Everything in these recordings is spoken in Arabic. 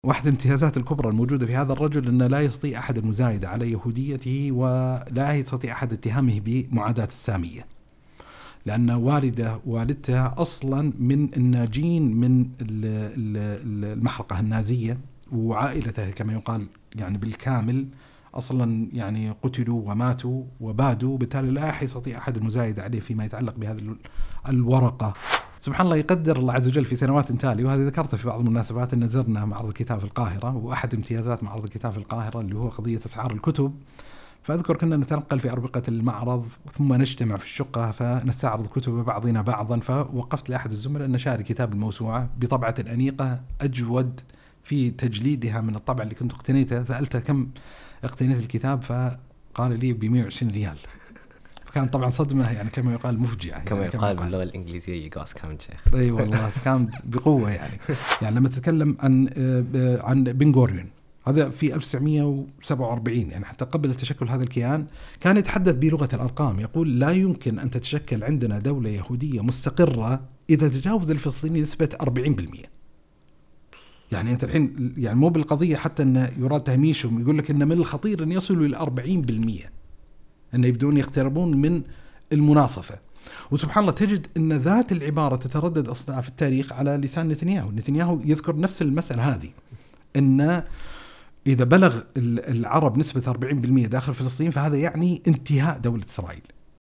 واحدة الامتيازات الكبرى الموجودة في هذا الرجل أنه لا يستطيع أحد المزايدة على يهوديته، ولا يستطيع أحد اتهامه بمعاداة السامية، لأن والدته أصلا من الناجين من المحرقة النازية، وعائلته كما يقال يعني بالكامل أصلا يعني قتلوا وماتوا وبادوا، بالتالي لا يستطيع أحد المزايدة عليه فيما يتعلق بهذه الورقة. سبحان الله، يقدر الله عز وجل في سنوات تالي، وهذا ذكرته في بعض المناسبات، أن زرنا معرض الكتاب في القاهرة، وأحد امتيازات معرض الكتاب في القاهرة اللي هو قضية أسعار الكتب. فأذكر كنا نتنقل في أربقة المعرض ثم نجتمع في الشقة فنستعرض كتب بعضنا بعضا، فوقفت لأحد الزملاء أن شاري كتاب الموسوعة بطبعة أنيقة أجود في تجليدها من الطبع اللي كنت اقتنيته. سألته كم اقتنيت الكتاب، فقال لي ب120 ريال. فكان طبعا صدمة يعني كما يقال مفجعة، كما يعني يقال باللغة الإنجليزية يقاس كامد شيخ. أي والله سكامد بقوة يعني لما تتكلم عن بن غوريون، هذا في 1947، يعني حتى قبل تشكل هذا الكيان كان يتحدث بلغة الأرقام، يقول لا يمكن أن تتشكل عندنا دولة يهودية مستقرة إذا تجاوز الفلسطيني نسبة 40%. يعني أنت الحين يعني مو بالقضية حتى أن يراد تهميشهم، يقول لك أن من الخطير أن يصلوا إلى 40%، أن يبدون يقتربون من المناصفة. وسبحان الله تجد أن ذات العبارة تتردد أصلا في التاريخ على لسان نتنياهو يذكر نفس المسألة هذه، أن إذا بلغ العرب نسبة 40% داخل فلسطين فهذا يعني انتهاء دولة إسرائيل.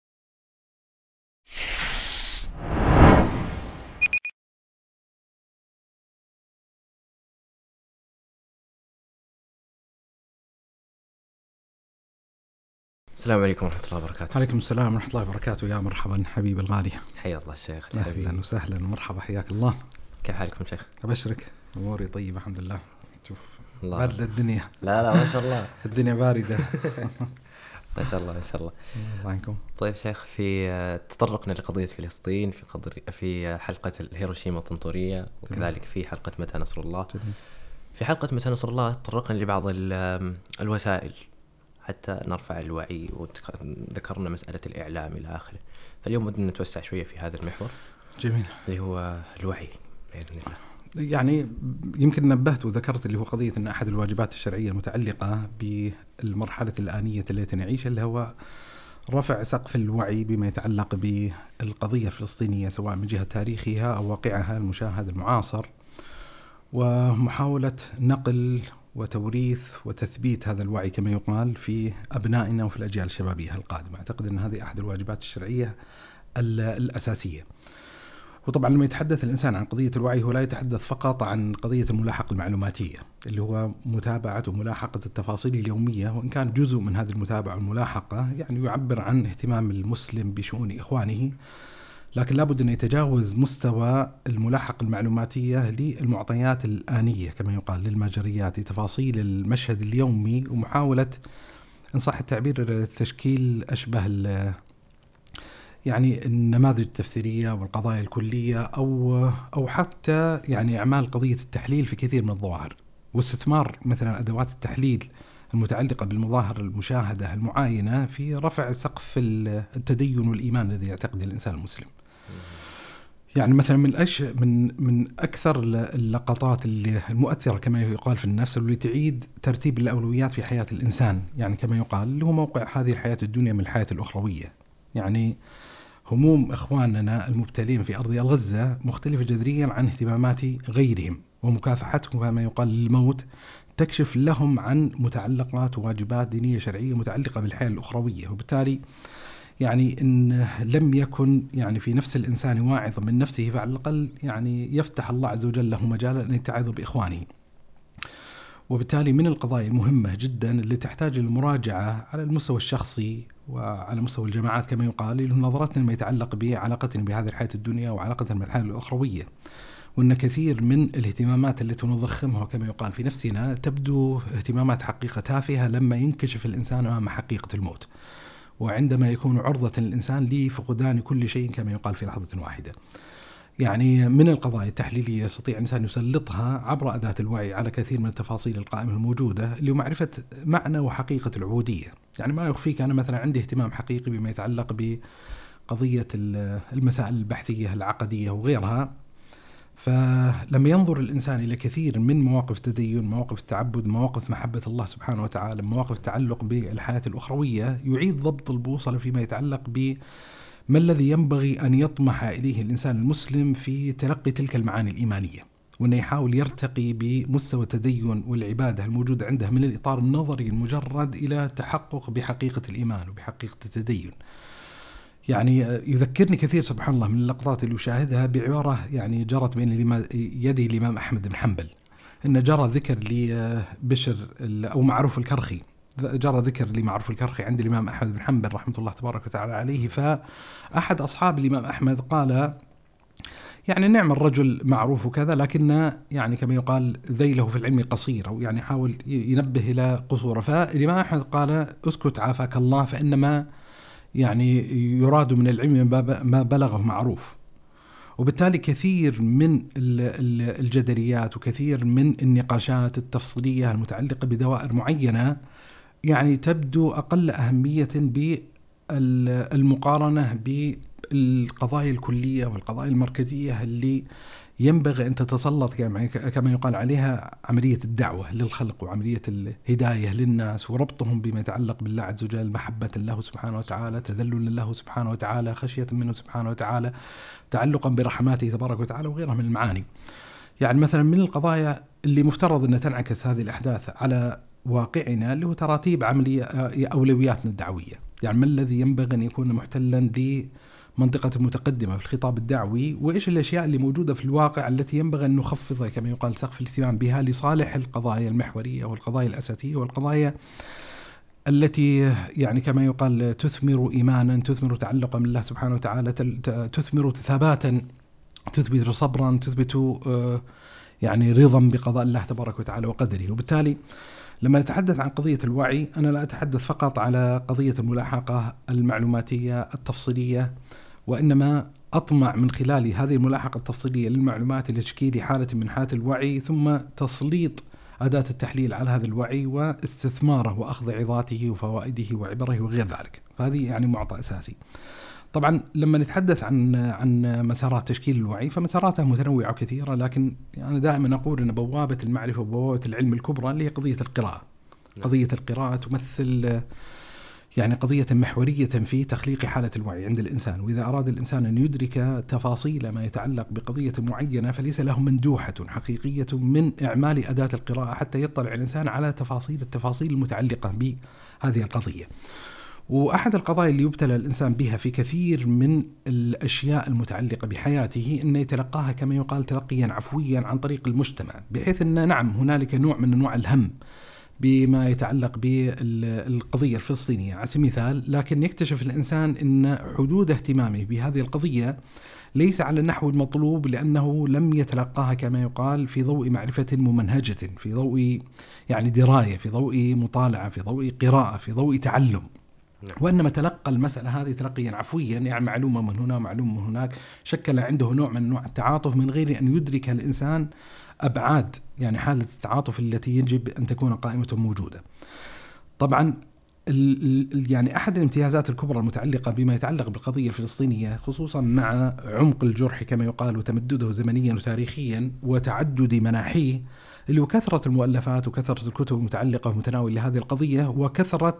السلام عليكم ورحمة الله وبركاته. عليكم السلام ورحمة الله وبركاته. يا مرحبا حبيب الغالي. حيا الله الشيخ. أهلا وسهلا ومرحبا، حياك الله. كيف حالكم شيخ؟ أبشرك أموري طيبة الحمد لله. شوف باردة الدنيا. لا ما شاء الله الدنيا باردة. ما شاء الله. الله عنكم. طيب شيخ، في تطرقنا لقضية فلسطين في حلقة هيروشيما الطنطورية، وكذلك في حلقة متى نصر الله. في حلقة متى نصر الله تطرقنا لبعض الوسائل حتى نرفع الوعي، وذكرنا مسألة الإعلام إلى آخره. فاليوم بدنا نتوسع شوية في هذا المحور. جميل. اللي هو الوعي بإذن الله. يعني يمكن نبهت وذكرت اللي هو قضية أن أحد الواجبات الشرعية المتعلقة بالمرحلة الآنية التي نعيشها اللي هو رفع سقف الوعي بما يتعلق بالقضية الفلسطينية، سواء من جهة تاريخها أو واقعها المشاهد المعاصر، ومحاولة نقل وتوريث وتثبيت هذا الوعي كما يقال في أبنائنا وفي الأجيال الشبابية القادمة. أعتقد أن هذه أحد الواجبات الشرعية الأساسية. وطبعا لما يتحدث الإنسان عن قضية الوعي هو لا يتحدث فقط عن قضية الملاحقة المعلوماتية اللي هو متابعة وملاحقة التفاصيل اليومية، وإن كان جزء من هذه المتابعة والملاحقة يعني يعبر عن اهتمام المسلم بشؤون إخوانه، لكن لابد أن يتجاوز مستوى الملاحقة المعلوماتية للمعطيات الآنية كما يقال، للمجريات، تفاصيل المشهد اليومي، ومحاولة إن صح التعبير تشكيل أشبه يعني النماذج التفسيرية والقضايا الكلية أو حتى يعني إعمال قضية التحليل في كثير من الظواهر، واستثمار مثلا أدوات التحليل المتعلقة بالمظاهر المشاهدة المعاينة في رفع سقف التدين والإيمان الذي يعتقد الإنسان المسلم. يعني مثلا من أكثر اللقطات المؤثرة كما يقال في النفس اللي تعيد ترتيب الأولويات في حياة الإنسان، يعني كما يقال اللي هو موقع هذه الحياة الدنيا من الحياة الأخروية. يعني هموم إخواننا المبتلين في أرض غزة مختلفة جذريا عن اهتمامات غيرهم، ومكافحتهم كما يقال للموت تكشف لهم عن متعلقات وواجبات دينية شرعية متعلقة بالحياة الأخروية. وبالتالي يعني إن لم يكن يعني في نفس الإنسان واعظ من نفسه، فعلى الأقل يعني يفتح الله عز وجل له مجالا أن يتعظ بإخوانه. وبالتالي من القضايا المهمة جدا اللي تحتاج المراجعة على المستوى الشخصي وعلى مستوى الجماعات كما يقال، اللي نظرتنا ما يتعلق بعلاقتنا بهذه الحياة الدنيا وعلاقتنا بالحياة الأخروية، وأن كثير من الاهتمامات التي نضخمها كما يقال في نفسنا تبدو اهتمامات حقيقة تافهة لما ينكشف الإنسان أمام حقيقة الموت، وعندما يكون عرضة الإنسان لفقدان كل شيء كما يقال في لحظة واحدة. يعني من القضايا التحليلية يستطيع الإنسان يسلطها عبر أداة الوعي على كثير من التفاصيل القائمة الموجودة اللي معرفة معنى وحقيقة العبودية. يعني ما يخفيك أنا مثلا عندي اهتمام حقيقي بما يتعلق بقضية المسائل البحثية العقدية وغيرها، فلما ينظر الإنسان إلى كثير من مواقف التدين، مواقف التعبد، مواقف محبة الله سبحانه وتعالى، مواقف التعلق بالحياة الأخروية، يعيد ضبط البوصلة فيما يتعلق بما الذي ينبغي أن يطمح إليه الإنسان المسلم في تلقي تلك المعاني الإيمانية، وأنه يحاول يرتقي بمستوى التدين والعبادة الموجودة عنده من الإطار النظري المجرد إلى تحقق بحقيقة الإيمان وبحقيقة التدين. يعني يذكرني كثير سبحان الله من اللقطات اللي أشاهدها بعبارة يعني جرت بين يدي الإمام أحمد بن حنبل، إن جرى ذكر لبشر أو معروف الكرخي، جرى ذكر لمعروف الكرخي عند الإمام أحمد بن حنبل رحمة الله تبارك وتعالى عليه. فأحد أصحاب الإمام أحمد قال يعني نعم الرجل معروف وكذا، لكن يعني كما يقال ذيله في العلم قصير، أو يعني حاول ينبه إلى قصوره. فالإمام أحمد قال اسكت عافاك الله، فإنما يعني يراد من العلم ما بلغه معروف. وبالتالي كثير من الجدليات وكثير من النقاشات التفصيلية المتعلقة بدوائر معينة يعني تبدو أقل أهمية بالمقارنة بالقضايا الكلية والقضايا المركزية اللي ينبغي أن تتسلط كما يقال عليها عملية الدعوة للخلق وعملية الهداية للناس وربطهم بما يتعلق بالله عز وجل، محبة له سبحانه وتعالى، تذلل له سبحانه وتعالى، خشية منه سبحانه وتعالى، تعلقا برحماته تبارك وتعالى، وغيرها من المعاني. يعني مثلا من القضايا اللي مفترض أن تنعكس هذه الأحداث على واقعنا اللي هو تراتيب عملية أولوياتنا الدعوية. يعني ما الذي ينبغي أن يكون محتلا منطقة متقدمة في الخطاب الدعوي، وإيش الأشياء اللي موجودة في الواقع التي ينبغي أن نخفضها كما يقال سقف الاهتمام بها لصالح القضايا المحورية والقضايا الأساسية والقضايا التي يعني كما يقال تثمر إيمانا، تثمر تعلقا من الله سبحانه وتعالى، تثمر ثباتا، تثبت صبرا، تثبت يعني رضا بقضاء الله تبارك وتعالى وقدره. وبالتالي لما نتحدث عن قضية الوعي أنا لا أتحدث فقط على قضية الملاحقة المعلوماتية التفصيلية، وإنما أطمع من خلال هذه الملاحقة التفصيلية للمعلومات لتشكيل حالة من حالات الوعي، ثم تسليط أداة التحليل على هذا الوعي واستثماره وأخذ عظاته وفوائده وعبره وغير ذلك. فهذه يعني معطى أساسي. طبعا لما نتحدث عن مسارات تشكيل الوعي فمساراتها متنوعة وكثيرة، لكن أنا دائما أقول أن بوابة المعرفة وبوابة العلم الكبرى اللي هي قضية القراءة. قضية القراءة تمثل يعني قضية محورية في تخليق حالة الوعي عند الإنسان، وإذا أراد الإنسان أن يدرك تفاصيل ما يتعلق بقضية معينة فليس له مندوحة حقيقية من إعمال أداة القراءة حتى يطلع الإنسان على التفاصيل المتعلقة بهذه القضية. وأحد القضايا اللي يبتلى الإنسان بها في كثير من الأشياء المتعلقة بحياته أن يتلقاها كما يقال تلقيا عفويا عن طريق المجتمع، بحيث أن نعم هنالك نوع من أنواع الهم بما يتعلق بالقضية الفلسطينية على سبيل المثال، لكن يكتشف الإنسان أن حدود اهتمامه بهذه القضية ليس على النحو المطلوب، لأنه لم يتلقاها كما يقال في ضوء معرفة ممنهجة، في ضوء يعني دراية، في ضوء مطالعة، في ضوء قراءة، في ضوء تعلم، وإنما تلقى المسألة هذه تلقيا عفويا، يعني معلومة من هنا معلومة من هناك، شكل عنده نوع من أنواع التعاطف من غير أن يدرك الإنسان أبعاد يعني حالة التعاطف التي يجب أن تكون قائمة موجودة. طبعا يعني أحد الامتيازات الكبرى المتعلقة بما يتعلق بالقضية الفلسطينية خصوصا مع عمق الجرح كما يقال وتمدده زمنيا وتاريخيا وتعدد مناحيه اللي هو كثرة المؤلفات وكثرة الكتب المتعلقة ومتناول لهذه القضية، وكثرة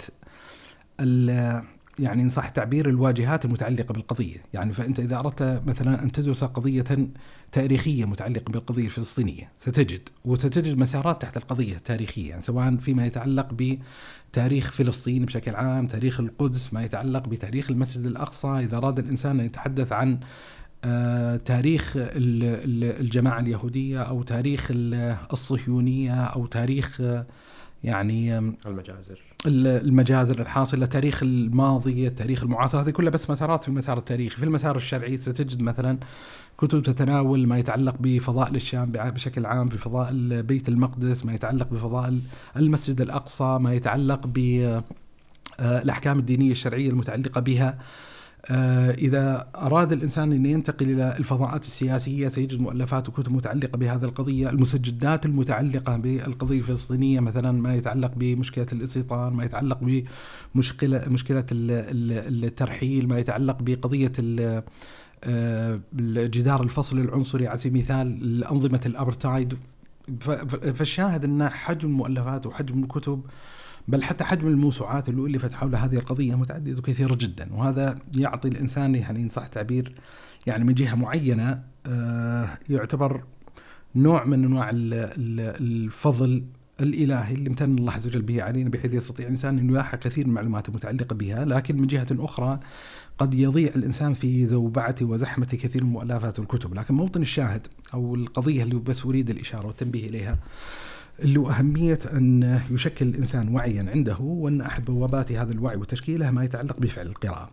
يعني إن صح تعبير الواجهات المتعلقة بالقضية. يعني فأنت إذا أردت مثلا أن تدرس قضية تاريخية متعلقة بالقضية الفلسطينية ستجد مسارات تحت القضية التاريخية، يعني سواء فيما يتعلق بتاريخ فلسطين بشكل عام، تاريخ القدس، ما يتعلق بتاريخ المسجد الأقصى، إذا أراد الإنسان أن يتحدث عن تاريخ الجماعة اليهودية أو تاريخ الصهيونية أو تاريخ يعني المجازر الحاصلة، تاريخ الماضي، تاريخ المعاصر، هذه كلها بس مسارات في المسار التاريخي. في المسار الشرعي ستجد مثلا كتب تتناول ما يتعلق بفضائل الشام بشكل عام، بفضائل بيت المقدس، ما يتعلق بفضائل المسجد الأقصى، ما يتعلق بالأحكام الدينية الشرعية المتعلقة بها. إذا أراد الإنسان أن ينتقل إلى الفضاءات السياسية سيجد مؤلفات وكتب متعلقة بهذه القضية، المسجدات المتعلقة بالقضية الفلسطينية مثلا ما يتعلق بمشكلة الاستيطان، ما يتعلق بمشكلة الترحيل، ما يتعلق بقضية جدار الفصل العنصري على سبيل المثال، أنظمة الأبرتايد. فالشاهد أن حجم المؤلفات وحجم الكتب بل حتى حجم الموسوعات اللي ألفت حول هذه القضية متعددة وكثيرة جدا، وهذا يعطي الإنسان يعني إن صح تعبير يعني من جهة معينة يعتبر نوع من أنواع الفضل الإلهي اللي امتن الله عز وجل به علينا، بحيث يستطيع الإنسان أن يلاحق كثير من المعلومات المتعلقة بها. لكن من جهة أخرى قد يضيع الإنسان في زوبعة وزحمة كثير من المؤلفات والكتب. لكن موطن الشاهد أو القضية اللي بس أريد الإشارة والتنبيه إليها، اللي أهمية أن يشكل الإنسان وعيا عنده، وأن أحد بوابات هذا الوعي وتشكيله ما يتعلق بفعل القراءة.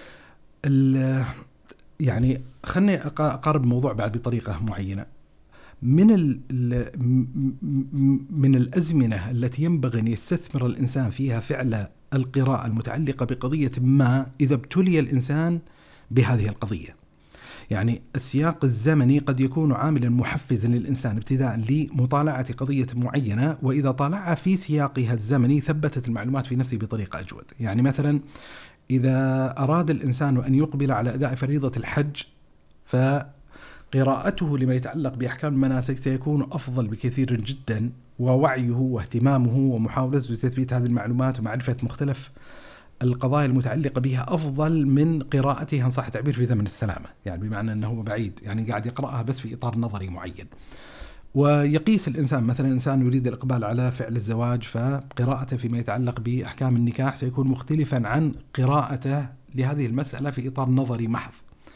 يعني خلني أقارب الموضوع بعد بطريقة معينة. من الأزمنة التي ينبغي أن يستثمر الإنسان فيها فعل القراءة المتعلقة بقضية ما إذا ابتلي الإنسان بهذه القضية. يعني السياق الزمني قد يكون عاملا محفزا للإنسان ابتداء لمطالعة قضية معينة، وإذا طالعها في سياقها الزمني ثبتت المعلومات في نفسه بطريقة أجود. يعني مثلا إذا أراد الإنسان أن يقبل على أداء فريضة الحج، فقراءته لما يتعلق بأحكام المناسك سيكون أفضل بكثير جدا، ووعيه واهتمامه ومحاولة تثبيت هذه المعلومات ومعرفة مختلف القضايا المتعلقة بها أفضل من قراءتها إن صح التعبير في زمن السلامة، يعني بمعنى أنه بعيد يعني قاعد يقرأها بس في إطار نظري معين. ويقيس الإنسان مثلا إنسان يريد الإقبال على فعل الزواج، فقراءته فيما يتعلق بأحكام النكاح سيكون مختلفا عن قراءته لهذه المسألة في إطار نظري محض.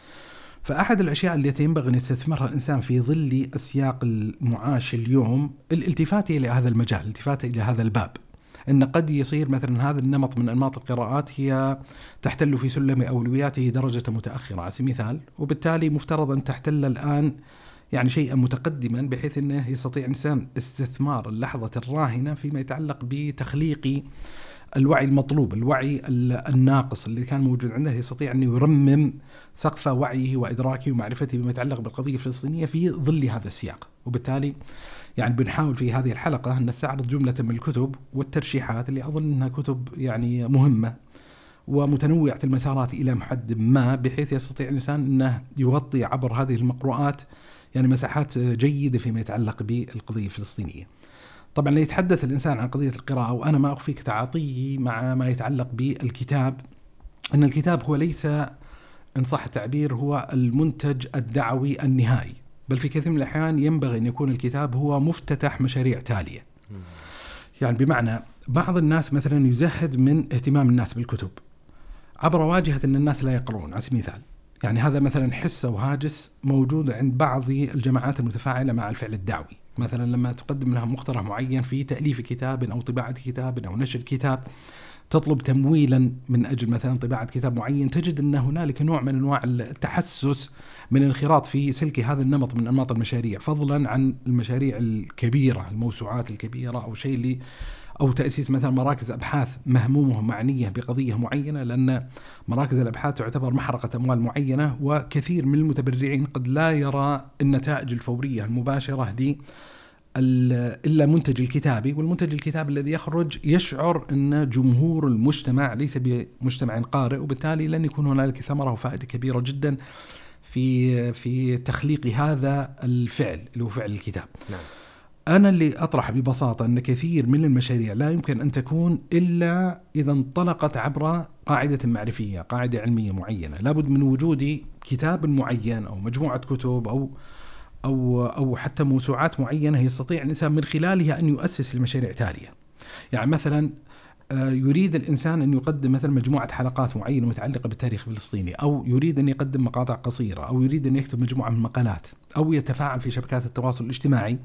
فأحد الأشياء التي ينبغي أن يستثمرها الإنسان في ظل السياق المعاش اليوم الالتفات إلى هذا المجال، الالتفات إلى هذا الباب. إن قد يصير مثلا هذا النمط من أنماط القراءات هي تحتل في سلم أولوياته درجة متأخرة على سبيل المثال، وبالتالي مفترض أن تحتل الآن يعني شيئا متقدما، بحيث أنه يستطيع الإنسان استثمار اللحظة الراهنة فيما يتعلق بتخليق الوعي المطلوب، الوعي الناقص اللي كان موجود عنده، يستطيع أن يرمم سقف وعيه وإدراكه ومعرفته بما يتعلق بالقضية الفلسطينية في ظل هذا السياق. وبالتالي يعني بنحاول في هذه الحلقة أن نستعرض جملة من الكتب والترشيحات اللي أظن أنها كتب يعني مهمة ومتنوعة المسارات إلى حد ما، بحيث يستطيع الإنسان أنه يغطي عبر هذه المقروءات يعني مساحات جيدة فيما يتعلق بالقضية الفلسطينية. طبعا لا يتحدث الإنسان عن قضية القراءة وأنا ما أخفيك تعاطيه مع ما يتعلق بالكتاب، أن الكتاب هو ليس إن صح التعبير هو المنتج الدعوي النهائي، بل في كثير من الأحيان ينبغي أن يكون الكتاب هو مفتتح مشاريع تالية. يعني بمعنى بعض الناس مثلا يزهد من اهتمام الناس بالكتب عبر واجهة أن الناس لا يقرؤون على سبيل المثال. يعني هذا مثلا حس وهاجس موجود عند بعض الجماعات المتفاعلة مع الفعل الدعوي، مثلا لما تقدم لها مقترح معين في تأليف كتاب أو طباعة كتاب أو نشر كتاب، تطلب تمويلا من أجل مثلا طباعة كتاب معين، تجد أن هنالك نوع من أنواع التحسس من الانخراط في سلك هذا النمط من أنماط المشاريع، فضلا عن المشاريع الكبيرة، الموسوعات الكبيرة أو شيء اللي أو تأسيس مثلا مراكز أبحاث مهمومة معنية بقضية معينة، لأن مراكز الأبحاث تعتبر محرقة أموال معينة، وكثير من المتبرعين قد لا يرى النتائج الفورية المباشرة دي إلا منتج الكتابي، والمنتج الكتابي الذي يخرج يشعر أن جمهور المجتمع ليس بمجتمع قارئ، وبالتالي لن يكون هنالك ثمرة وفائدة كبيرة جدا في تخليق هذا الفعل اللي هو فعل الكتاب. نعم. أنا اللي أطرح ببساطة أن كثير من المشاريع لا يمكن أن تكون إلا إذا انطلقت عبر قاعدة معرفية، قاعدة علمية معينة، لابد من وجود كتاب معين أو مجموعة كتب أو حتى موسوعات معينة يستطيع الإنسان من خلالها أن يؤسس لمشاريع تالية. يعني مثلا يريد الإنسان أن يقدم مثلا مجموعة حلقات معينة متعلقة بالتاريخ الفلسطيني، أو يريد أن يقدم مقاطع قصيرة، أو يريد أن يكتب مجموعة من المقالات، أو يتفاعل في شبكات التواصل الاجتماعي.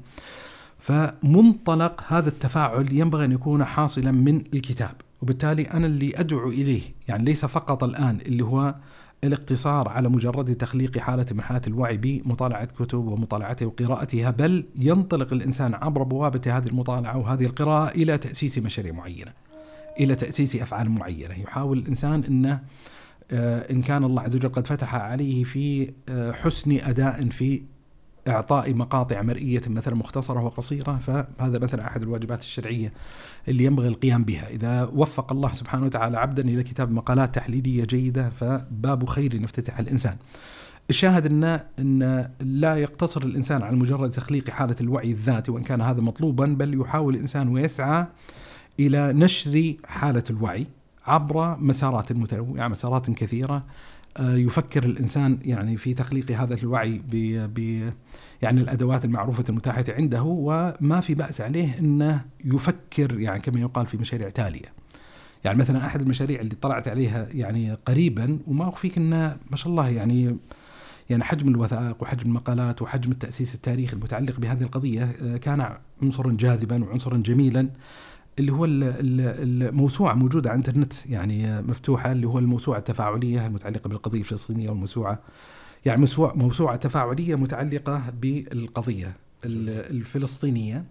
فمنطلق هذا التفاعل ينبغي أن يكون حاصلا من الكتاب، وبالتالي أنا اللي أدعو إليه يعني ليس فقط الآن اللي هو الاقتصار على مجرد تخليق حالة من حالات الوعي بمطالعة كتب ومطالعتها وقراءتها، بل ينطلق الإنسان عبر بوابة هذه المطالعة وهذه القراءة إلى تأسيس مشاريع معينة، إلى تأسيس أفعال معينة. يحاول الإنسان أنه إن كان الله عز وجل قد فتح عليه في حسن أداء في إعطاء مقاطع مرئية مثلا مختصرة وقصيرة، فهذا مثلا أحد الواجبات الشرعية اللي ينبغي القيام بها. إذا وفق الله سبحانه وتعالى عبدا إلى كتاب مقالات تحليلية جيدة فباب خير يفتتح الإنسان. الشاهد أن لا يقتصر الإنسان على مجرد تخليق حالة الوعي الذاتي وإن كان هذا مطلوبا، بل يحاول الإنسان ويسعى إلى نشر حالة الوعي عبر مسارات متنوعة، مسارات كثيرة. يفكر الإنسان يعني في تخليق هذا الوعي يعني الأدوات المعروفة المتاحة عنده، وما في بأس عليه أنه يفكر يعني كما يقال في مشاريع تالية. يعني مثلا أحد المشاريع اللي طلعت عليها يعني قريبا، وما أخفيك أنه ما شاء الله يعني حجم الوثائق وحجم المقالات وحجم التأسيس التاريخي المتعلق بهذه القضية كان عنصرا جاذبا وعنصرا جميلا، اللي هو الموسوعة موجودة على الانترنت يعني مفتوحة، اللي هو الموسوعة التفاعلية المتعلقة بالقضية الفلسطينية، والموسوعة يعني موسوعة تفاعلية متعلقة بالقضية الفلسطينية.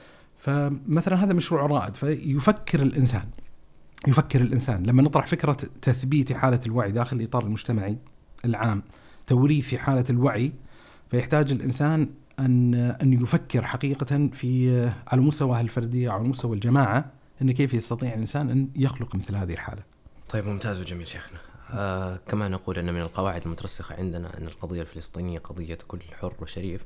فمثلا هذا مشروع رائد. فيفكر الإنسان لما نطرح فكرة تثبيت حالة الوعي داخل الإطار المجتمعي العام، توريث حالة الوعي، فيحتاج الإنسان أن يفكر حقيقة على مستوى الفردية أو على مستوى الجماعة أن كيف يستطيع الإنسان أن يخلق مثل هذه الحالة. طيب ممتاز وجميل شيخنا. كما نقول أن من القواعد المترسخة عندنا أن القضية الفلسطينية قضية كل حر وشريف.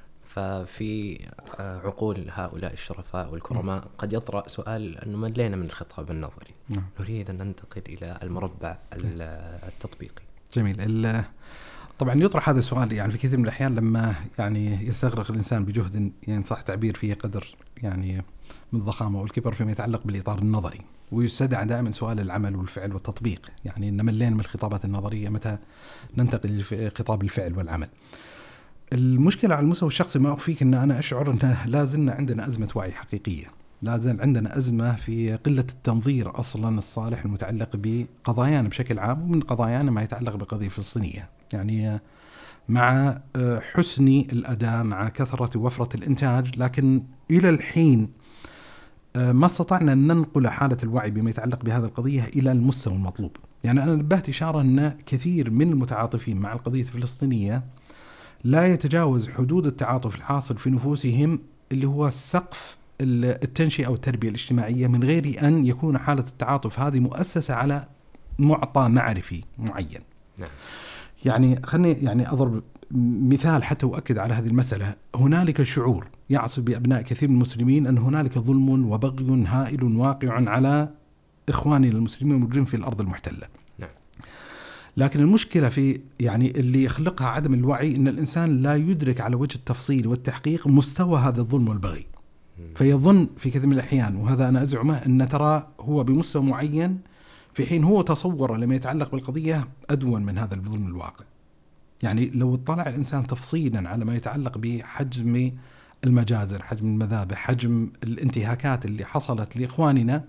ففي عقول هؤلاء الشرفاء والكرماء قد يطرأ سؤال أنه ملينا من الخطاب النظري، نريد أن ننتقل إلى المربع التطبيقي. جميل. طبعا يطرح هذا السؤال يعني في كثير من الأحيان لما يعني يستغرق الإنسان بجهد يعني صح تعبير فيه قدر يعني من الضخامة والكبر فيما يتعلق بالإطار النظري، ويستدعى دائما سؤال العمل والفعل والتطبيق. يعني إن ملين من الخطابات النظرية، متى ننتقل لخطاب الفعل والعمل؟ المشكلة على المستوى الشخصي ما أخفيك أن أنا أشعر أن لازلنا عندنا أزمة وعي حقيقية، لازل عندنا أزمة في قلة التنظير أصلا الصالح المتعلق بقضايانا بشكل عام، ومن قضايانا ما يتعلق بالقضية الفلسطينية. يعني مع حسن الأداء، مع كثرة وفرة الإنتاج، لكن إلى الحين ما استطعنا أن ننقل حالة الوعي بما يتعلق بهذه القضية إلى المستوى المطلوب. يعني أنا نبهت إشارة أن كثير من المتعاطفين مع القضية الفلسطينية لا يتجاوز حدود التعاطف الحاصل في نفوسهم، اللي هو سقف التنشئة أو التربية الاجتماعية، من غير أن يكون حالة التعاطف هذه مؤسسة على معطى معرفي معين. نعم. يعني خلني يعني أضرب مثال حتى أؤكد على هذه المسألة. هنالك شعور يعصب بأبناء كثير من المسلمين أن هنالك ظلم وبغي هائل واقع على إخواننا المسلمين الموجودين في الأرض المحتلة. نعم. لكن المشكلة في يعني اللي يخلقها عدم الوعي، أن الإنسان لا يدرك على وجه التفصيل والتحقيق مستوى هذا الظلم والبغي، فيظن في كثير من الأحيان، وهذا أنا أزعمه، أن ترى هو بمستوى معين، في حين هو تصور لما يتعلق بالقضية أدون من هذا الظلم الواقع. يعني لو اطلع الإنسان تفصيلا على ما يتعلق بحجم المجازر، حجم المذابح، حجم الانتهاكات اللي حصلت لإخواننا،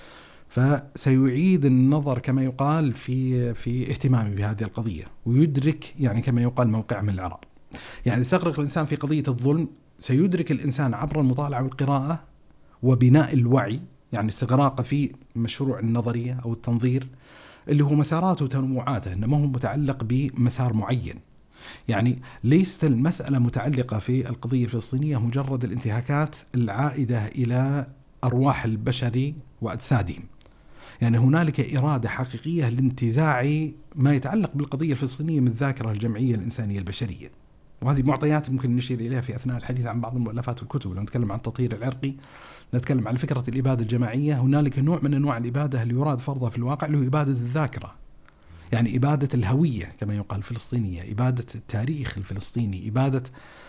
فسيعيد النظر كما يقال في اهتمامه بهذه القضية، ويدرك يعني كما يقال موقع من العرب. يعني يستغرق الإنسان في قضية الظلم، سيدرك الإنسان عبر المطالعة والقراءة وبناء الوعي، يعني استغراقه في مشروع النظرية أو التنظير اللي هو مساراته وتنوعاته، إنما هو متعلق بمسار معين. يعني ليست المسألة متعلقة في القضية الفلسطينية مجرد الانتهاكات العائدة إلى أرواح البشر وأجسادهم. يعني هنالك إرادة حقيقية لانتزاع ما يتعلق بالقضية الفلسطينية من الذاكرة الجمعية الإنسانية البشرية، وهذه معطيات ممكن نشير إليها في أثناء الحديث عن بعض المؤلفات والكتب. لو نتكلم عن التطهير العرقي، نتكلم عن فكرة الإبادة الجماعية. هنالك نوع من أنواع الإبادة اللي يراد فرضها في الواقع، اللي هو إبادة الذاكرة، يعني إبادة الهوية كما يقال الفلسطينية، إبادة التاريخ الفلسطيني، إبادة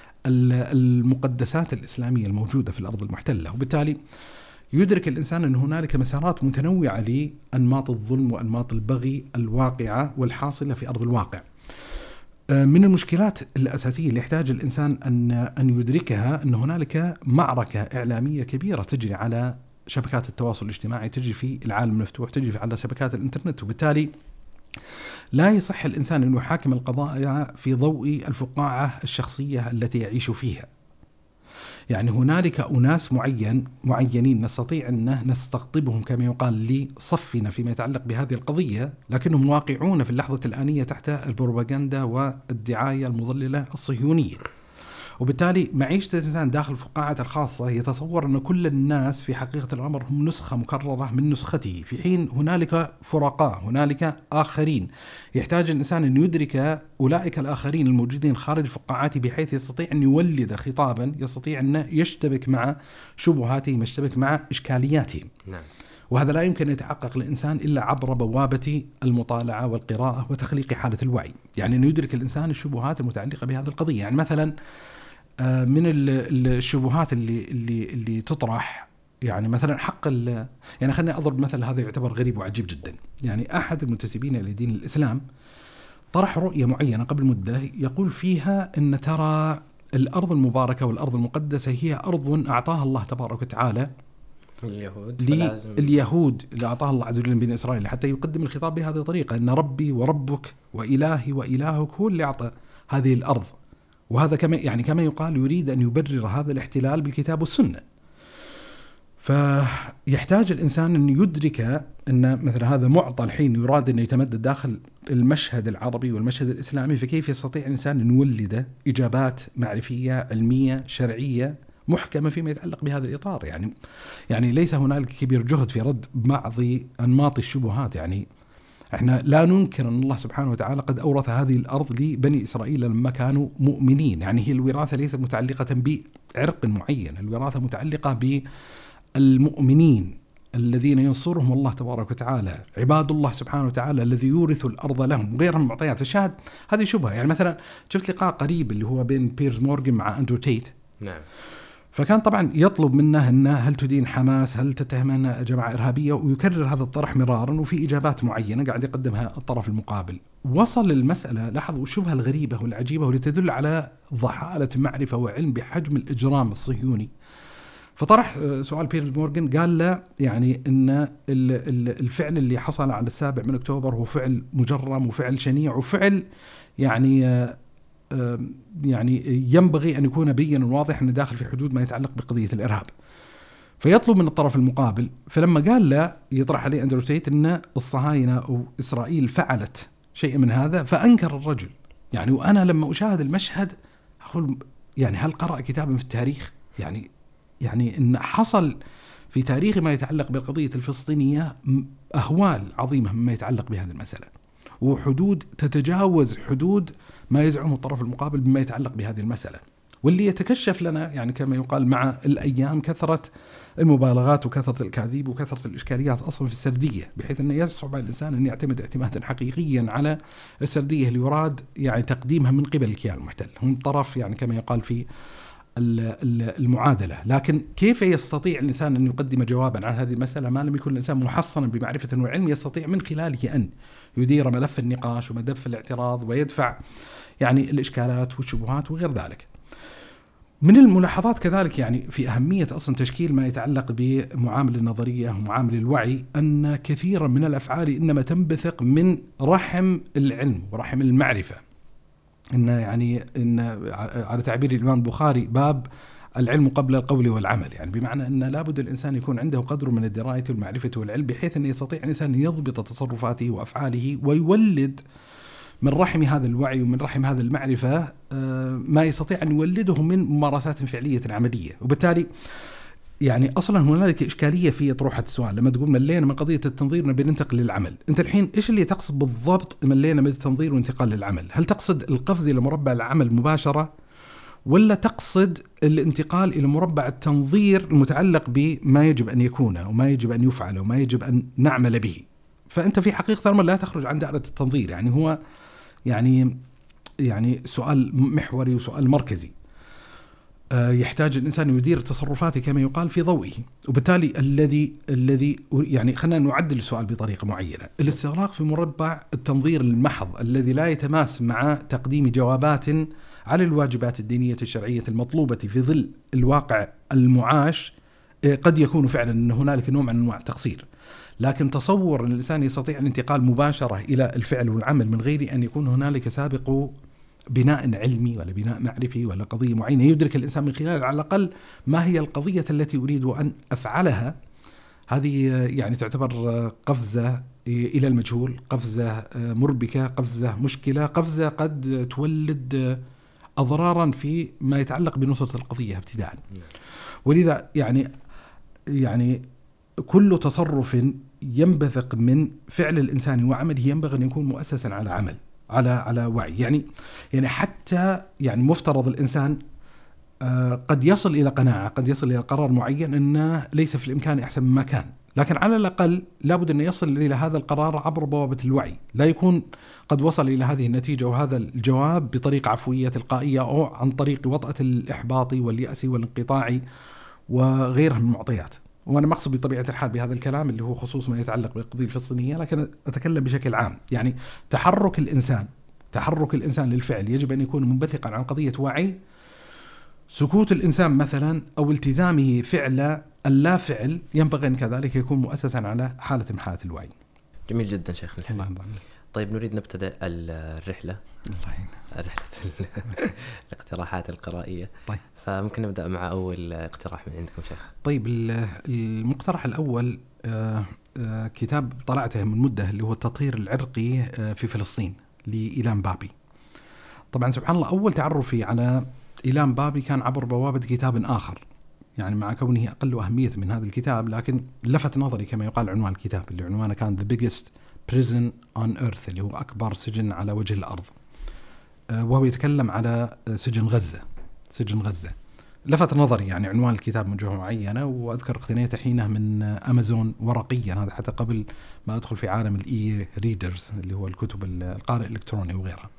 المقدسات الإسلامية الموجودة في الأرض المحتلة. وبالتالي يدرك الإنسان أن هنالك مسارات متنوعة لأنماط الظلم وأنماط البغي الواقعة والحاصلة في أرض الواقع. من المشكلات الأساسية اللي يحتاج الإنسان أن يدركها أن هنالك معركة إعلامية كبيرة تجري على شبكات التواصل الاجتماعي، تجري في العالم المفتوح، تجري على شبكات الإنترنت. وبالتالي لا يصح الإنسان أن يحاكم القضايا في ضوء الفقاعة الشخصية التي يعيش فيها. يعني هنالك أناس معينين نستطيع أن نستقطبهم كما يقال لصفنا فيما يتعلق بهذه القضية، لكنهم واقعون في اللحظة الآنية تحت البروباغندا والدعاية المضللة الصهيونية. وبالتالي معيشة الإنسان داخل فقاعته الخاصة يتصور أن كل الناس في حقيقة الأمر هم نسخة مكررة من نسخته، في حين هنالك فرقاء، هنالك آخرين. يحتاج الإنسان أن يدرك أولئك الآخرين الموجودين خارج فقاعاته بحيث يستطيع أن يولد خطابا يستطيع أن يشتبك مع شبهاتهم، يشتبك مع إشكالياتهم. نعم. وهذا لا يمكن أن يتحقق الإنسان إلا عبر بوابة المطالعة والقراءة وتخليق حالة الوعي، يعني أن يدرك الإنسان الشبهات المتعلقة بهذه القضية. يعني مثلا من الشبهات اللي تطرح، يعني مثلا حق يعني خليني أضرب مثل هذا يعتبر غريب وعجيب جدا. يعني أحد المنتسبين إلى دين الإسلام طرح رؤية معينة قبل مدة يقول فيها أن ترى الأرض المباركة والأرض المقدسة هي أرض أعطاها الله تبارك وتعالى اليهود اللي أعطاها الله عز وجل بني إسرائيل، حتى يقدم الخطاب بهذه الطريقة أن ربي وربك وإلهي وإلهك هو اللي أعطى هذه الأرض. وهذا كما يقال يريد أن يبرر هذا الاحتلال بالكتاب والسنة. فيحتاج الإنسان أن يدرك أن مثل هذا معطى الحين يراد أن يتمدد داخل المشهد العربي والمشهد الإسلامي، فكيف يستطيع الإنسان أن يولد إجابات معرفية علمية شرعية محكمة فيما يتعلق بهذا الإطار. يعني ليس هنالك كبير جهد في رد بعض أنماط الشبهات. يعني احنا لا ننكر أن الله سبحانه وتعالى قد أورث هذه الأرض لبني إسرائيل لما كانوا مؤمنين. يعني هي الوراثة ليست متعلقة بعرق معين، الوراثة متعلقة بالمؤمنين الذين ينصرهم الله تبارك وتعالى، عباد الله سبحانه وتعالى الذي يورث الأرض لهم وغيرهم معطيات. فالشاهد هذه شبهة. يعني مثلا شفت لقاء قريب اللي هو بين بيرز مورغان مع أندرو تيت. نعم. فكان طبعا يطلب منه أنه هل تدين حماس، هل تتهم أنها جماعة إرهابية، ويكرر هذا الطرح مرارا، وفي إجابات معينة قاعد يقدمها الطرف المقابل. وصل المسألة، لاحظوا الشبهة الغريبة والعجيبة واللي تدل على ضحالة معرفة وعلم بحجم الإجرام الصهيوني. فطرح سؤال بيرز مورغان، قال له يعني أن الفعل اللي حصل على 7 أكتوبر هو فعل مجرم وفعل شنيع وفعل يعني ينبغي أن يكون بينا واضح أنه داخل في حدود ما يتعلق بقضية الإرهاب. فيطلب من الطرف المقابل، فلما قال له يطرح عليه أندرو تيت أن الصهاينة أو إسرائيل فعلت شيء من هذا، فأنكر الرجل. يعني وأنا لما أشاهد المشهد أقول يعني هل قرأ كتابا في التاريخ؟ يعني إن حصل في تاريخ ما يتعلق بالقضية الفلسطينية أهوال عظيمة مما يتعلق بهذه المسألة، وحدود تتجاوز حدود ما يزعمه الطرف المقابل بما يتعلق بهذه المسألة، واللي يتكشف لنا يعني كما يقال مع الأيام كثرة المبالغات وكثرة الكاذيب وكثرة الإشكاليات أصلا في السردية، بحيث أنه يصعب على الإنسان أن يعتمد اعتمادا حقيقيا على السردية اللي يراد يعني تقديمها من قبل الكيان المحتل. هم طرف يعني كما يقال في المعادلة. لكن كيف يستطيع الإنسان أن يقدم جوابا عن هذه المسألة ما لم يكن الإنسان محصنا بمعرفة وعلم يستطيع من خلاله أن يدير ملف النقاش وملف الاعتراض ويدفع يعني الإشكالات والشبهات وغير ذلك. من الملاحظات كذلك يعني في أهمية أصلا تشكيل ما يتعلق بمعامل النظرية ومعامل الوعي، أن كثيرا من الأفعال إنما تنبثق من رحم العلم ورحم المعرفة. إن على تعبير الإمام البخاري باب العلم قبل القول والعمل، يعني بمعنى أن لابد الإنسان يكون عنده قدر من الدراية والمعرفة والعلم بحيث أن يستطيع الإنسان أن يضبط تصرفاته وأفعاله ويولد من رحم هذا الوعي ومن رحم هذا المعرفة ما يستطيع أن يولده من ممارسات فعلية عملية. وبالتالي يعني أصلا هنالك إشكالية في طروحة السؤال لما تقول ملينا من قضية التنظير نبي ننتقل للعمل. أنت الحين إيش اللي تقصد بالضبط ملينا من التنظير وانتقال للعمل؟ هل تقصد القفز إلى مربع العمل مباشرة، ولا تقصد الانتقال إلى مربع التنظير المتعلق بما يجب أن يكون وما يجب أن يفعل وما يجب أن نعمل به؟ فأنت في حقيقة الأمر لا تخرج عن دائرة التنظير. يعني هو يعني سؤال محوري وسؤال مركزي يحتاج الإنسان يدير تصرفاته كما يقال في ضوئه. وبالتالي الذي يعني خلينا نعدل السؤال بطريقة معينة. الاستغراق في مربع التنظير المحض الذي لا يتماس مع تقديم جوابات على الواجبات الدينية الشرعية المطلوبة في ظل الواقع المعاش قد يكون فعلا أن هنالك نوع من أنواع التقصير. لكن تصور أن الإنسان يستطيع الانتقال مباشرة إلى الفعل والعمل من غير أن يكون هنالك سابق بناء علمي ولا بناء معرفي ولا قضية معينة يدرك الإنسان من خلال على الأقل ما هي القضية التي أريد أن أفعلها، هذه يعني تعتبر قفزة إلى المجهول، قفزة مربكة، قفزة مشكلة، قفزة قد تولد أضرارا في ما يتعلق بنصرة القضية ابتداء. ولذا يعني كل تصرف ينبثق من فعل الإنسان وعمله ينبغي أن يكون مؤسسا على عمل، على وعي. يعني حتى يعني مفترض الإنسان قد يصل إلى قناعة، قد يصل إلى قرار معين أنه ليس في الإمكان أحسن مما كان، لكن على الأقل لابد أن يصل إلى هذا القرار عبر بوابة الوعي. لا يكون قد وصل إلى هذه النتيجة وهذا الجواب بطريقة عفوية تلقائية أو عن طريق وطأة الإحباط واليأس والانقطاع وغيرها من المعطيات. وأنا مقصد بطبيعة الحال بهذا الكلام اللي هو خصوص ما يتعلق بالقضية الفلسطينية، لكن أتكلم بشكل عام. يعني تحرك الإنسان للفعل يجب أن يكون منبثقا عن قضية وعي. سكوت الإنسان مثلا أو التزامه فعل اللا فعل ينبغي أن كذلك يكون مؤسسا على حالة من حالات الوعي. جميل جدا شيخنا الحبيب. الله. طيب نريد نبتدأ الرحلة الاقتراحات القرائية. طيب فممكن نبدأ مع أول اقتراح من عندكم شيخ. طيب المقترح الأول كتاب طلعته من مدة اللي هو التطهير العرقي في فلسطين لإيلام بابي. طبعا سبحان الله أول تعرفي على إيلام بابي كان عبر بوابة كتاب آخر، يعني مع كونه أقل أهمية من هذا الكتاب، لكن لفت نظري كما يقال عنوان الكتاب اللي عنوانه كان The Biggest Prison on Earth، اللي هو أكبر سجن على وجه الأرض، وهو يتكلم على سجن غزة. لفت نظري يعني عنوان الكتاب من جهة معينة، وأذكر اقتنيته حينه من أمازون ورقيا، هذا حتى قبل ما أدخل في عالم الإي ريدرز اللي هو الكتب القارئ الإلكتروني وغيرها.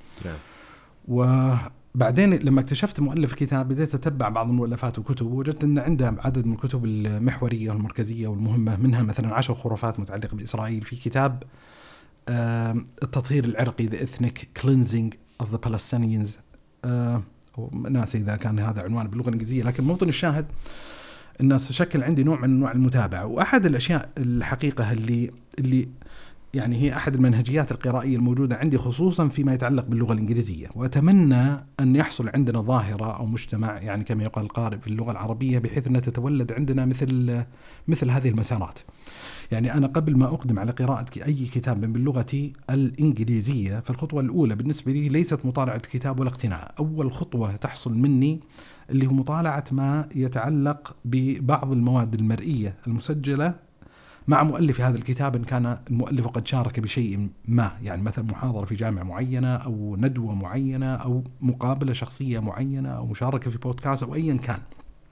وبعدين لما اكتشفت مؤلف الكتاب بديت أتبع بعض المؤلفات وكتب، وجدت أن عنده عدد من الكتب المحورية والمركزية والمهمة، منها مثلا 10 خرافات متعلقة بإسرائيل، في كتاب التطهير العرقي The Ethnic Cleansing of the Palestinians، ناسي إذا كان هذا عنوان باللغة الإنجليزية، لكن موطن الشاهد الناس شكل عندي نوع من أنواع المتابعة. وأحد الأشياء الحقيقة اللي يعني هي أحد المنهجيات القرائية الموجودة عندي خصوصا فيما يتعلق باللغة الإنجليزية، وأتمنى أن يحصل عندنا ظاهرة أو مجتمع يعني كما يقال القارئ في اللغة العربية، بحيث أن تتولد عندنا مثل هذه المسارات. يعني أنا قبل ما أقدم على قراءة أي كتاب باللغة الإنجليزية، فالخطوة الأولى بالنسبة لي ليست مطالعة الكتاب ولا اقتناع. أول خطوة تحصل مني اللي هو مطالعة ما يتعلق ببعض المواد المرئية المسجلة مع مؤلف هذا الكتاب، إن كان المؤلف قد شارك بشيء ما، يعني مثلا محاضرة في جامعة معينة أو ندوة معينة أو مقابلة شخصية معينة أو مشاركة في بودكاست أو أيا كان،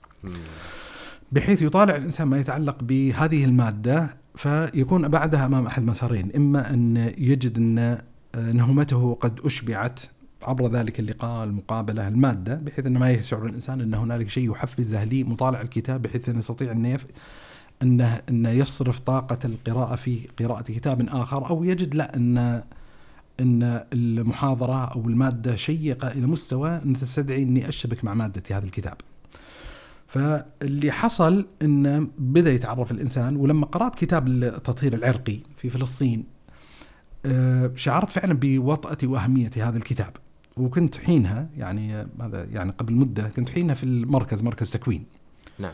بحيث يطالع الإنسان ما يتعلق بهذه المادة، فيكون بعدها أمام أحد مسارين: إما أن يجد أن نهمته قد أشبعت عبر ذلك اللقاء، المقابلة، المادة، بحيث أن ما يشعر الإنسان أن هنالك شيء يحفزه لمطالعة الكتاب، بحيث أن يستطيع أن يصرف طاقة القراءة في قراءة كتاب آخر، أو يجد لا أن المحاضرة أو المادة شيقة إلى مستوى أن تستدعي أني أشبك مع مادة هذا الكتاب. فاللي حصل أن بدأ يتعرف الإنسان، ولما قرأت كتاب التطهير العرقي في فلسطين شعرت فعلا بوطأة وأهمية هذا الكتاب. وكنت حينها يعني هذا يعني قبل مدة كنت حينها في مركز تكوين. نعم.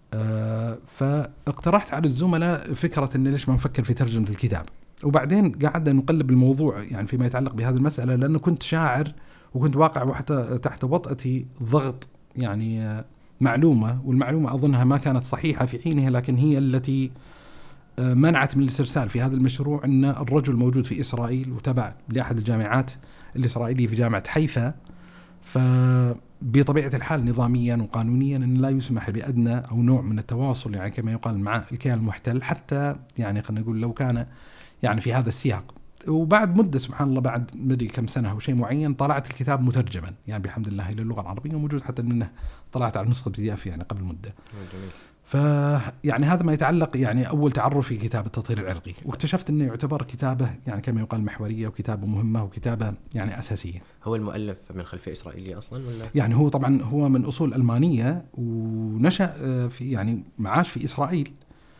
فاقترحت على الزملاء فكرة أن ليش ما نفكر في ترجمة الكتاب، وبعدين قعدنا نقلب الموضوع يعني فيما يتعلق بهذه المسألة، لأنه كنت شاعر وكنت واقع حتى تحت وطأة ضغط يعني معلومة، والمعلومة أظنها ما كانت صحيحة في حينها، لكن هي التي منعت من الاسترسال في هذا المشروع. أن الرجل موجود في إسرائيل وتبع لأحد الجامعات الإسرائيلية في جامعة حيفا، فبطبيعة الحال نظاميا وقانونيا أن لا يسمح بأدنى أو نوع من التواصل يعني كما يقال مع الكيان المحتل، حتى يعني خلينا نقول لو كان يعني في هذا السياق. وبعد مدة سبحان الله، بعد مدري كم سنة أو شيء معين، طلعت الكتاب مترجما يعني بحمد الله إلى اللغة العربية، وموجود حتى منه طلعت على نسخة PDF يعني قبل مدة. فيعني هذا ما يتعلق يعني أول تعرف في كتاب التطهير العرقي، واكتشفت أنه يعتبر كتابة يعني كما يقال محورية، وكتابة مهمة، وكتابة يعني أساسية. هو المؤلف من خلفية إسرائيلية أصلا ولا؟ يعني هو طبعا هو من أصول ألمانية، ونشأ في يعني معاش في إسرائيل،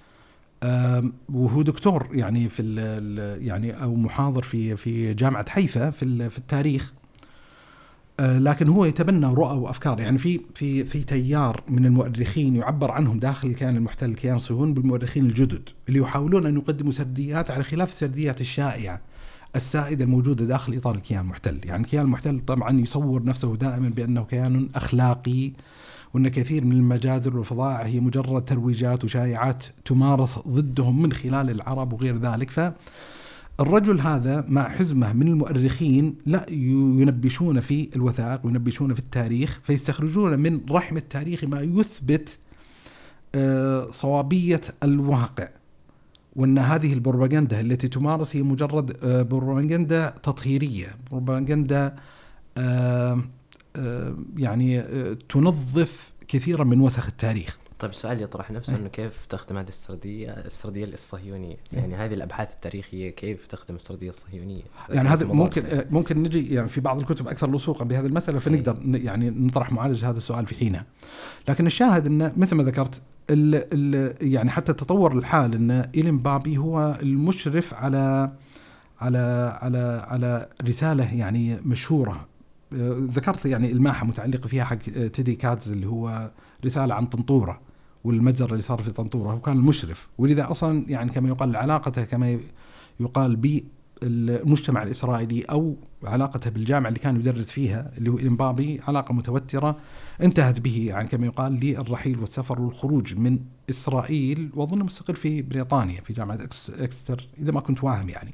وهو دكتور يعني في يعني أو محاضر في جامعة حيفا في التاريخ، لكن هو يتبنى رؤى وأفكار. يعني في تيار من المؤرخين يعبر عنهم داخل الكيان المحتل الكيان الصهيوني بالمؤرخين الجدد، اللي يحاولون أن يقدموا سرديات على خلاف السرديات الشائعة السائدة الموجودة داخل إطار الكيان المحتل. يعني الكيان المحتل طبعا يصور نفسه دائما بأنه كيان أخلاقي، وأن كثير من المجازر والفظائع هي مجرد ترويجات وشائعات تمارس ضدهم من خلال العرب وغير ذلك. فالرجل هذا مع حزمة من المؤرخين لا ينبشون في الوثائق وينبشون في التاريخ، فيستخرجون من رحم التاريخ ما يثبت صوابية الواقع، وأن هذه البروباغندا التي تمارس هي مجرد بروباغندا تطهيرية، بروباغندا يعني تنظف كثيرا من وسخ التاريخ. طيب السؤال يطرح نفسه أنه كيف تخدم هذه السردية الصهيونية؟ يعني هذه الأبحاث التاريخية كيف تخدم السردية الصهيونية؟ يعني هذا ممكن نجي يعني في بعض الكتب أكثر لصوقا بهذه المسألة، فنقدر يعني نطرح معالجة هذا السؤال في حينها. لكن الشاهد أنه مثل ما ذكرت يعني حتى تطور الحال أن إلين بابي هو المشرف على رسالة يعني مشهورة، ذكرت يعني الماحة متعلقة فيها حق تيدي كاتز اللي هو رسالة عن طنطورة والمجزرة اللي صار في طنطورة، هو كان المشرف. ولذا أصلا يعني كما يقال علاقته كما يقال بالمجتمع الإسرائيلي أو علاقته بالجامعة اللي كان يدرس فيها اللي هو إلين بابي علاقة متوترة انتهت به يعني كما يقال للرحيل والسفر والخروج من إسرائيل، وأظن مستقر في بريطانيا في جامعة إكستر إذا ما كنت واهم يعني.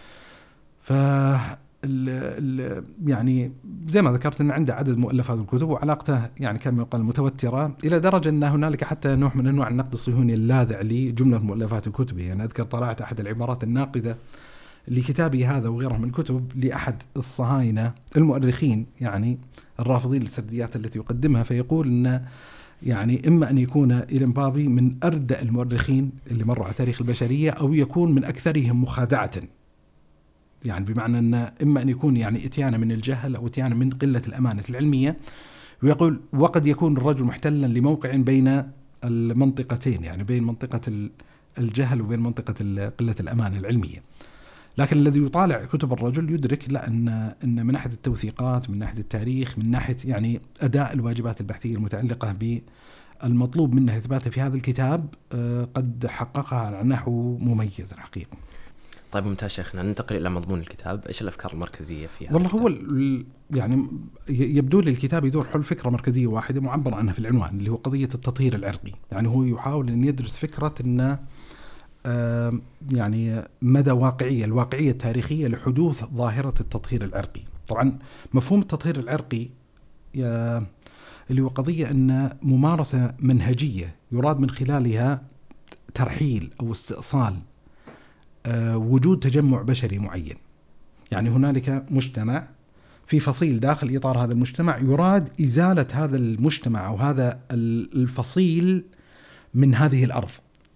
يعني زي ما ذكرت أن عنده عدد مؤلفات الكتب وعلاقته يعني كما يقال متوترة إلى درجة أن هنالك حتى نوع من أنواع النقد الصهيوني اللاذع لجملة مؤلفات الكتب. يعني أذكر طلعت أحد العبارات الناقدة لكتابي هذا وغيره من كتب لأحد الصهاينة المؤرخين يعني الرافضين للسرديات التي يقدمها، فيقول أن يعني إما أن يكون إلين بابي من أردأ المؤرخين اللي مروا على تاريخ البشرية، أو يكون من أكثرهم مخادعة، يعني بمعنى أن إما أن يكون يعني إتيانا من الجهل أو إتيانا من قلة الأمانة العلمية. ويقول وقد يكون الرجل محتلا لموقع بين المنطقتين، يعني بين منطقة الجهل وبين منطقة قلة الأمانة العلمية. لكن الذي يطالع كتب الرجل يدرك لا أن من ناحية التوثيقات، من ناحية التاريخ، من ناحية يعني أداء الواجبات البحثية المتعلقة بالمطلوب منه إثباته في هذا الكتاب قد حققها على نحو مميز الحقيقة. طيب ممتاز شيخنا، ننتقل إلى مضمون الكتاب. إيش الأفكار المركزية فيها؟ والله هو يعني يبدو لي الكتاب يدور حول فكرة مركزية واحدة معبر عنها في العنوان اللي هو قضية التطهير العرقي. يعني هو يحاول أن يدرس فكرة أن يعني مدى الواقعية التاريخية لحدوث ظاهرة التطهير العرقي. طبعا مفهوم التطهير العرقي اللي هو قضية أن ممارسة منهجية يراد من خلالها ترحيل أو استئصال وجود تجمع بشري معين. يعني هنالك مجتمع في فصيل داخل إطار هذا المجتمع يراد إزالة هذا المجتمع أو هذا الفصيل من هذه الأرض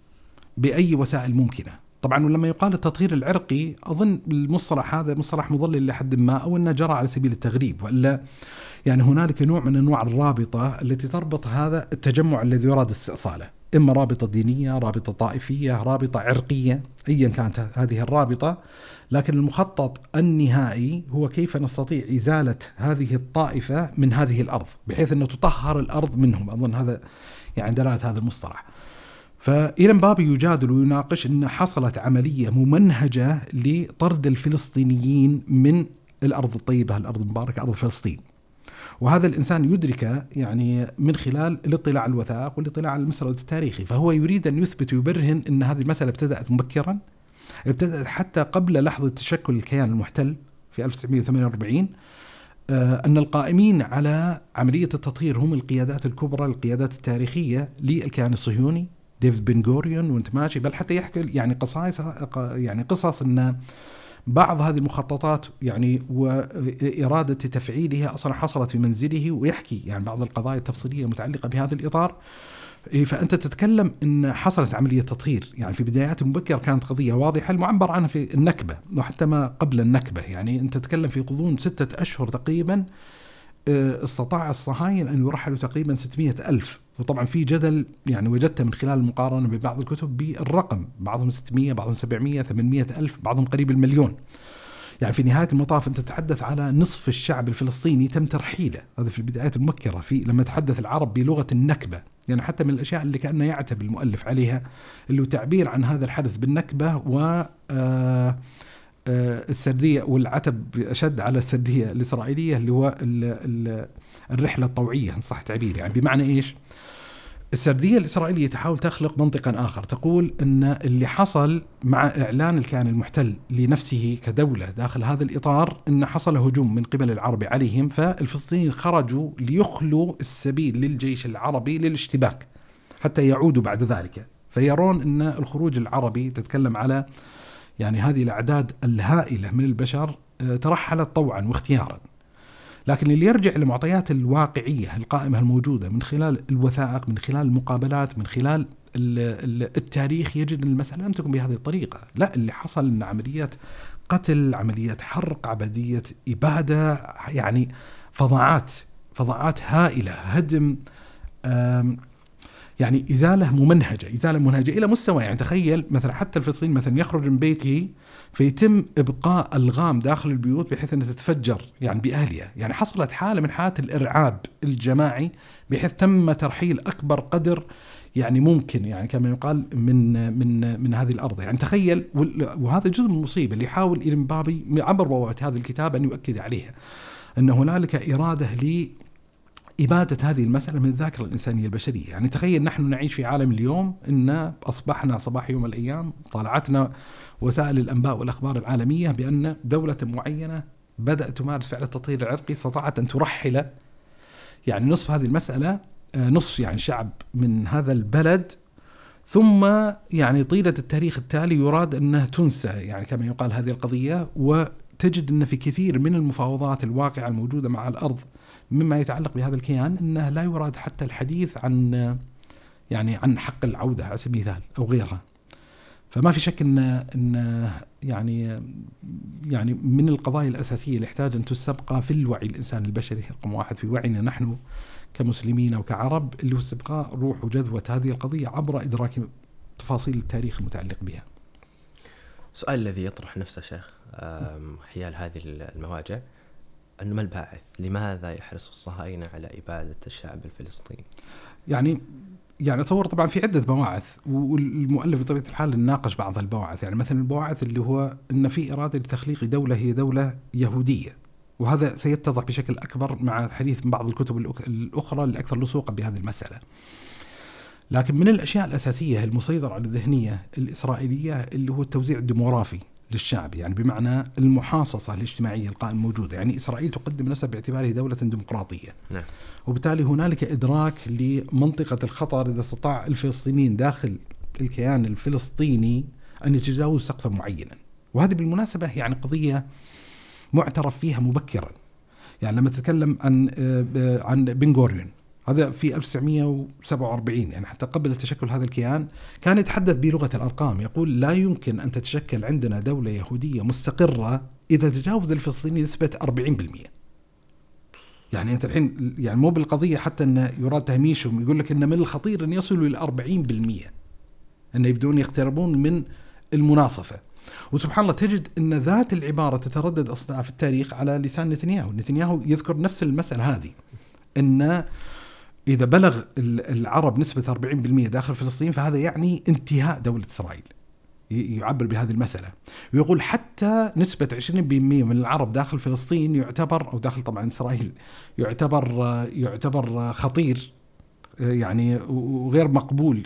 بأي وسائل ممكنة. طبعا ولما يقال التطهير العرقي أظن المصطلح هذا مصطلح مضلل لحد ما، أو أنه جرى على سبيل التغريب، وإلا يعني هنالك نوع من أنواع الرابطة التي تربط هذا التجمع الذي يراد استئصاله، إما رابطة دينية، رابطة طائفية، رابطة عرقية، أيا كانت هذه الرابطة. لكن المخطط النهائي هو كيف نستطيع إزالة هذه الطائفة من هذه الأرض بحيث أنه تطهر الأرض منهم. أظن هذا يعني دلالة هذا المصطلح. فإلين بابي يجادل ويناقش أن حصلت عملية ممنهجة لطرد الفلسطينيين من الأرض الطيبة، الأرض المباركة، أرض فلسطين. وهذا الإنسان يدرك يعني من خلال الاطلاع على الوثائق والاطلاع على المسرد التاريخي. فهو يريد أن يثبت ويبرهن أن هذه المسألة ابتدأت مبكرا، ابتدأت حتى قبل لحظة تشكل الكيان المحتل في 1948. أن القائمين على عملية التطهير هم القيادات الكبرى، القيادات التاريخية للكيان الصهيوني، ديفيد بن غوريون وانت ماشي، بل حتى يحكي يعني قصص أن بعض هذه المخططات يعني وإرادة تفعيلها أصلا حصلت في منزله، ويحكي يعني بعض القضايا التفصيلية المتعلقة بهذا الإطار. فأنت تتكلم أن حصلت عملية تطهير يعني في بدايات مبكرة، كانت قضية واضحة المعبر عنها في النكبة وحتى ما قبل النكبة. يعني أنت تتكلم في غضون 6 أشهر تقريبا استطاع الصهاينة أن يرحلوا تقريبا 600,000. وطبعا في جدل يعني وجدت من خلال المقارنة ببعض الكتب بالرقم، بعضهم 600، بعضهم 700، 800,000، بعضهم قريب المليون. يعني في نهاية المطاف أنت تتحدث على نصف الشعب الفلسطيني تم ترحيله. هذا في البدايات المبكرة في لما تحدث العرب بلغة النكبة. يعني حتى من الأشياء اللي كأنه يعتب المؤلف عليها اللي هو تعبير عن هذا الحدث بالنكبة السردية، والعتب أشد على السردية الإسرائيلية اللي هو الرحلة الطوعية إن صح تعبير. يعني بمعنى إيش؟ السردية الإسرائيلية تحاول تخلق منطقا آخر، تقول أن اللي حصل مع إعلان الكيان المحتل لنفسه كدولة داخل هذا الإطار أن حصل هجوم من قبل العرب عليهم، فالفلسطينيين خرجوا ليخلوا السبيل للجيش العربي للاشتباك حتى يعودوا بعد ذلك. فيرون أن الخروج العربي تتكلم على يعني هذه الأعداد الهائلة من البشر ترحلت طوعا واختيارا. لكن اللي يرجع للمعطيات الواقعية القائمة الموجودة من خلال الوثائق، من خلال المقابلات، من خلال التاريخ، يجد أن المسألة لم تكن بهذه الطريقة. لا، اللي حصل أن عمليات قتل، عمليات حرق، عملية إبادة، يعني فظاعات هائلة، هدم، يعني إزالة ممنهجة إلى مستوى، يعني تخيل مثلا حتى الفلسطيني مثلا يخرج من بيته فيتم إبقاء ألغام داخل البيوت بحيث أنها تتفجر يعني بأهلها. يعني حصلت حالة من حالات الإرعاب الجماعي بحيث تم ترحيل أكبر قدر يعني ممكن، يعني كما يقال من هذه الأرض. يعني تخيل، وهذا جزء من المصيبة اللي يحاول إلين بابي عبر بوابة هذا الكتاب أن يؤكد عليها، أن هنالك إرادة إبادة هذه المسألة من الذاكرة الإنسانية البشرية. يعني تخيل نحن نعيش في عالم اليوم إن أصبحنا صباح يوم الأيام طالعتنا وسائل الأنباء والأخبار العالمية بأن دولة معينة بدأت تمارس فعل التطهير العرقي، استطاعت أن ترحل يعني نصف هذه المسألة، نصف يعني شعب من هذا البلد، ثم يعني طيلة التاريخ التالي يراد أنها تنسى يعني كما يقال هذه القضية. وتجد أن في كثير من المفاوضات الواقعة الموجودة مع الأرض مما يتعلق بهذا الكيان أنه لا يراد حتى الحديث عن حق العودة على سبيل المثال أو غيرها. فما في شك أن يعني من القضايا الأساسية اللي يحتاج أن تستبقى في الوعي الإنساني البشري رقم واحد، في وعينا نحن كمسلمين أو كعرب، اللي هو استبقاء روح وجذوة هذه القضية عبر إدراك تفاصيل التاريخ المتعلق بها. السؤال الذي يطرح نفسه شيخ حيال هذه المواجع، أنه ما الباعث؟ لماذا يحرص الصهاينة على إبادة الشعب الفلسطيني؟ يعني أتصور طبعا في عدة بواعث، والمؤلف بطبيعة الحال ناقش بعض البواعث. يعني مثلا البواعث اللي هو أن في إرادة لتخليق دولة هي دولة يهودية، وهذا سيتضح بشكل أكبر مع الحديث من بعض الكتب الأخرى الأكثر لصوقا بهذه المسألة. لكن من الأشياء الأساسية المسيطرة على الذهنية الإسرائيلية اللي هو التوزيع الديموغرافي للشعب، يعني بمعنى المحاصصة الاجتماعية القائمة موجودة. يعني إسرائيل تقدم نفسها باعتباره دولة ديمقراطية، نعم. وبالتالي هنالك إدراك لمنطقة الخطر إذا استطاع الفلسطينيين داخل الكيان الفلسطيني أن يتجاوزوا سقفا معينا. وهذه بالمناسبة يعني قضية معترف فيها مبكرا. يعني لما تتكلم عن بن غوريون، هذا في 1947 يعني حتى قبل تشكل هذا الكيان، كان يتحدث بلغة الأرقام، يقول لا يمكن أن تتشكل عندنا دولة يهودية مستقرة إذا تجاوز الفلسطينيين نسبة 40%. يعني أنت الحين يعني مو بالقضية حتى أن يراد تهميشهم، يقول لك أن من الخطير أن يصلوا إلى 40%، أن يبدون يقتربون من المناصفة. وسبحان الله تجد أن ذات العبارة تتردد أصلا في التاريخ على لسان نتنياهو يذكر نفس المسألة هذه، أن إذا بلغ العرب نسبة 40% داخل فلسطين فهذا يعني انتهاء دولة إسرائيل. يعبر بهذه المسألة ويقول حتى نسبة 20% من العرب داخل فلسطين يعتبر، أو داخل طبعا إسرائيل يعتبر خطير يعني وغير مقبول.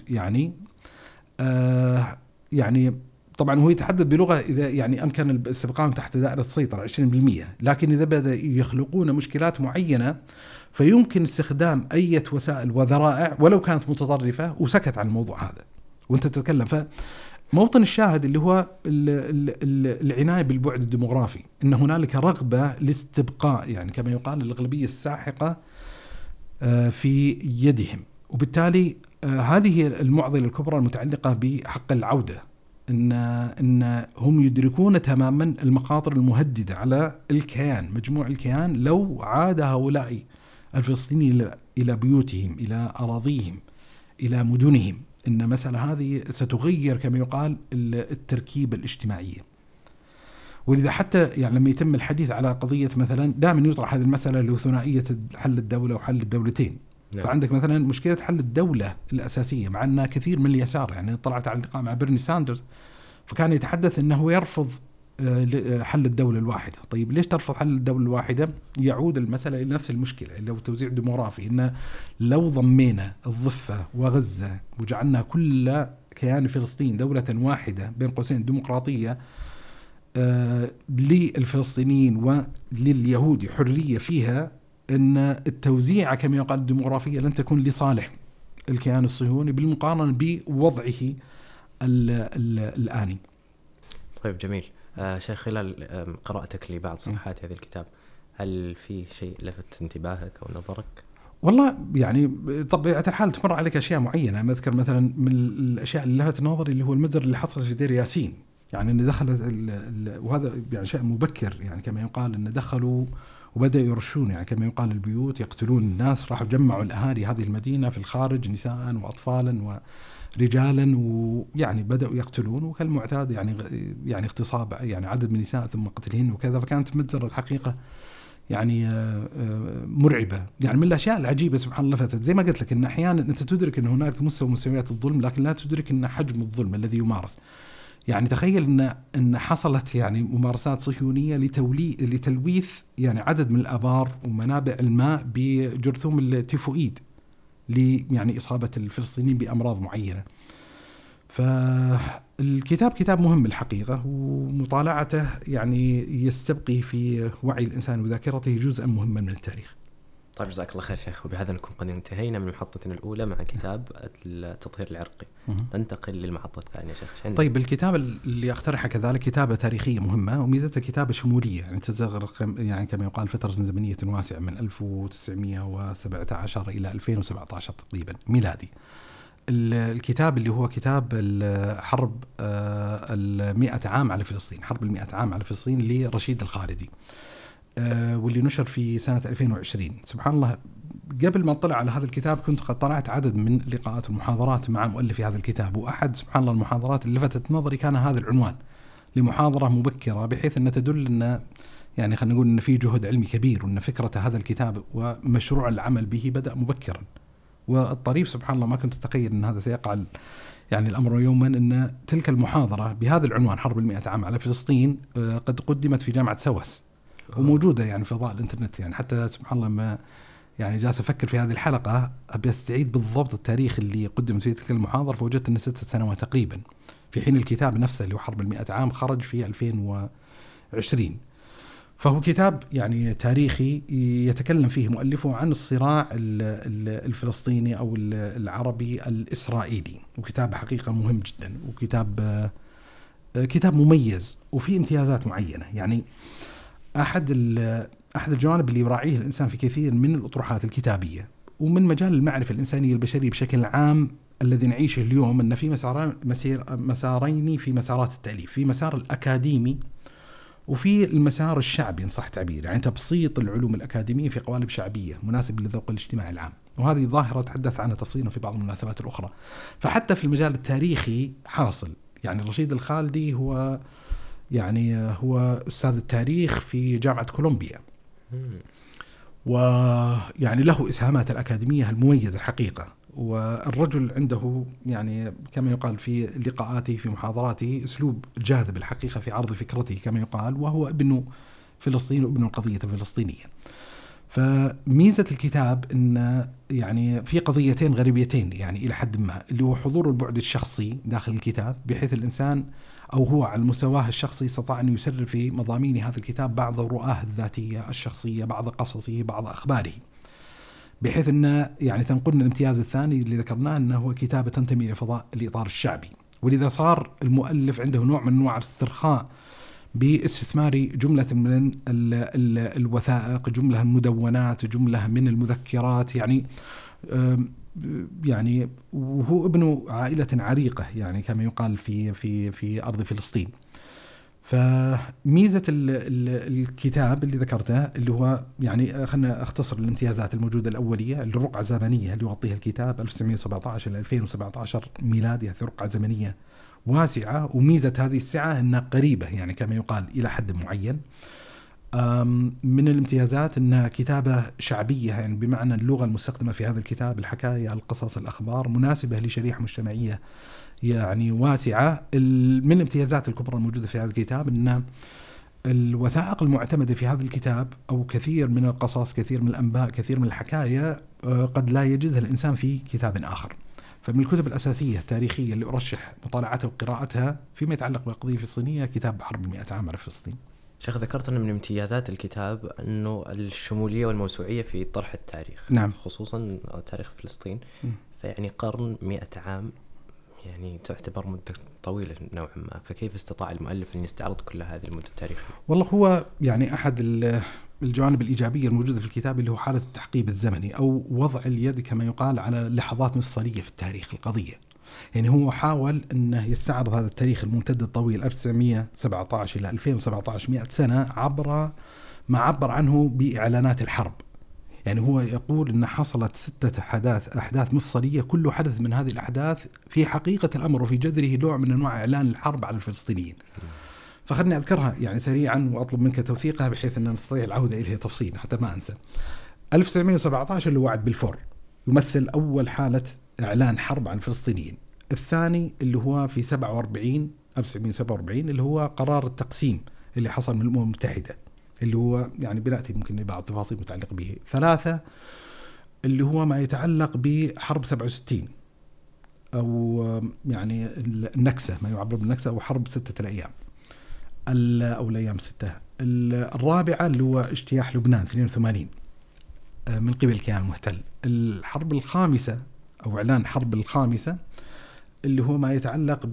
يعني طبعا هو يتحدث بلغة إذا يعني أمكن الاستبقاء تحت دائرة السيطرة 20%، لكن إذا بدأ يخلقون مشكلات معينة فيمكن استخدام أي وسائل وذرائع ولو كانت متطرفة، وسكت عن الموضوع هذا. وانت تتكلم فموطن الشاهد اللي هو العناية بالبعد الديموغرافي، إن هنالك رغبة لاستبقاء يعني كما يقال الأغلبية الساحقة في يدهم. وبالتالي هذه المعضلة الكبرى المتعلقة بحق العودة، إن هم يدركون تماما المخاطر المهددة على الكيان، مجموع الكيان، لو عاد هؤلاء الفلسطينيين إلى بيوتهم، إلى أراضيهم، إلى مدنهم. إن مسألة هذه ستغير كما يقال التركيبة الاجتماعية. ولذا حتى يعني لما يتم الحديث على قضية مثلا دائما يطرح هذه المسألة اللي هو ثنائية حل الدولة وحل الدولتين. نعم. فعندك مثلا مشكلة حل الدولة الأساسية، مع أن كثير من اليسار يعني طلعت على اللقاء مع بيرني ساندرز فكان يتحدث أنه يرفض حل الدولة الواحدة. طيب ليش ترفض حل الدولة الواحدة؟ يعود المسألة إلى نفس المشكلة اللي هو توزيع ديموغرافي، إن لو ضمينا الضفة وغزة وجعلنا كل كيان فلسطين دولة واحدة بين قوسين ديمقراطية للفلسطينيين ولليهود حرية فيها، أن التوزيع كما يقال الديموغرافية لن تكون لصالح الكيان الصهيوني بالمقارنة بوضعه الآني. طيب جميل. شيخ، خلال قراءتك لبعض صفحات هذا الكتاب هل في شيء لفت انتباهك أو نظرك؟ والله يعني طبيعة الحال تمر عليك أشياء معينة. أنا أذكر مثلا من الأشياء اللي لفت نظري اللي هو المجزرة اللي حصلت في دير ياسين، يعني أن دخلت وهذا يعني شيء مبكر، يعني كما يقال أن دخلوا وبدأوا يرشون، يعني كما يقال البيوت، يقتلون الناس، راحوا جمعوا الأهالي هذه المدينة في الخارج، نساء وأطفالا ورجالا، ويعني بدأوا يقتلون وكالمعتاد يعني اغتصاب يعني عدد من النساء ثم قتلهن وكذا. فكانت مجزرة الحقيقة يعني مرعبة. يعني من الأشياء العجيبة سبحان الله لفتت، زي ما قلت لك إن أحيانا أنت تدرك أن هناك مستويات الظلم، لكن لا تدرك أن حجم الظلم الذي يمارس. يعني تخيل أن حصلت يعني ممارسات صهيونية لتلويث يعني عدد من الآبار ومنابع الماء بجرثوم التيفوئيد يعني إصابة الفلسطينيين بأمراض معينة. فالكتاب كتاب مهم الحقيقة، ومطالعته يعني يستبقي في وعي الإنسان وذاكرته جزءا مهما من التاريخ. طيب جزاك الله خير شيخ، وبهذا نكون قد انتهينا من محطتنا الأولى مع كتاب التطهير العرقي. ننتقل للمحطة الثانية شيخ. طيب الكتاب اللي أقترحه كذلك كتابة تاريخية مهمة، وميزتها كتابة شمولية، يعني تستغرق يعني كما يقال فترة زمنية واسعة من 1917 إلى 2017 تقريبا ميلادي. الكتاب اللي هو كتاب الحرب 100 عام على فلسطين، حرب 100 عام على فلسطين لرشيد الخالدي، واللي نشر في سنة 2020. سبحان الله، قبل ما اطلع على هذا الكتاب كنت قد طلعت عدد من لقاءات ومحاضرات مع مؤلف هذا الكتاب، وأحد سبحان الله المحاضرات اللي لفتت نظري كان هذا العنوان لمحاضرة مبكرة، بحيث أن تدل أن يعني خلينا نقول أن في جهد علمي كبير، وأن فكرة هذا الكتاب ومشروع العمل به بدأ مبكرا. والطريف سبحان الله ما كنت أتخيل أن هذا سيقع يعني الأمر يوما، أن تلك المحاضرة بهذا العنوان حرب 100 عام على فلسطين قد قدمت في جامعة سوس وموجودة يعني في ضوء الإنترنت. يعني حتى سبحان الله ما يعني جالس أفكر في هذه الحلقة أبي أستعيد بالضبط التاريخ اللي قدمت فيه تلك المحاضرة، فوجدت أنه 6 سنوات تقريبا، في حين الكتاب نفسه اللي هو حرب 100 عام خرج في 2020. فهو كتاب يعني تاريخي يتكلم فيه مؤلفه عن الصراع الفلسطيني أو العربي الإسرائيلي، وكتاب حقيقة مهم جدا، وكتاب مميز وفيه امتيازات معينة. يعني أحد الجوانب اللي يراعيه الإنسان في كثير من الأطروحات الكتابية ومن مجال المعرفة الإنسانية البشرية بشكل عام الذي نعيشه اليوم، أن في مسارين في مسارات التأليف، في مسار الأكاديمي وفي المسار الشعبي إن صح تعبير، يعني تبسيط العلوم الأكاديمية في قوالب شعبية مناسب للذوق الاجتماعي العام، وهذه ظاهرة تحدث عنها تفصيلا في بعض المناسبات الأخرى. فحتى في المجال التاريخي حاصل، يعني رشيد الخالدي هو أستاذ التاريخ في جامعة كولومبيا، ويعني له إسهامات الأكاديمية المميزة الحقيقة. والرجل عنده يعني كما يقال في لقاءاته في محاضراته أسلوب جاذب الحقيقة في عرض فكرته كما يقال، وهو ابن فلسطين وابن القضية الفلسطينية. فميزة الكتاب إن يعني في قضيتين غريبيتين يعني إلى حد ما، اللي هو حضور البعد الشخصي داخل الكتاب، بحيث الإنسان أو هو على المستوى الشخصي استطاع أن يسرر في مضامين هذا الكتاب بعض رؤاه الذاتية الشخصية، بعض قصصه، بعض أخباره، بحيث أنه يعني تنقلنا الامتياز الثاني اللي ذكرناه، أنه هو كتابة تنتمي لفضاء الإطار الشعبي. ولذا صار المؤلف عنده نوع من أنواع الاسترخاء باستثمار جملة من الوثائق، جملة من المدونات، جملة من المذكرات، يعني وهو ابن عائلة عريقة يعني كما يقال في أرض فلسطين. فميزة الكتاب اللي ذكرته اللي هو يعني خلنا أختصر الامتيازات الموجودة الأولية، الرقعة الزمنية اللي يغطيها الكتاب 1917 إلى 2017 ميلادي، هذه رقعة زمنية واسعة، وميزة هذه السعة أنها قريبة يعني كما يقال إلى حد معين. من الامتيازات أنها كتابة شعبية، يعني بمعنى اللغة المستخدمة في هذا الكتاب، الحكاية، القصص، الأخبار، مناسبة لشريحة مجتمعية يعني واسعة. من الامتيازات الكبرى الموجودة في هذا الكتاب أن الوثائق المعتمدة في هذا الكتاب أو كثير من القصص، كثير من الأنباء، كثير من الحكاية قد لا يجدها الإنسان في كتاب آخر. فمن الكتب الأساسية التاريخية اللي أرشح مطالعتها وقراءتها فيما يتعلق بالقضية الفلسطينية كتاب حرب 100 عام على فلسطين. شيخ، ذكرت أن من امتيازات الكتاب أنه الشمولية والموسوعية في طرح التاريخ. نعم. خصوصا تاريخ فلسطين. فيعني قرن 100 عام يعني تعتبر مدة طويلة نوعا ما، فكيف استطاع المؤلف أن يستعرض كل هذه المدة التاريخية؟ والله هو يعني أحد الجوانب الإيجابية الموجودة في الكتاب اللي هو حالة التحقيب الزمني أو وضع اليد كما يقال على لحظات مفصلية في التاريخ القضية. يعني هو حاول أنه يستعرض هذا التاريخ الممتد الطويل 1917 إلى 2017 100 سنة عبر ما عبر عنه بإعلانات الحرب. يعني هو يقول أن حصلت 6 أحداث مفصلية، كل حدث من هذه الأحداث في حقيقة الأمر وفي جذره نوع من أنواع إعلان الحرب على الفلسطينيين. فخلني أذكرها يعني سريعا وأطلب منك توثيقها بحيث أن نستطيع العودة إليها تفصيلا حتى ما أنسى. 1917 اللي وعد بلفور يمثل أول حالة إعلان حرب عن الفلسطينيين. الثاني اللي هو في 1947 اللي هو قرار التقسيم اللي حصل من الأمم المتحدة، اللي هو يعني بنأتي ممكن بعض التفاصيل متعلقة به. 3 اللي هو ما يتعلق بحرب 67 أو يعني النكسة، ما يعبر بالنكسة أو حرب 6 الأيام أو الأيام 6. الرابعة اللي هو اجتياح لبنان 82 من قبل الكيان المحتل. الحرب الخامسة أو إعلان حرب الخامسة اللي هو ما يتعلق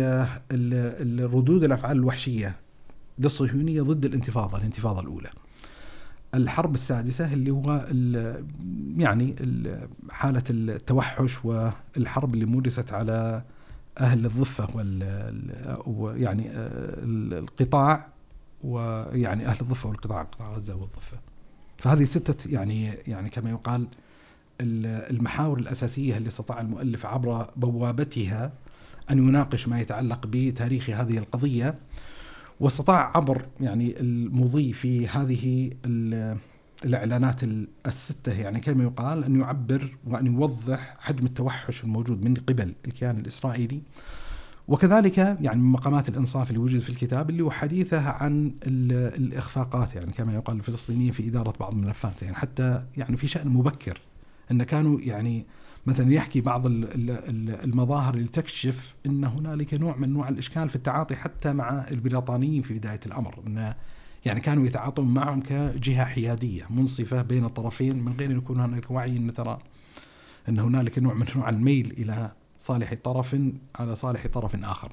بالردود الأفعال الوحشية للصهيونية ضد الانتفاضة الأولى. الحرب السادسة اللي هو يعني حالة التوحش والحرب اللي مورست على أهل الضفة ويعني القطاع، ويعني أهل الضفة والقطاع، قطاع غزة والضفة. فهذه 6 يعني كما يقال المحاور الأساسية اللي استطاع المؤلف عبر بوابتها أن يناقش ما يتعلق بتاريخ هذه القضية، واستطاع عبر يعني المضي في هذه الإعلانات 6 يعني كما يقال أن يعبر وأن يوضح حجم التوحش الموجود من قبل الكيان الإسرائيلي، وكذلك يعني من مقامات الإنصاف اللي وجد في الكتاب اللي هو حديثه عن الإخفاقات يعني كما يقال الفلسطينيين في إدارة بعض الملفات، يعني حتى يعني في شأن مبكر أن كانوا يعني مثلا يحكي بعض المظاهر اللي تكشف أن هنالك نوع من أنواع الإشكال في التعاطي حتى مع البريطانيين في بداية الأمر، أن يعني كانوا يتعاطون معهم كجهة حيادية منصفة بين الطرفين من غير أن يكون هنالك وعي أن ترى أن هنالك نوع من أنواع الميل إلى صالح طرف على صالح طرف آخر.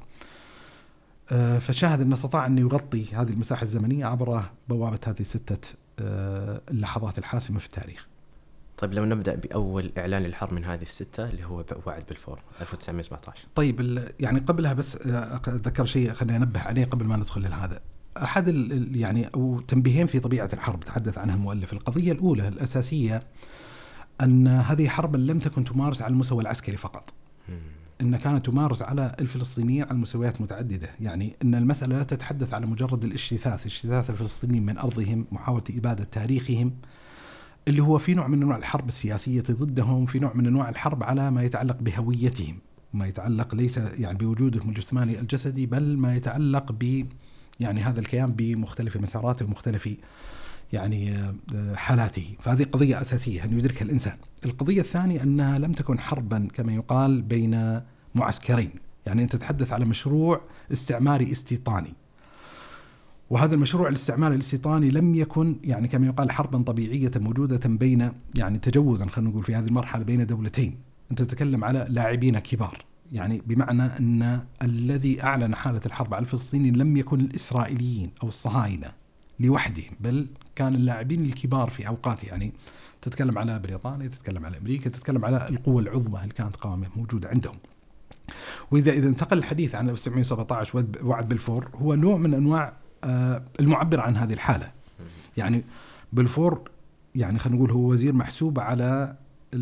فشاهد أنه استطاع أن يغطي هذه المساحة الزمنية عبر بوابة هذه 6 اللحظات الحاسمة في التاريخ. طيب لو نبدأ بأول إعلان الحرب من هذه 6 اللي هو وعد بلفور 1917. طيب يعني قبلها بس أذكر شيء خلينا ننبه عليه قبل ما ندخل لهذا. أحد يعني أو تنبيهين في طبيعة الحرب تحدث عنها المؤلف. القضية الأولى الأساسية أن هذه حرب لم تكن تمارس على المستوى العسكري فقط، إن كانت تمارس على الفلسطينيين على مستويات متعددة. يعني إن المسألة لا تتحدث على مجرد اجتثاث الفلسطينيين من أرضهم، محاولة إبادة تاريخهم اللي هو في نوع من أنواع الحرب السياسية ضدهم، في نوع من أنواع الحرب على ما يتعلق بهويتهم، ما يتعلق ليس يعني بوجودهم الجسماني الجسدي، بل ما يتعلق ب يعني هذا الكيان بمختلف مساراته ومختلف يعني حالاته. فهذه قضية أساسية أن يدركها الإنسان. القضية الثانية أنها لم تكن حربا كما يقال بين معسكرين، يعني أنت تتحدث على مشروع استعماري استيطاني، وهذا المشروع الاستعماري الاستيطاني لم يكن يعني كما يقال حربا طبيعية موجودة بين يعني تجوزا خلينا نقول في هذه المرحلة بين دولتين. أنت تتكلم على لاعبين كبار، يعني بمعنى أن الذي أعلن حالة الحرب على الفلسطينيين لم يكن الإسرائيليين أو الصهاينة لوحدهم، بل كان اللاعبين الكبار في أوقات. يعني تتكلم على بريطانيا، تتكلم على أمريكا، تتكلم على القوة العظمى اللي كانت قائمة موجودة عندهم. وإذا انتقل الحديث عن 1917 وعد بلفور هو نوع من أنواع المعبر عن هذه الحالة. يعني بلفور يعني خلينا نقول هو وزير محسوب على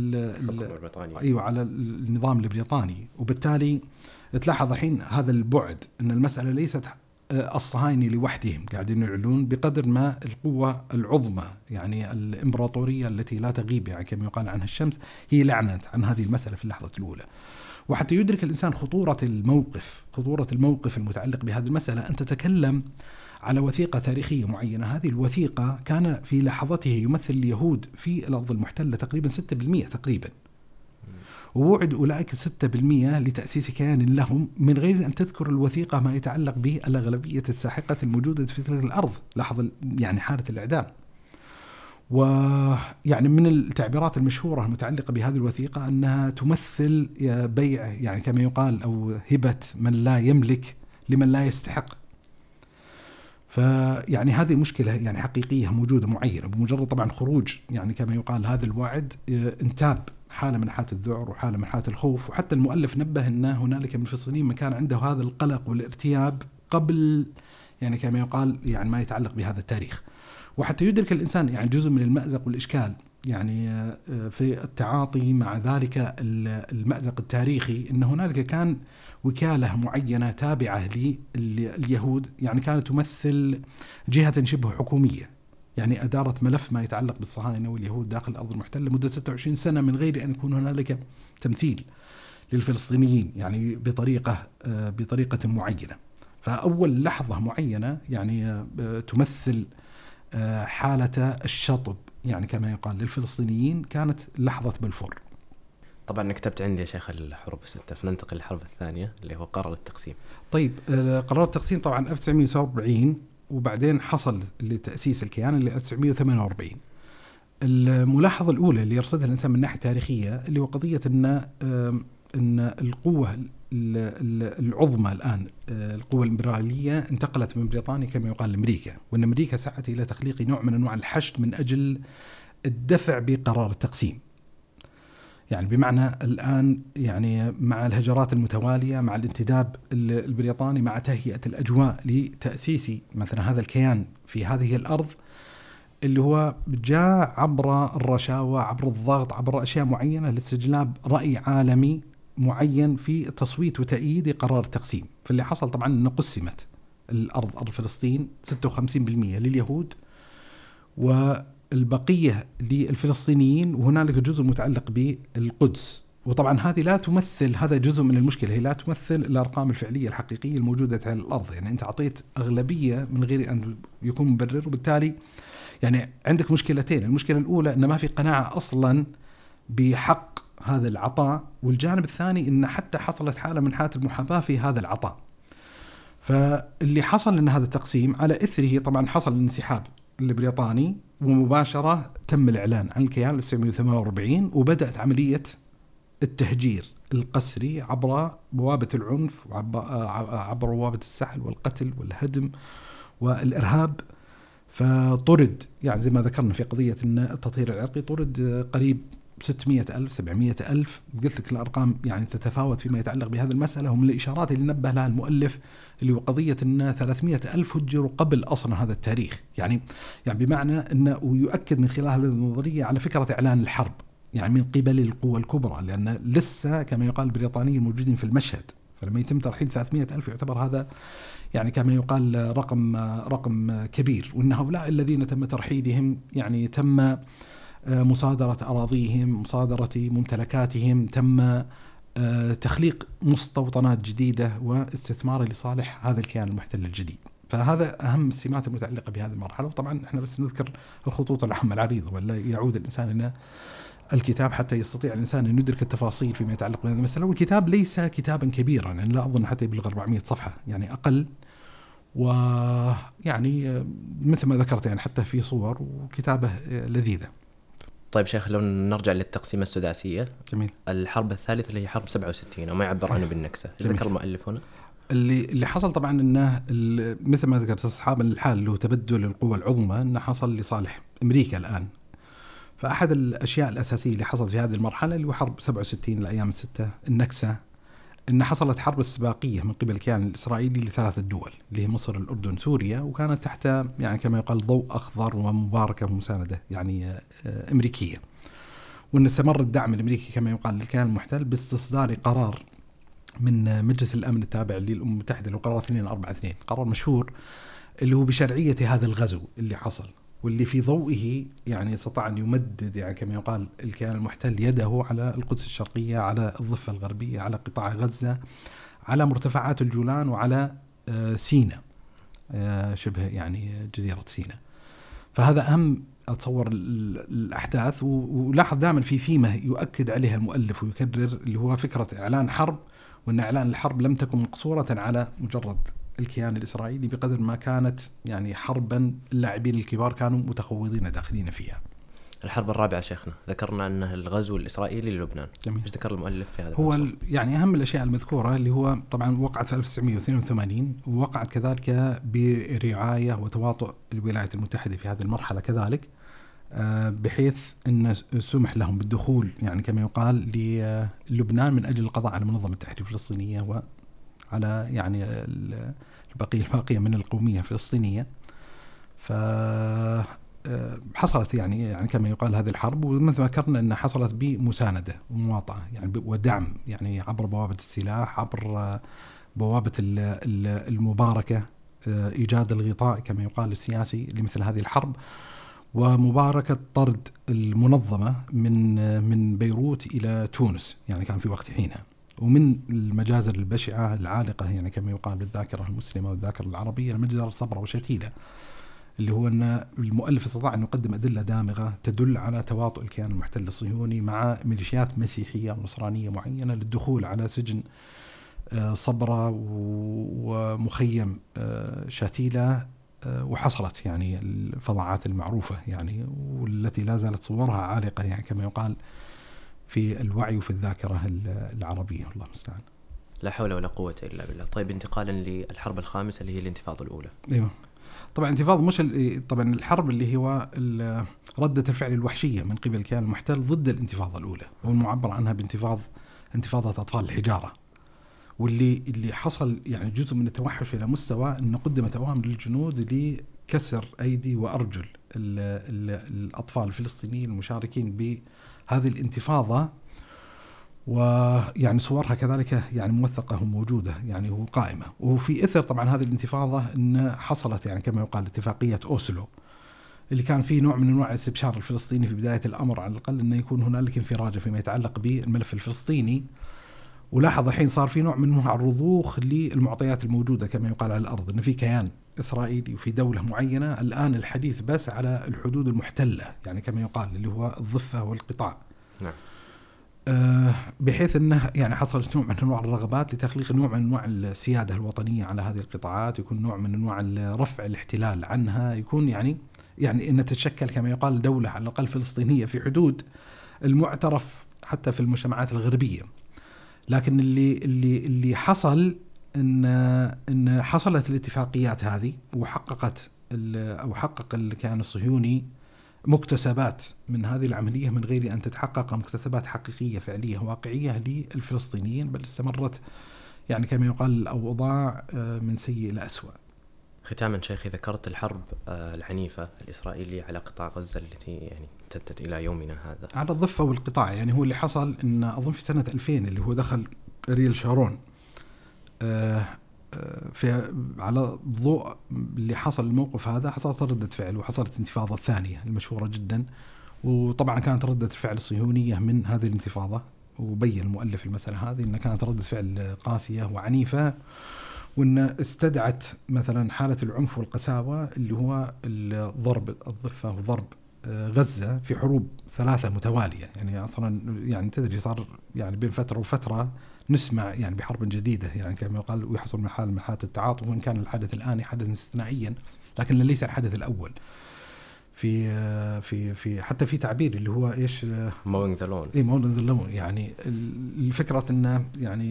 أيوة على النظام البريطاني، وبالتالي تلاحظ الحين هذا البعد أن المسألة ليست الصهاينة لوحدهم قاعدين يعلنون بقدر ما القوة العظمى، يعني الإمبراطورية التي لا تغيب يعني كما يقال عنها الشمس، هي لعنت عن هذه المسألة في اللحظة الأولى. وحتى يدرك الإنسان خطورة الموقف المتعلق بهذه المسألة، أن تتكلم على وثيقة تاريخية معينة. هذه الوثيقة كان في لحظته يمثل اليهود في الأرض المحتلة تقريبا 6% تقريبا، ووعد أولئك 6% لتأسيس كيان لهم، من غير أن تذكر الوثيقة ما يتعلق بالأغلبية الساحقة الموجودة في تلك الأرض لحظة يعني حالة الإعدام. ويعني من التعبيرات المشهورة المتعلقة بهذه الوثيقة أنها تمثل بيع، يعني كما يقال، أو هبة من لا يملك لمن لا يستحق. فيعني هذه مشكلة يعني حقيقية موجودة معينة. بمجرد طبعا خروج يعني كما يقال هذا الوعد، انتاب حالة من حالة الذعر وحالة من حالة الخوف. وحتى المؤلف نبه أن هنالك من الفلسطينيين من كان عنده هذا القلق والارتياب قبل يعني كما يقال يعني ما يتعلق بهذا التاريخ. وحتى يدرك الإنسان يعني جزء من المأزق والإشكال يعني في التعاطي مع ذلك المأزق التاريخي، أن هنالك كان وكالة معينة تابعة لليهود، يعني كانت تمثل جهة شبه حكومية، يعني أدارت ملف ما يتعلق بالصهاينة واليهود داخل الأرض المحتلة لمدة 26 سنة من غير أن يكون هنالك تمثيل للفلسطينيين يعني بطريقة معينة. فأول لحظة معينة يعني تمثل حالة الشطب يعني كما يقال للفلسطينيين كانت لحظة بلفور. طبعا كتبت عندي يا شيخ الحروب الستة، فننتقل للحرب الثانية اللي هو قرار التقسيم. طيب قرار التقسيم طبعا 1947، وبعدين حصل لتأسيس الكيان اللي 1948. الملاحظة الأولى اللي يرصدها الإنسان من ناحية تاريخية اللي هو قضية أن القوة العظمى الآن القوة الإمبريالية انتقلت من بريطانيا كما يقال لأمريكا، وأن أمريكا سعت إلى تخليق نوع من أنواع الحشد من أجل الدفع بقرار التقسيم. يعني بمعنى الآن يعني مع الهجرات المتوالية، مع الانتداب البريطاني، مع تهيئة الأجواء لتأسيس مثلا هذا الكيان في هذه الأرض، اللي هو جاء عبر الرشاوى، عبر الضغط، عبر أشياء معينة لاستجلاب رأي عالمي معين في تصويت وتأييد قرار التقسيم. فاللي حصل طبعا أن قسمت الأرض، أرض فلسطين 56% لليهود والبقية للفلسطينيين، وهنالك جزء متعلق بالقدس. وطبعا هذه لا تمثل، هذا جزء من المشكلة، هي لا تمثل الأرقام الفعلية الحقيقية الموجودة على الأرض. يعني أنت أعطيت أغلبية من غير أن يكون مبرر، وبالتالي يعني عندك مشكلتين. المشكلة الأولى أن ما في قناعة أصلا بحق هذا العطاء، والجانب الثاني أن حتى حصلت حالة من حالة المحاباة في هذا العطاء. فاللي حصل أن هذا التقسيم على إثره طبعا حصل الانسحاب البريطاني، ومباشرة تم الإعلان عن الكيان 1948، وبدأت عملية التهجير القسري عبر بوابة العنف وعبر بوابة السحل والقتل والهدم والإرهاب. فطرد يعني زي ما ذكرنا في قضية التطهير العرقي، طرد قريب 600,000 700,000. قلت لك الأرقام يعني تتفاوت فيما يتعلق بهذه المسألة. ومن الإشارات اللي نبه لها المؤلف اللي هو قضية أن 300,000 هجروا قبل أصلا هذا التاريخ، يعني بمعنى أنه يؤكد من خلال هذه النظرية على فكرة إعلان الحرب يعني من قبل القوى الكبرى، لأن لسه كما يقال البريطانيين موجودين في المشهد. فلما يتم ترحيل 300,000 يعتبر هذا يعني كما يقال رقم كبير. وأن هؤلاء الذين تم ترحيلهم يعني تم مصادرة أراضيهم، مصادرة ممتلكاتهم، تم تخليق مستوطنات جديدة واستثمار لصالح هذا الكيان المحتل الجديد. فهذا أهم السمات المتعلقة بهذه المرحلة. وطبعا احنا بس نذكر الخطوط العامة العريضة، ولا يعود الإنسان إلى الكتاب حتى يستطيع الإنسان أن يدرك التفاصيل فيما يتعلق بهذه المسألة. والكتاب ليس كتابا كبيرا، يعني لا أظن حتى يبلغ 400 صفحة، يعني أقل. ويعني مثل ما ذكرت يعني حتى في صور، وكتابة لذيذة. طيب شيخ، لو نرجع للتقسيمة السداسية. جميل. الحرب الثالثة اللي هي حرب 67 وما يعبر عنه بالنكسة، ذكر المؤلف هنا اللي حصل طبعا انه مثل ما ذكرت اصحاب الحال اللي هو تبدل القوى العظمى، انه حصل لصالح امريكا الان. فاحد الاشياء الاساسيه اللي حصلت في هذه المرحله اللي هو حرب 67 الايام السته النكسه، ان حصلت حرب استباقيه من قبل الكيان الاسرائيلي ل3 دول اللي هي مصر، الاردن، سوريا، وكانت تحت يعني كما يقال ضوء اخضر ومباركه ومسانده يعني امريكيه. وان استمر الدعم الامريكي كما يقال للكيان المحتل باستصدار قرار من مجلس الامن التابع للامم المتحده، اللي هو قرار 242، قرار مشهور اللي هو بشرعيه هذا الغزو اللي حصل. واللي في ضوئه يعني استطاع أن يمدد يعني كما يقال الكيان المحتل يده على القدس الشرقية، على الضفة الغربية، على قطاع غزة، على مرتفعات الجولان، وعلى سيناء، شبه يعني جزيرة سيناء. فهذا أهم أتصور الأحداث. ولاحظ دائما في ثيمة يؤكد عليها المؤلف ويكرر، اللي هو فكرة إعلان حرب، وأن إعلان الحرب لم تكن مقصورة على مجرد الكيان الإسرائيلي بقدر ما كانت يعني حربا اللاعبين الكبار كانوا متخوضين داخلين فيها. الحرب الرابعة شيخنا ذكرنا أنه الغزو الإسرائيلي للبنان. جميل. إيش ذكر المؤلف في هذا؟ هو يعني أهم الأشياء المذكورة اللي هو طبعا وقعت في 1982، ووقعت كذلك برعاية وتواطؤ الولايات المتحدة في هذه المرحلة كذلك، بحيث أن سمح لهم بالدخول يعني كما يقال للبنان من أجل القضاء على منظمة التحرير الفلسطينية وعلى يعني الباقية من القومية الفلسطينية. حصلت يعني كما يقال هذه الحرب، ومثل ما ذكرنا أنها حصلت بمساندة ومواطنة يعني ودعم، يعني عبر بوابة السلاح، عبر بوابة المباركة، إيجاد الغطاء كما يقال السياسي لمثل هذه الحرب، ومباركة طرد المنظمة من بيروت إلى تونس يعني كان في وقت حينها، ومن المجازر البشعة العالقة يعني كما يقال بالذاكرة المسلمة والذاكرة العربية المجزرة صبرا وشتيلة، اللي هو أن المؤلف استطاع أن يقدم أدلة دامغة تدل على تواطؤ الكيان المحتل الصهيوني مع ميليشيات مسيحية ونصرانية معينة للدخول على سجن صبرا ومخيم شتيلة، وحصلت يعني الفظاعات المعروفة يعني والتي لا زالت صورها عالقة يعني كما يقال في الوعي وفي الذاكرة العربية. الله المستعان. لا حول ولا قوة إلا بالله. طيب انتقالا للحرب الخامسة اللي هي الانتفاضة الأولى. أيوة طبعا انتفاضة مش طبعا الحرب اللي هو ردة الفعل الوحشية من قبل الكيان المحتل ضد الانتفاضة الأولى، والمعبر عنها انتفاضة أطفال الحجارة، واللي حصل يعني جزء من التوحش إلى مستوى أن قدمت أوامر للجنود لكسر أيدي وأرجل الأطفال الفلسطينيين المشاركين بهذه الانتفاضة، ويعني صورها كذلك يعني موثقة وموجودة يعني وقائمة. وفي إثر طبعا هذه الانتفاضة أن حصلت يعني كما يقال اتفاقية أوسلو، اللي كان فيه نوع من أنواع الاستبشار الفلسطيني في بداية الأمر على الأقل أن يكون هنالك انفراجة فيما يتعلق بالملف الفلسطيني. ولاحظ الحين صار في نوع من الرضوخ للمعطيات الموجودة كما يقال على الأرض، أن في كيان إسرائيلي وفي دولة معينة. الآن الحديث بس على الحدود المحتلة يعني كما يقال اللي هو الضفة والقطاع. نعم. بحيث أنه يعني حصلت نوع من أنواع الرغبات لتخليق نوع من أنواع السيادة الوطنية على هذه القطاعات، يكون نوع من أنواع رفع الاحتلال عنها، يكون يعني أن تتشكل كما يقال دولة على الأقل فلسطينية في حدود المعترف حتى في المجتمعات الغربية. لكن اللي حصل إن حصلت الاتفاقيات هذه وحققت أو حقق الكيان الصهيوني مكتسبات من هذه العملية من غير أن تتحقق مكتسبات حقيقية فعلية واقعية للفلسطينيين، بل استمرت يعني كما يقال الأوضاع من سيء إلى أسوأ. ختاما شيخي، ذكرت الحرب العنيفة الإسرائيلية على قطاع غزة التي يعني امتدت إلى يومنا هذا على الضفة والقطاع. يعني هو اللي حصل إن أظن في سنة 2000 اللي هو دخل أريل شارون في على ضوء اللي حصل الموقف هذا حصلت ردة فعل، وحصلت انتفاضة ثانية المشهورة جدا. وطبعا كانت ردة الفعل الصهيونية من هذه الانتفاضة، وبين المؤلف المسألة هذه أن كانت ردة فعل قاسية وعنيفة، وأن استدعت مثلا حالة العنف والقساوة اللي هو ضرب الضفة وضرب غزة في حروب 3 متوالية. يعني أصلا يعني تدري صار يعني بين فترة وفترة نسمع يعني بحرب جديدة يعني كما يقال، ويحصل من حالة التعاطف، وإن كان الحدث الآن حدث استثنائيا لكن ليس الحدث الأول. في حتى في تعبير اللي هو إيش mowing the lawn. mowing the lawn، يعني الفكرة إنه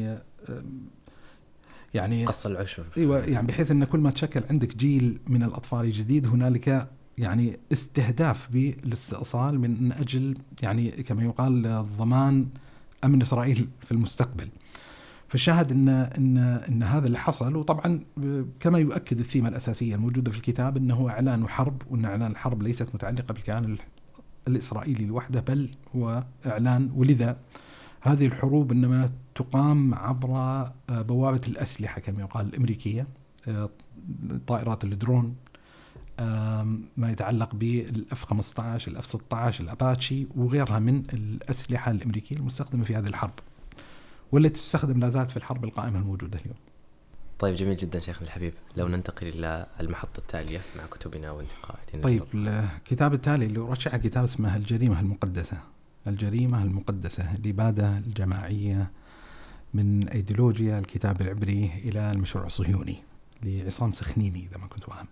يعني قص العشب. ايوه، يعني بحيث ان كل ما تشكل عندك جيل من الاطفال جديد هنالك يعني استهداف بالاستئصال من اجل يعني كما يقال ضمان امن اسرائيل في المستقبل. فالشاهد ان هذا اللي حصل. وطبعا كما يؤكد الثيمه الاساسيه الموجوده في الكتاب انه اعلان حرب، وان اعلان الحرب ليست متعلقه بالكيان الاسرائيلي لوحده، بل هو اعلان. ولذا هذه الحروب إنما تقام عبر بوابة الأسلحة كما يقال الأمريكية، طائرات الدرون، ما يتعلق بالأف 15 الأف 16 الأباتشي وغيرها من الأسلحة الأمريكية المستخدمة في هذه الحرب والتي تستخدم لا زالت في الحرب القائمة الموجودة اليوم. طيب جميل جدا شيخنا الحبيب، لو ننتقل إلى المحطة التالية مع كتبنا وانتقاءاتنا. طيب الكتاب التالي اللي أرشحه كتاب اسمه الجريمة المقدسة. الجريمة المقدسة، الإبادة الجماعية من أيديولوجيا الكتاب العبري إلى المشروع الصهيوني لعصام سخنيني إذا ما كنت واهم.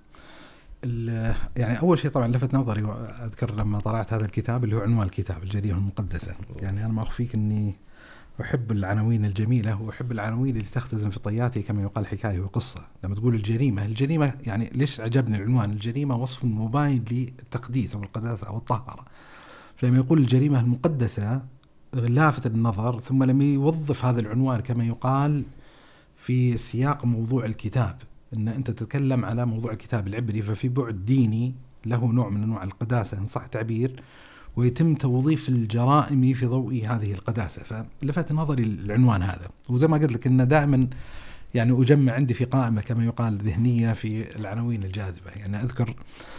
يعني أول شيء طبعا لفت نظري وأذكر لما طلعت هذا الكتاب اللي هو عنوان الكتاب الجريمة المقدسة. يعني أنا ما أخفيك أني أحب العناوين الجميلة وأحب العناوين اللي تختزن في طياتي كما يقال حكاية وقصة. لما تقول الجريمة يعني ليش عجبني العنوان؟ الجريمة وصف مباين للتقديس أو القداسة أو الطهارة، فلما يقول الجريمة المقدسة لافت النظر. ثم لما يوظف هذا العنوان كما يقال في سياق موضوع الكتاب، أن أنت تتكلم على موضوع الكتاب العبري، ففي بعد ديني له نوع من أنواع القداسة إن صح تعبير، ويتم توظيف الجرائم في ضوء هذه القداسة. فلفت نظري العنوان هذا. وزي ما قلت لك إن دائما يعني أجمع عندي في قائمة كما يقال ذهنية في العناوين الجاذبة. يعني أذكر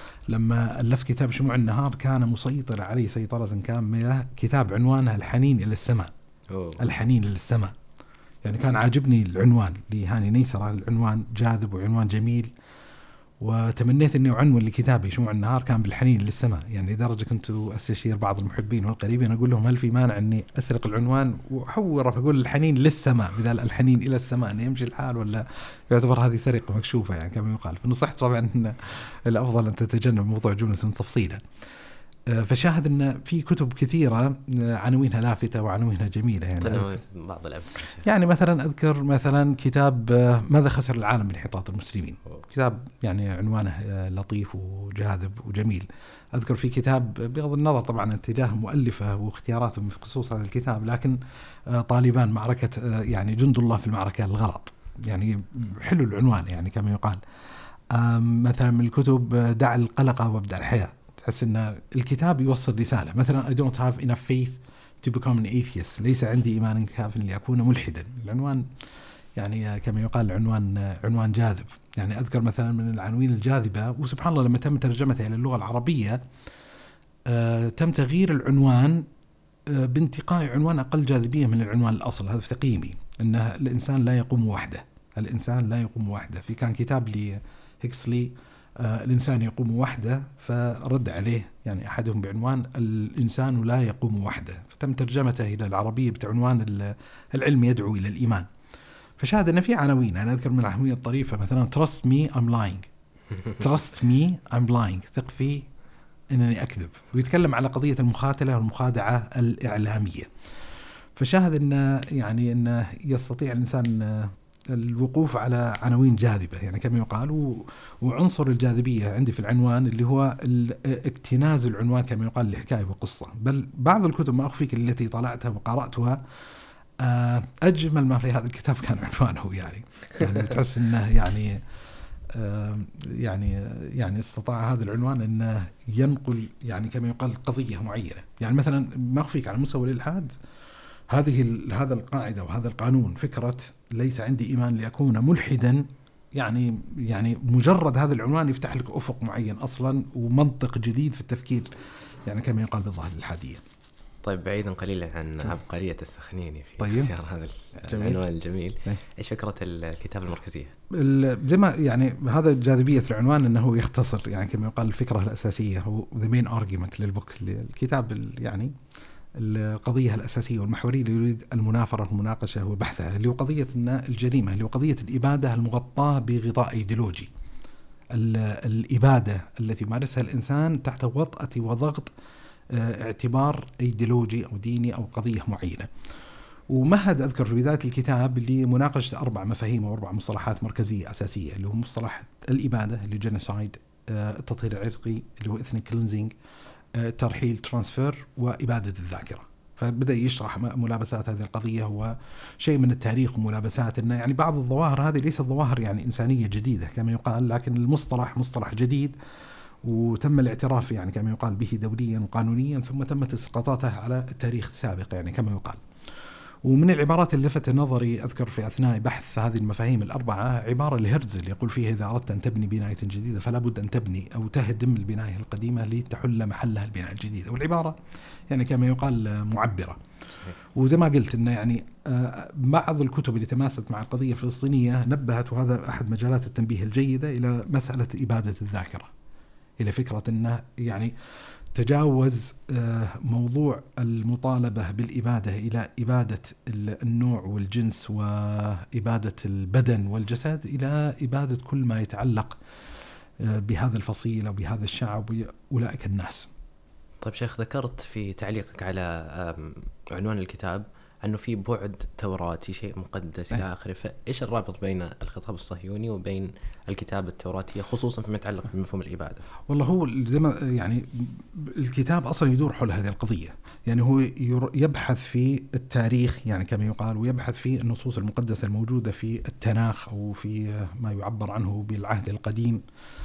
لما ألفت كتاب شموع النهار كان مسيطر عليه سيطرة كاملة كتاب عنوانه الحنين إلى السماء. الحنين إلى السماء، يعني كان عاجبني العنوان لهاني نيسرة، العنوان جاذب وعنوان جميل، وتمنيت أني أعنون لكتابي شموع النهار كان بالحنين للسماء. يعني لدرجة كنت أستشير بعض المحبين والقريبين أقول لهم هل في مانع أني أسرق العنوان وأحوره فأقول الحنين للسماء بدل الحنين إلى السماء، أن يمشي الحال ولا يعتبر هذه سرقة مكشوفة يعني كما يقال. فنصحت طبعا أن الأفضل أن تتجنب موضوع جملة تفصيلا. فشاهد أن في كتب كثيرة عناوينها لافتة وعناوينها جميلة. يعني بعض الأمثلة يعني مثلا أذكر مثلا كتاب ماذا خسر العالم من انحطاط المسلمين، كتاب يعني عنوانه لطيف وجاذب وجميل. أذكر في كتاب بغض النظر طبعا اتجاه مؤلفة واختياراتهم في خصوص هذا الكتاب، لكن طالبان معركة يعني جند الله في المعركة الغلط، يعني حلو العنوان يعني كما يقال. مثلا من الكتب دع القلق وابدأ الحياة، تحس أن الكتاب يوصل رسالة. مثلا I don't have enough faith to become an atheist، ليس عندي إيمان كاف لأكون ملحدا. العنوان يعني كما يقال عنوان جاذب. يعني أذكر مثلا من العناوين الجاذبة، وسبحان الله لما تم ترجمتها إلى اللغة العربية تم تغيير العنوان بانتقاء عنوان أقل جاذبية من العنوان الأصل. هذا في تقييمي، أن الإنسان لا يقوم وحده. الإنسان لا يقوم وحده. في كان كتاب لهيكسلي الإنسان يقوم وحده، فرد عليه يعني أحدهم بعنوان الإنسان لا يقوم وحده، فتم ترجمته إلى العربية بعنوان العلم يدعو إلى الإيمان. فشاهد أن في عناوين، أنا أذكر من العناوين الطريفة مثلا trust me I'm lying trust me I'm lying، ثق فيه أنني أكذب، ويتكلم على قضية المخاتلة والمخادعة الإعلامية. فشاهد أن يعني أن يستطيع الإنسان الوقوف على عناوين جاذبة يعني كما يقال. وعنصر الجاذبية عندي في العنوان اللي هو اكتناز العنوان كما يقال لحكاية وقصة. بل بعض الكتب ما أخفيك التي طلعتها وقرأتها أجمل ما في هذا الكتاب كان عنوانه. يعني تحس أنه يعني استطاع هذا العنوان أنه ينقل يعني كما يقال قضية معينة. يعني مثلا ما أخفيك على مستوى الإلحاد، هذا القاعدة وهذا القانون، فكرة ليس عندي إيمان لأكون ملحدا، يعني مجرد هذا العنوان يفتح لك أفق معين أصلا ومنطق جديد في التفكير يعني كما يقال بالظاهر الإلحادية. طيب بعيدا قليلا عن عبقرية السخنيني في طيب. اختيار هذا العنوان الجميل، ايش فكرة الكتاب المركزية؟ زي ما يعني هذا جاذبية العنوان انه يختصر يعني كما يقال الفكرة الأساسية، هو the main argument للبوك، الكتاب يعني القضية الأساسية والمحورية اللي يريد المنافرة والمناقشة والبحث، اللي هو قضية الجريمة، اللي هو قضية الإبادة المغطاة بغطاء أيديولوجي، الإبادة التي يمارسها الإنسان تحت وطأة وضغط اعتبار أيديولوجي أو ديني أو قضية معينة. ومهد أذكر في بداية الكتاب لمناقشة 4 مفاهيم و4 مصطلحات مركزية أساسية، اللي هو مصطلح الإبادة اللي جينوسايد، التطهير العرقي اللي هو ethnic cleansing، ترحيل ترانسفير، وإبادة الذاكرة. فبدأ يشرح ملابسات هذه القضية هو شيء من التاريخ وملابسات إنه يعني بعض الظواهر هذه ليست ظواهر يعني إنسانية جديدة كما يقال، لكن المصطلح مصطلح جديد وتم الاعتراف يعني كما يقال به دوليا وقانونيا، ثم تمت اسقاطاته على التاريخ السابق يعني كما يقال. ومن العبارات اللي لفت نظري أذكر في أثناء بحث هذه المفاهيم الأربعة عبارة لهرتزل يقول فيها: إذا أردت أن تبني بناية جديدة فلا بد أن تبني أو تهدم البناية القديمة لتحل محلها البناية الجديدة. والعبارة يعني كما يقال معبرة. وزي ما قلت إنه يعني بعض الكتب اللي تماست مع القضية الفلسطينية نبهت، وهذا أحد مجالات التنبيه الجيدة، إلى مسألة إبادة الذاكرة، إلى فكرة أنه يعني تجاوز موضوع المطالبة بالإبادة إلى إبادة النوع والجنس وإبادة البدن والجسد إلى إبادة كل ما يتعلق بهذا الفصيل أو بهذا الشعب وأولئك الناس. طيب شيخ، ذكرت في تعليقك على عنوان الكتاب أنه في بعد توراتي، شيء مقدس إلى آخره، فإيش الرابط بين الخطاب الصهيوني وبين الكتابة التوراتية خصوصا فيما يتعلق بمفهوم الإبادة؟ والله هو زي ما يعني الكتاب أصلا يدور حول هذه القضية، يعني هو يبحث في التاريخ يعني كما يقال، ويبحث في النصوص المقدسة الموجودة في التناخ أو في ما يعبر عنه بالعهد القديم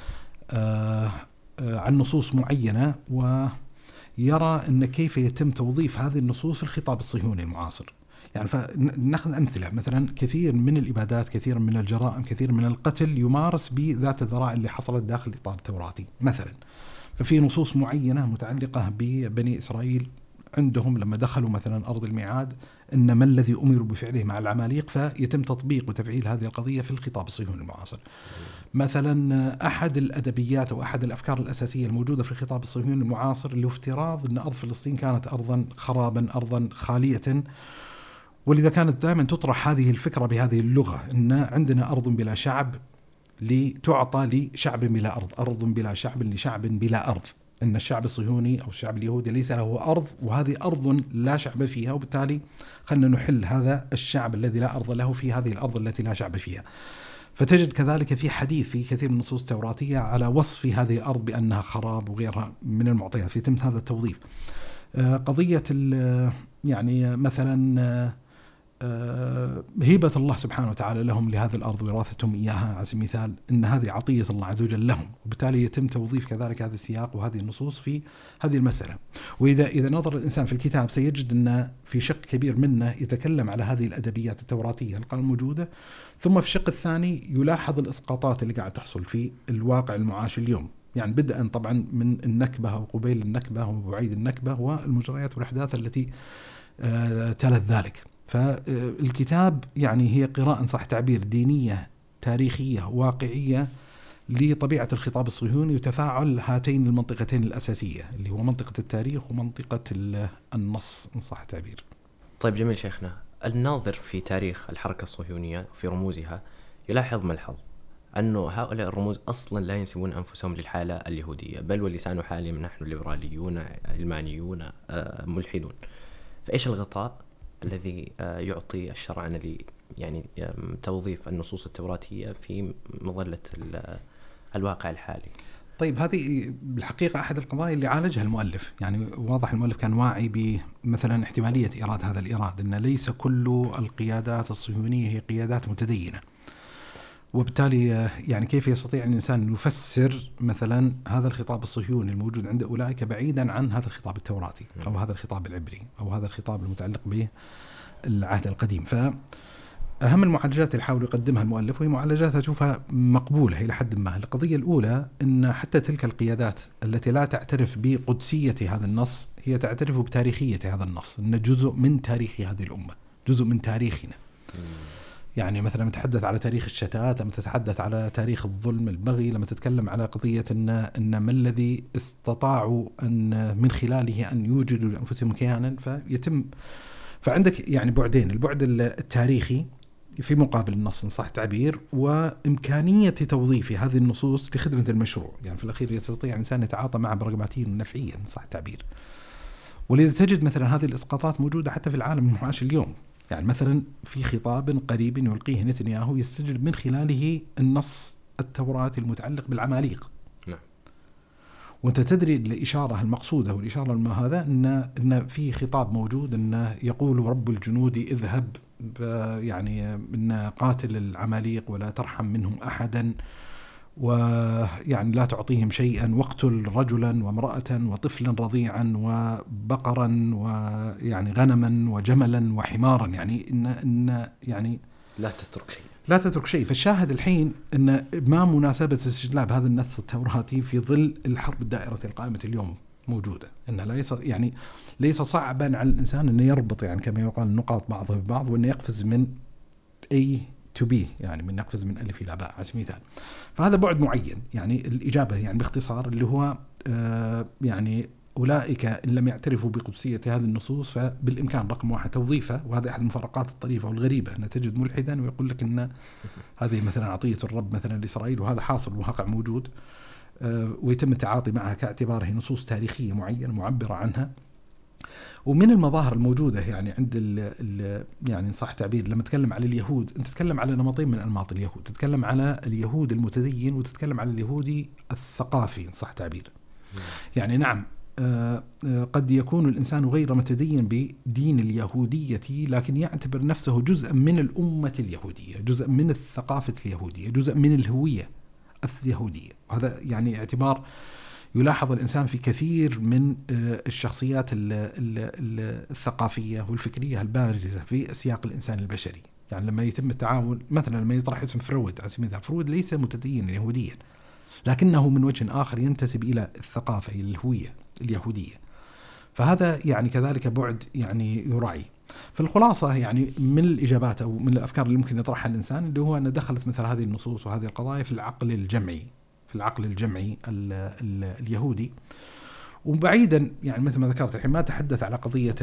عن نصوص معينة، ويرى أن كيف يتم توظيف هذه النصوص في الخطاب الصهيوني المعاصر. يعني فنأخذ أمثلة، مثلا كثير من الإبادات، كثير من الجرائم، كثير من القتل يمارس بذات الذراع اللي حصلت داخل الإطار التوراتي مثلا. ففي نصوص معينة متعلقة ببني إسرائيل عندهم لما دخلوا مثلا أرض الميعاد، إن ما الذي أمروا بفعله مع العماليق، فيتم تطبيق وتفعيل هذه القضية في الخطاب الصهيوني المعاصر. مثلا أحد الأدبيات أو أحد الأفكار الأساسية الموجودة في الخطاب الصهيوني المعاصر اللي هو افتراض أن أرض فلسطين كانت أرضا خرابا، أرضا خالية. ولذا كانت دائما تطرح هذه الفكرة بهذه اللغة، أن عندنا أرض بلا شعب لتعطى لشعب بلا أرض، أرض بلا شعب لشعب بلا أرض. أن الشعب الصهيوني أو الشعب اليهودي ليس له أرض، وهذه أرض لا شعب فيها، وبالتالي خلنا نحل هذا الشعب الذي لا أرض له في هذه الأرض التي لا شعب فيها. فتجد كذلك في حديث في كثير من النصوص التوراتية على وصف هذه الأرض بأنها خراب وغيرها من المعطيات، في تم هذا التوظيف. قضية يعني مثلا هبة الله سبحانه وتعالى لهم لهذه الأرض وراثتهم إياها على سبيل المثال، إن هذه عطية الله عز وجل لهم، وبالتالي يتم توظيف كذلك هذا السياق وهذه النصوص في هذه المسألة. وإذا نظر الإنسان في الكتاب سيجد أن في شق كبير منه يتكلم على هذه الأدبيات التوراتية الموجودة، ثم في الشق الثاني يلاحظ الإسقاطات اللي قاعد تحصل في الواقع المعاش اليوم، يعني بدءا طبعا من النكبة وقبيل النكبة وبعيد النكبة والمجريات والأحداث التي تلت ذلك. فالكتاب يعني هي قراءة إن صح تعبير دينية تاريخية واقعية لطبيعة الخطاب الصهيوني، وتفاعل هاتين المنطقتين الأساسية اللي هو منطقة التاريخ ومنطقة النص إن صح تعبير. طيب جميل شيخنا، الناظر في تاريخ الحركة الصهيونية في رموزها يلاحظ ملحظ أنه هؤلاء الرموز أصلا لا ينسبون أنفسهم للحالة اليهودية، بل ولسان حالهم نحن ليبراليون علمانيون ملحدون. فإيش الغطاء الذي يعطي الشرع يعني توظيف النصوص التوراتية في مظلة الواقع الحالي؟ طيب هذه بالحقيقة أحد القضايا اللي عالجها المؤلف، يعني واضح المؤلف كان واعي بمثلا احتمالية إيراد هذا الإيراد، أن ليس كل القيادات الصهيونية هي قيادات متدينة، وبالتالي يعني كيف يستطيع الإنسان أن يفسر مثلا هذا الخطاب الصهيوني الموجود عند أولئك بعيدا عن هذا الخطاب التوراتي أو هذا الخطاب العبري أو هذا الخطاب المتعلق بالعهد القديم. فأهم المعالجات اللي حاول يقدمها المؤلف، وهي معالجات أشوفها مقبولة إلى حد ما. القضية الأولى أن حتى تلك القيادات التي لا تعترف بقدسية هذا النص هي تعترف بتاريخية هذا النص، أنه جزء من تاريخ هذه الأمة، جزء من تاريخنا. يعني مثلا لما تتحدث على تاريخ الشتات، لما تتحدث على تاريخ الظلم البغي، لما تتكلم على قضية أن ما الذي استطاعوا أن من خلاله أن يوجدوا لأنفسهم كيانا، فعندك يعني بعدين، البعد التاريخي في مقابل النص إن صح تعبير، وإمكانية توظيف هذه النصوص لخدمة المشروع. يعني في الأخير يستطيع الإنسان يتعاطى معه براغماتيا ونفعيا إن صح تعبير. ولذا تجد مثلا هذه الإسقاطات موجودة حتى في العالم المعاش اليوم. يعني مثلا في خطاب قريب يلقيه نتنياهو يستجلب من خلاله النص التوراتي المتعلق بالعماليق. نعم. وانت تدري الإشارة المقصودة والإشارة هذا إن في خطاب موجود إنه يقول رب الجنود اذهب يعني إن قاتل العماليق ولا ترحم منهم أحدا، ويعني لا تعطيهم شيئا، واقتل رجلا وامرأة وطفلا رضيعا وبقرا ويعني غنما وجملا وحمارا، يعني إن يعني لا تترك شيء. فالشاهد الحين أن ما مناسبة استجلاب هذا النص التوراتي في ظل الحرب الدائرة القائمة اليوم موجودة، أنه ليس صعبا على الإنسان أن يربط يعني كما يقال النقاط بعضها ببعض، وأن يقفز من A to B، يعني من يقفز من ألف إلى باء على سبيل المثال. فهذا بعد معين. يعني الإجابة يعني باختصار اللي هو يعني أولئك إن لم يعترفوا بقدسية هذه النصوص فبالإمكان رقم واحد توظيفه، وهذا أحد المفارقات الطريفة والغريبة، أن تجد ملحدا ويقول لك أن هذه مثلا عطية الرب مثلا لإسرائيل، وهذا حاصل وواقع موجود، ويتم التعاطي معها كاعتباره نصوص تاريخية معينة معبرة عنها. ومن المظاهر الموجودة يعني عند يعني صح تعبير لما تتكلم على اليهود، أنت تتكلم على نمطين من أنماط اليهود، تتكلم على اليهود المتدين وتتكلم على اليهودي الثقافي صح تعبير. يعني نعم قد يكون الإنسان غير متدين بدين اليهودية، لكن يعتبر نفسه جزء من الأمة اليهودية، جزء من الثقافة اليهودية، جزء من الهوية اليهودية. وهذا يعني اعتبار يلاحظ الإنسان في كثير من الشخصيات الثقافية والفكرية البارزة في سياق الإنسان البشري. يعني لما يتم التعامل مثلا لما يطرح اسم فرويد على سبيل المثال، فرويد ليس متدينا يهوديا، لكنه من وجه آخر ينتسب إلى الثقافة، إلى الهوية اليهودية. فهذا يعني كذلك بعد يعني يراعي. فالخلاصة يعني من الإجابات أو من الأفكار اللي ممكن يطرحها الإنسان اللي هو أن دخلت مثل هذه النصوص وهذه القضايا في العقل الجمعي اليهودي. وبعيدا يعني مثل ما ذكرت الحين ما تحدث على قضية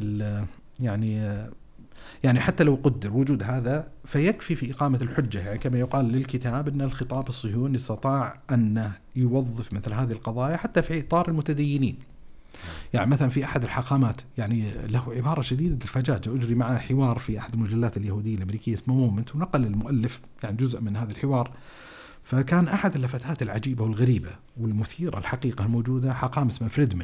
يعني حتى لو قدر وجود هذا فيكفي في إقامة الحجة. يعني كما يقال للكتاب أن الخطاب الصهيوني استطاع أن يوظف مثل هذه القضايا حتى في إطار المتدينين. يعني مثلا في أحد الحاخامات يعني له عبارة شديدة الفجاجة، أجري معه حوار في أحد المجلات اليهودية الأمريكية اسمه مومنت، ونقل المؤلف يعني جزء من هذا الحوار. فكان أحد اللفتات العجيبة والغريبة والمثيرة الحقيقة الموجودة حاخام اسمه فريدمان،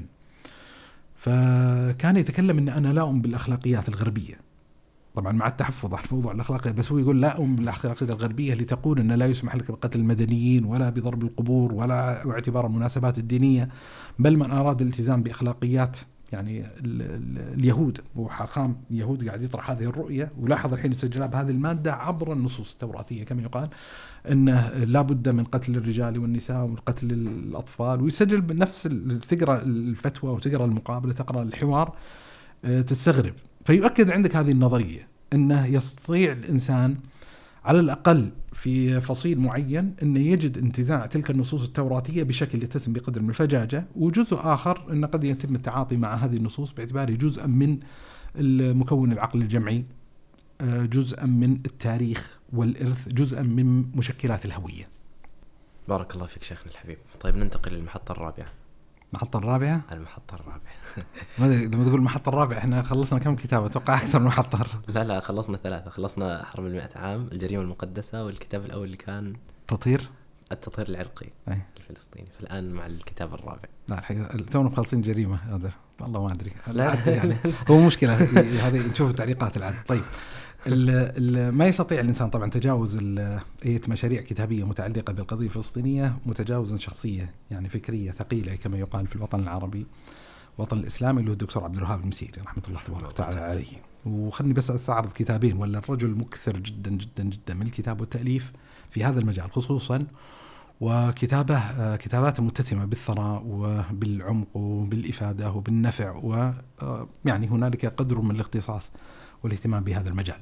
فكان يتكلم أن أنا لا أؤمن بالأخلاقيات الغربية، طبعا مع التحفظ على موضوع الأخلاقية، بس هو يقول لا أؤمن بالأخلاقيات الغربية اللي تقول أن لا يسمح لك بقتل المدنيين ولا بضرب القبور ولا اعتبار المناسبات الدينية، بل من أراد الالتزام بأخلاقيات يعني اليهود. وحاخام يهود قاعد يطرح هذه الرؤية، ولاحظ الحين استجلاب هذه المادة عبر النصوص التوراتية كما يقال أنه لا بد من قتل الرجال والنساء ومن قتل الأطفال، ويسجل بنفس تقرأ الفتوى وتقرأ المقابلة تقرأ الحوار تستغرب. فيؤكد عندك هذه النظرية أنه يستطيع الإنسان على الأقل في فصيل معين أن يجد انتزاع تلك النصوص التوراتية بشكل يتسم بقدر من الفجاجة، وجزء آخر أن قد يتم التعاطي مع هذه النصوص باعتباره جزءا من المكون العقل الجمعي، جزءا من التاريخ والإرث، جزءا من مشكلات الهوية. بارك الله فيك شيخنا الحبيب. طيب ننتقل للمحطة الرابعة. المحطة الرابعة ما أدري لما تقول المحطة الرابعة إحنا خلصنا كم كتاب؟ أتوقع أكثر من محطة. لا خلصنا 3. خلصنا حرب 100 عام، الجريمة المقدسة، والكتاب الأول اللي كان التطهير العرقي الفلسطيني. فالآن مع الكتاب الرابع. لا الحقيقة تونا مخلصين جريمة هذا والله ما أدري. لا يعني هو مشكلة هذه نشوف تعليقات العد. طيب ما يستطيع الإنسان طبعا تجاوز أي مشاريع كتابية متعلقة بالقضية الفلسطينية متجاوزا شخصية يعني فكرية ثقيلة كما يقال في الوطن العربي وطن الإسلامي اللي هو الدكتور عبد الوهاب المسيري رحمة الله تبارك وتعالى عليه. وخلني بس أستعرض كتابين، ولا الرجل مكثر جدا جدا جدا من الكتاب والتأليف في هذا المجال خصوصا، كتاباته متسمة بالثراء وبالعمق وبالإفادة وبالنفع، ويعني هنالك قدر من الاختصاص والاهتمام بهذا المجال.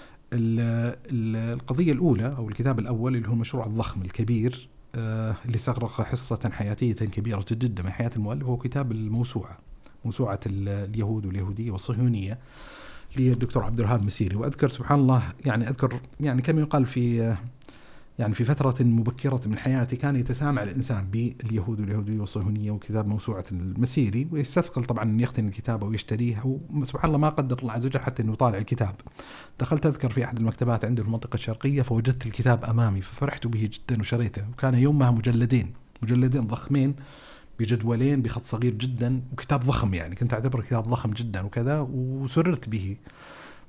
القضية الأولى أو الكتاب الأول اللي هو المشروع الضخم الكبير اللي استغرق حصة حياتية كبيرة جدا من حياة المؤلف، هو كتاب موسوعة اليهود واليهودية والصهيونية للدكتور عبد الوهاب المسيري. وأذكر سبحان الله يعني كما يقال في فترة مبكرة من حياتي كان يتسامع الإنسان باليهود واليهودية والصهيونية وكتاب موسوعة المسيري، ويستثقل طبعا أن يختن الكتاب ويشتريه، وسبحان الله ما قدر الله عز وجل حتى أنه يطالع الكتاب. دخلت أذكر في أحد المكتبات عنده في المنطقة الشرقية فوجدت الكتاب أمامي ففرحت به جدا وشريته، وكان يومها مجلدين ضخمين بجدولين بخط صغير جدا، وكتاب ضخم يعني كنت أعتبره كتاب ضخم جدا وكذا، وسررت به.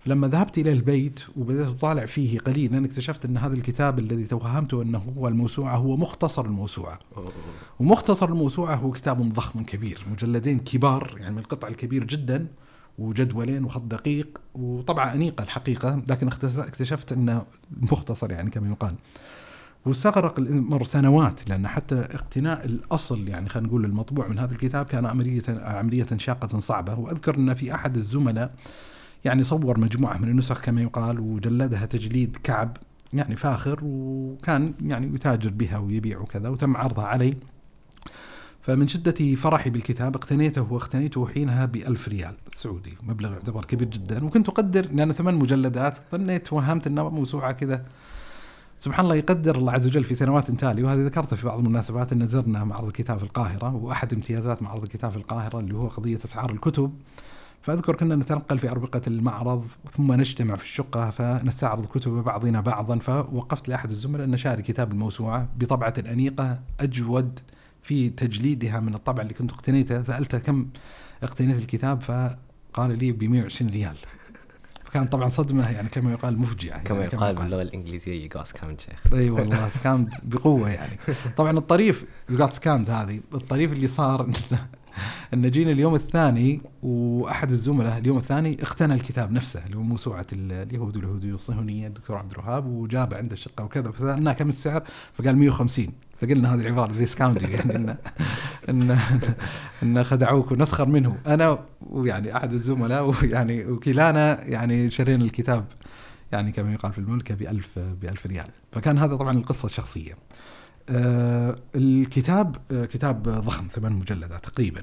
لما ذهبت إلى البيت وبدأت أطالع فيه قليلا اكتشفت أن هذا الكتاب الذي توهمته أنه هو الموسوعة هو مختصر الموسوعة. ومختصر الموسوعة هو كتاب ضخم كبير، مجلدين كبار يعني من القطع الكبير جدا، وجدولين وخط دقيق وطبعة أنيقة الحقيقة، لكن اكتشفت أنه مختصر يعني كما يقال. واستغرق الأمر سنوات، لأن حتى اقتناء الأصل يعني خلينا نقول المطبوع من هذا الكتاب كان عملية شاقة صعبة. وأذكر أن في أحد الزملاء يعني صور مجموعة من النسخ كما يقال وجلدها تجليد كعب يعني فاخر، وكان يعني يتاجر بها ويبيع وكذا، وتم عرضها علي. فمن شدة فرحي بالكتاب واقتنيته حينها ب1000 ريال سعودي، مبلغ يعتبر كبير جدا. وكنت أقدر لأنه 8 مجلدات، ظنيت وهمت أنه موسوعة كذا. سبحان الله يقدر الله عز وجل في سنوات تالي، وهذه ذكرته في بعض المناسبات، أن زرنا معرض الكتاب في القاهرة، وأحد امتيازات معرض الكتاب في القاهرة اللي هو قضية أسعار الكتب. فأذكر كنا نتنقل في أربقة المعرض ثم نجتمع في الشقة فنستعرض كتب بعضنا بعضا. فوقفت لأحد الزملاء أن شاري كتاب الموسوعة بطبعة أنيقة أجود في تجليدها من الطبع اللي كنت اقتنيته. سألته كم اقتنيت الكتاب، فقال لي ب120 ريال. فكان طبعا صدمة يعني كما يقال مفجعة، كما يقال باللغة الإنجليزية you got scammed شيخ. أي والله سكامد بقوة يعني. طبعا الطريف you got scammed، هذه الطريف اللي صار أن جينا اليوم الثاني، وأحد الزملاء اليوم الثاني اقتنى الكتاب نفسه اللي هو موسوعة اليهود واليهودية الصهيونية الدكتور عبد الوهاب، وجابه عند الشقة وكذا. فسألناه كم السعر، فقال 150. فقلنا هذه العبارة ذي سكاوندي يعني إن خدعوك ونسخر منه أنا ويعني أحد الزملاء، ويعني وكلانا يعني شرينا الكتاب يعني كما يقال في المملكة ب1000 ريال. فكان هذا طبعا القصة الشخصية. الكتاب كتاب ضخم 8 مجلدات تقريبا.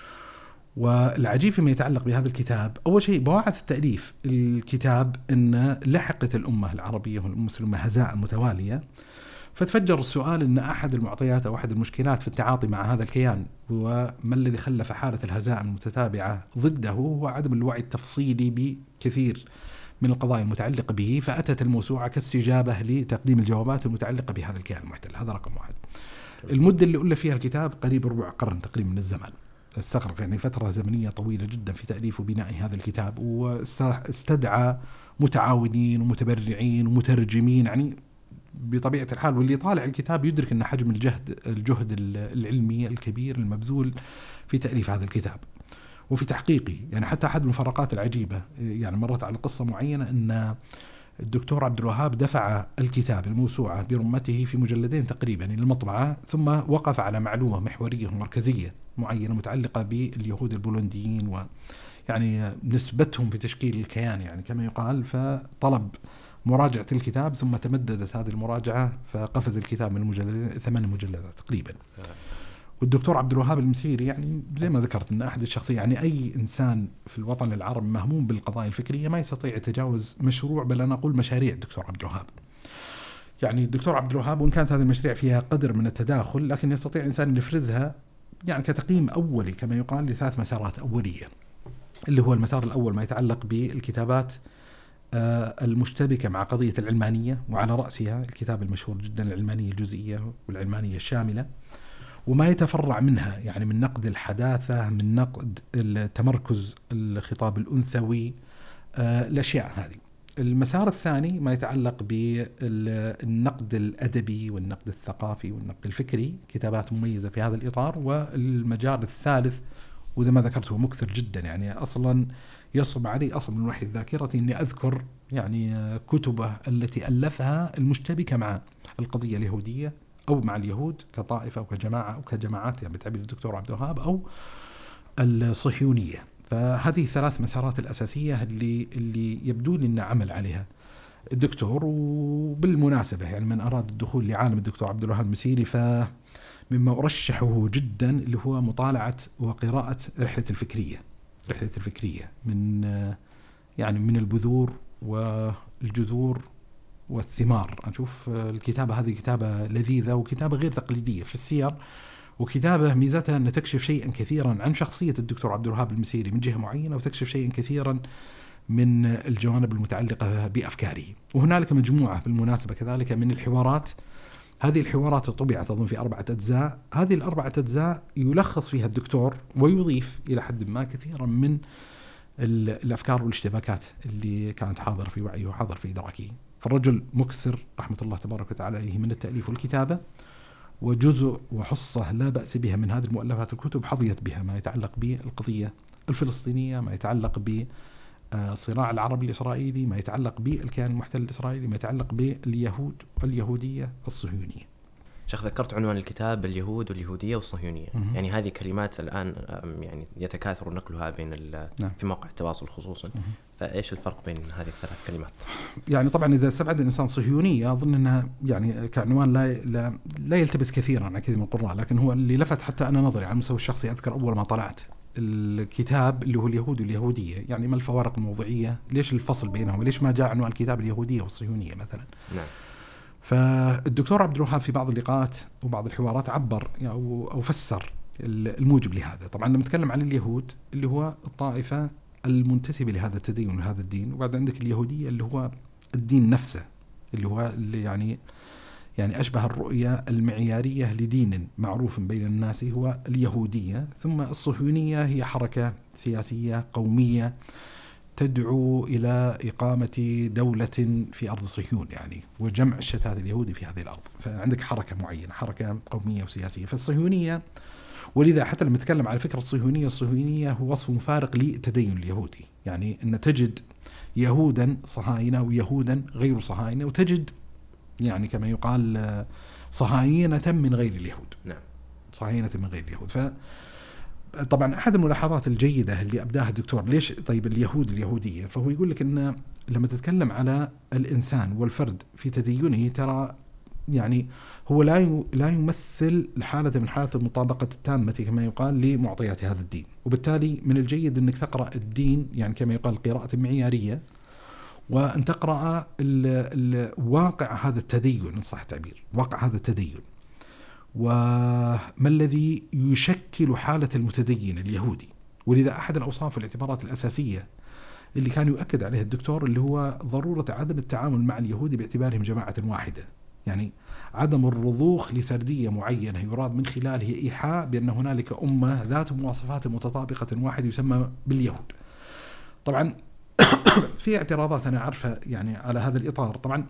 والعجيب فيما يتعلق بهذا الكتاب، أول شيء بواعث التأليف الكتاب أن لحقت الأمة العربية والمسلمة هزائم متوالية. فتفجر السؤال أن أحد المعطيات أو أحد المشكلات في التعاطي مع هذا الكيان وما الذي خلف حالة الهزائم المتتابعة ضده هو عدم الوعي التفصيلي بكثير من القضايا المتعلقة به. فأتت الموسوعة كاستجابة لتقديم الجوابات المتعلقة بهذا الكيان المحتل. هذا رقم 1. المدة اللي ألف فيها الكتاب قريب ربع قرن تقريبا من الزمن، استغرق يعني فترة زمنية طويلة جدا في تأليف وبناء هذا الكتاب، واستدعى متعاونين ومتبرعين ومترجمين يعني بطبيعة الحال. واللي طالع الكتاب يدرك أن حجم الجهد العلمي الكبير المبذول في تأليف هذا الكتاب وفي تحقيقه. يعني حتى أحد المفارقات العجيبة يعني مرت على قصة معينة أن الدكتور عبد الوهاب دفع الكتاب الموسوعة برمته في مجلدين تقريبا للمطبعة، ثم وقف على معلومة محورية ومركزية معينة متعلقة باليهود البولنديين ويعني نسبتهم في تشكيل الكيان يعني كما يقال. فطلب مراجعة الكتاب، ثم تمددت هذه المراجعة فقفز الكتاب من 8 مجلدات تقريبا. والدكتور عبد الوهاب المسيري يعني زي ما ذكرت أن أحد الشخصية يعني أي إنسان في الوطن العربي مهموم بالقضايا الفكرية ما يستطيع يتجاوز مشروع، بل أنا أقول مشاريع الدكتور عبد الوهاب. يعني الدكتور عبد الوهاب وإن كانت هذه المشاريع فيها قدر من التداخل، لكن يستطيع الإنسان أن يفرزها يعني كتقييم أولي كما يقال ل3 مسارات أولية. اللي هو المسار الأول ما يتعلق بالكتابات المشتبكة مع قضية العلمانية، وعلى رأسها الكتاب المشهور جدا العلمانية الجزئية والعلمانية الشاملة، وما يتفرع منها يعني من نقد الحداثة، من نقد التمركز الخطاب الأنثوي، الأشياء هذه. المسار الثاني ما يتعلق بالنقد الأدبي والنقد الثقافي والنقد الفكري، كتابات مميزة في هذا الإطار. والمجال الثالث وإذا ما ذكرته مكثر جدا يعني أصلا يصعب علي أصلا من وحي ذاكرتي أني أذكر يعني كتبه التي ألفها المشتبكة مع القضية اليهودية أو مع اليهود كطائفة أو كجماعة أو كجماعات يعني بتعبير الدكتور عبد الوهاب، أو الصهيونية. فهذه 3 مسارات الأساسية اللي يبدو لي أن عمل عليها الدكتور. وبالمناسبة يعني من أراد الدخول لعالم الدكتور عبد الوهاب المسيري فمما أرشحه جدا اللي هو مطالعة وقراءة رحلة الفكرية من يعني من البذور والجذور والثمار. أشوف الكتابة هذه كتابة لذيذة وكتابة غير تقليدية في السير، وكتابة ميزتها أن تكشف شيئا كثيرا عن شخصية الدكتور عبد الوهاب المسيري من جهة معينة، وتكشف شيئا كثيرا من الجوانب المتعلقة بأفكاره. وهنالك مجموعة بالمناسبة كذلك من الحوارات. هذه الحوارات طبعت أظن في 4 أجزاء. هذه ال4 أجزاء يلخص فيها الدكتور ويضيف إلى حد ما كثيرا من الأفكار والاشتباكات اللي كانت حاضرة في وعيه وحاضر في إدراكه. فالرجل مكثر رحمة الله تبارك وتعالى عليه من التأليف والكتابة، وجزء وحصة لا بأس بها من هذه المؤلفات الكتب حظيت بها ما يتعلق بالقضية الفلسطينية، ما يتعلق بصراع العرب الإسرائيلي، ما يتعلق بالكيان المحتل الإسرائيلي، ما يتعلق باليهود واليهودية الصهيونية. شيخ ذكرت عنوان الكتاب اليهود واليهودية والصهيونية. يعني هذه كلمات الآن يعني يتكاثر نقلها بين نعم. في مواقع التواصل خصوصا. فإيش الفرق بين هذه الثلاث كلمات؟ يعني طبعا إذا استبعد الإنسان صهيونية أظن أنها يعني كعنوان لا يلتبس كثيرا على كثير من القراء، لكن هو اللي لفت حتى أنا نظري على المستوى الشخصي. أذكر أول ما طلعت الكتاب اللي هو اليهود واليهودية، يعني ما الفوارق الموضوعية، ليش الفصل بينهم، ليش ما جاء عنوان الكتاب اليهودية والصهيونية مثلا. نعم. فالدكتور عبد الوهاب في بعض اللقاءات وبعض الحوارات عبر أو فسر الموجب لهذا. طبعا لما نتكلم عن اليهود اللي هو الطائفة المنتسبة لهذا التدين وهذا الدين، وبعد عندك اليهودية اللي هو الدين نفسه، اللي يعني أشبه الرؤية المعيارية لدين معروف بين الناس هو اليهودية. ثم الصهيونية هي حركة سياسية قومية تدعو إلى إقامة دولة في أرض صهيون، يعني وجمع الشتات اليهودي في هذه الأرض. فعندك حركة معينة، حركة قومية وسياسية. فالصهيونية، ولذا حتى لما نتكلم على فكرة الصهيونية هو وصف مفارق للتدين اليهودي، يعني أن تجد يهودا صهاينة ويهودا غير صهاينة، وتجد يعني كما يقال صهاينة من غير اليهود. نعم. صهاينة من غير اليهود. طبعا أحد الملاحظات الجيدة اللي أبداها الدكتور، ليش طيب اليهودية، فهو يقول لك أن لما تتكلم على الإنسان والفرد في تدينه، ترى يعني هو لا يمثل حالة من حالات المطابقة التامة كما يقال لمعطيات هذا الدين. وبالتالي من الجيد أنك تقرأ الدين يعني كما يقال قراءة معيارية، وأن تقرأ واقع هذا التدين إن صح التعبير، واقع هذا التدين، وما الذي يشكل حالة المتدين اليهودي. ولذا أحد الأوصاف والاعتبارات الأساسية اللي كان يؤكد عليها الدكتور اللي هو ضرورة عدم التعامل مع اليهود باعتبارهم جماعة واحدة، يعني عدم الرضوخ لسردية معينة يراد من خلالها إيحاء بأن هنالك أمة ذات مواصفات متطابقة واحدة يسمى باليهود. طبعا في اعتراضات أنا عارفة يعني على هذا الإطار. طبعا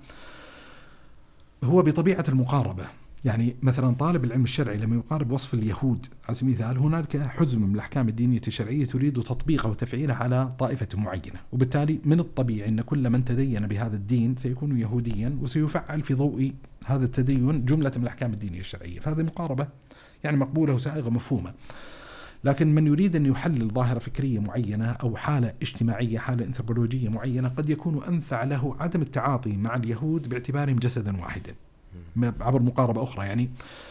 هو بطبيعة المقاربة، يعني مثلا طالب العلم الشرعي لما يقارب وصف اليهود على سبيل المثال، هنالك حزم من الأحكام الدينية الشرعية تريد تطبيقه وتفعيله على طائفة معينة، وبالتالي من الطبيعي أن كل من تدين بهذا الدين سيكون يهوديا وسيفعل في ضوء هذا التدين جملة من الأحكام الدينية الشرعية. فهذه مقاربة يعني مقبولة وسائغة مفهومة. لكن من يريد أن يحلل ظاهرة فكرية معينة أو حالة اجتماعية، حالة أنثروبولوجية معينة، قد يكون أنفع له عدم التعاطي مع اليهود باعتبارهم جسدا واحدا عبر مقاربة أخرى. يعني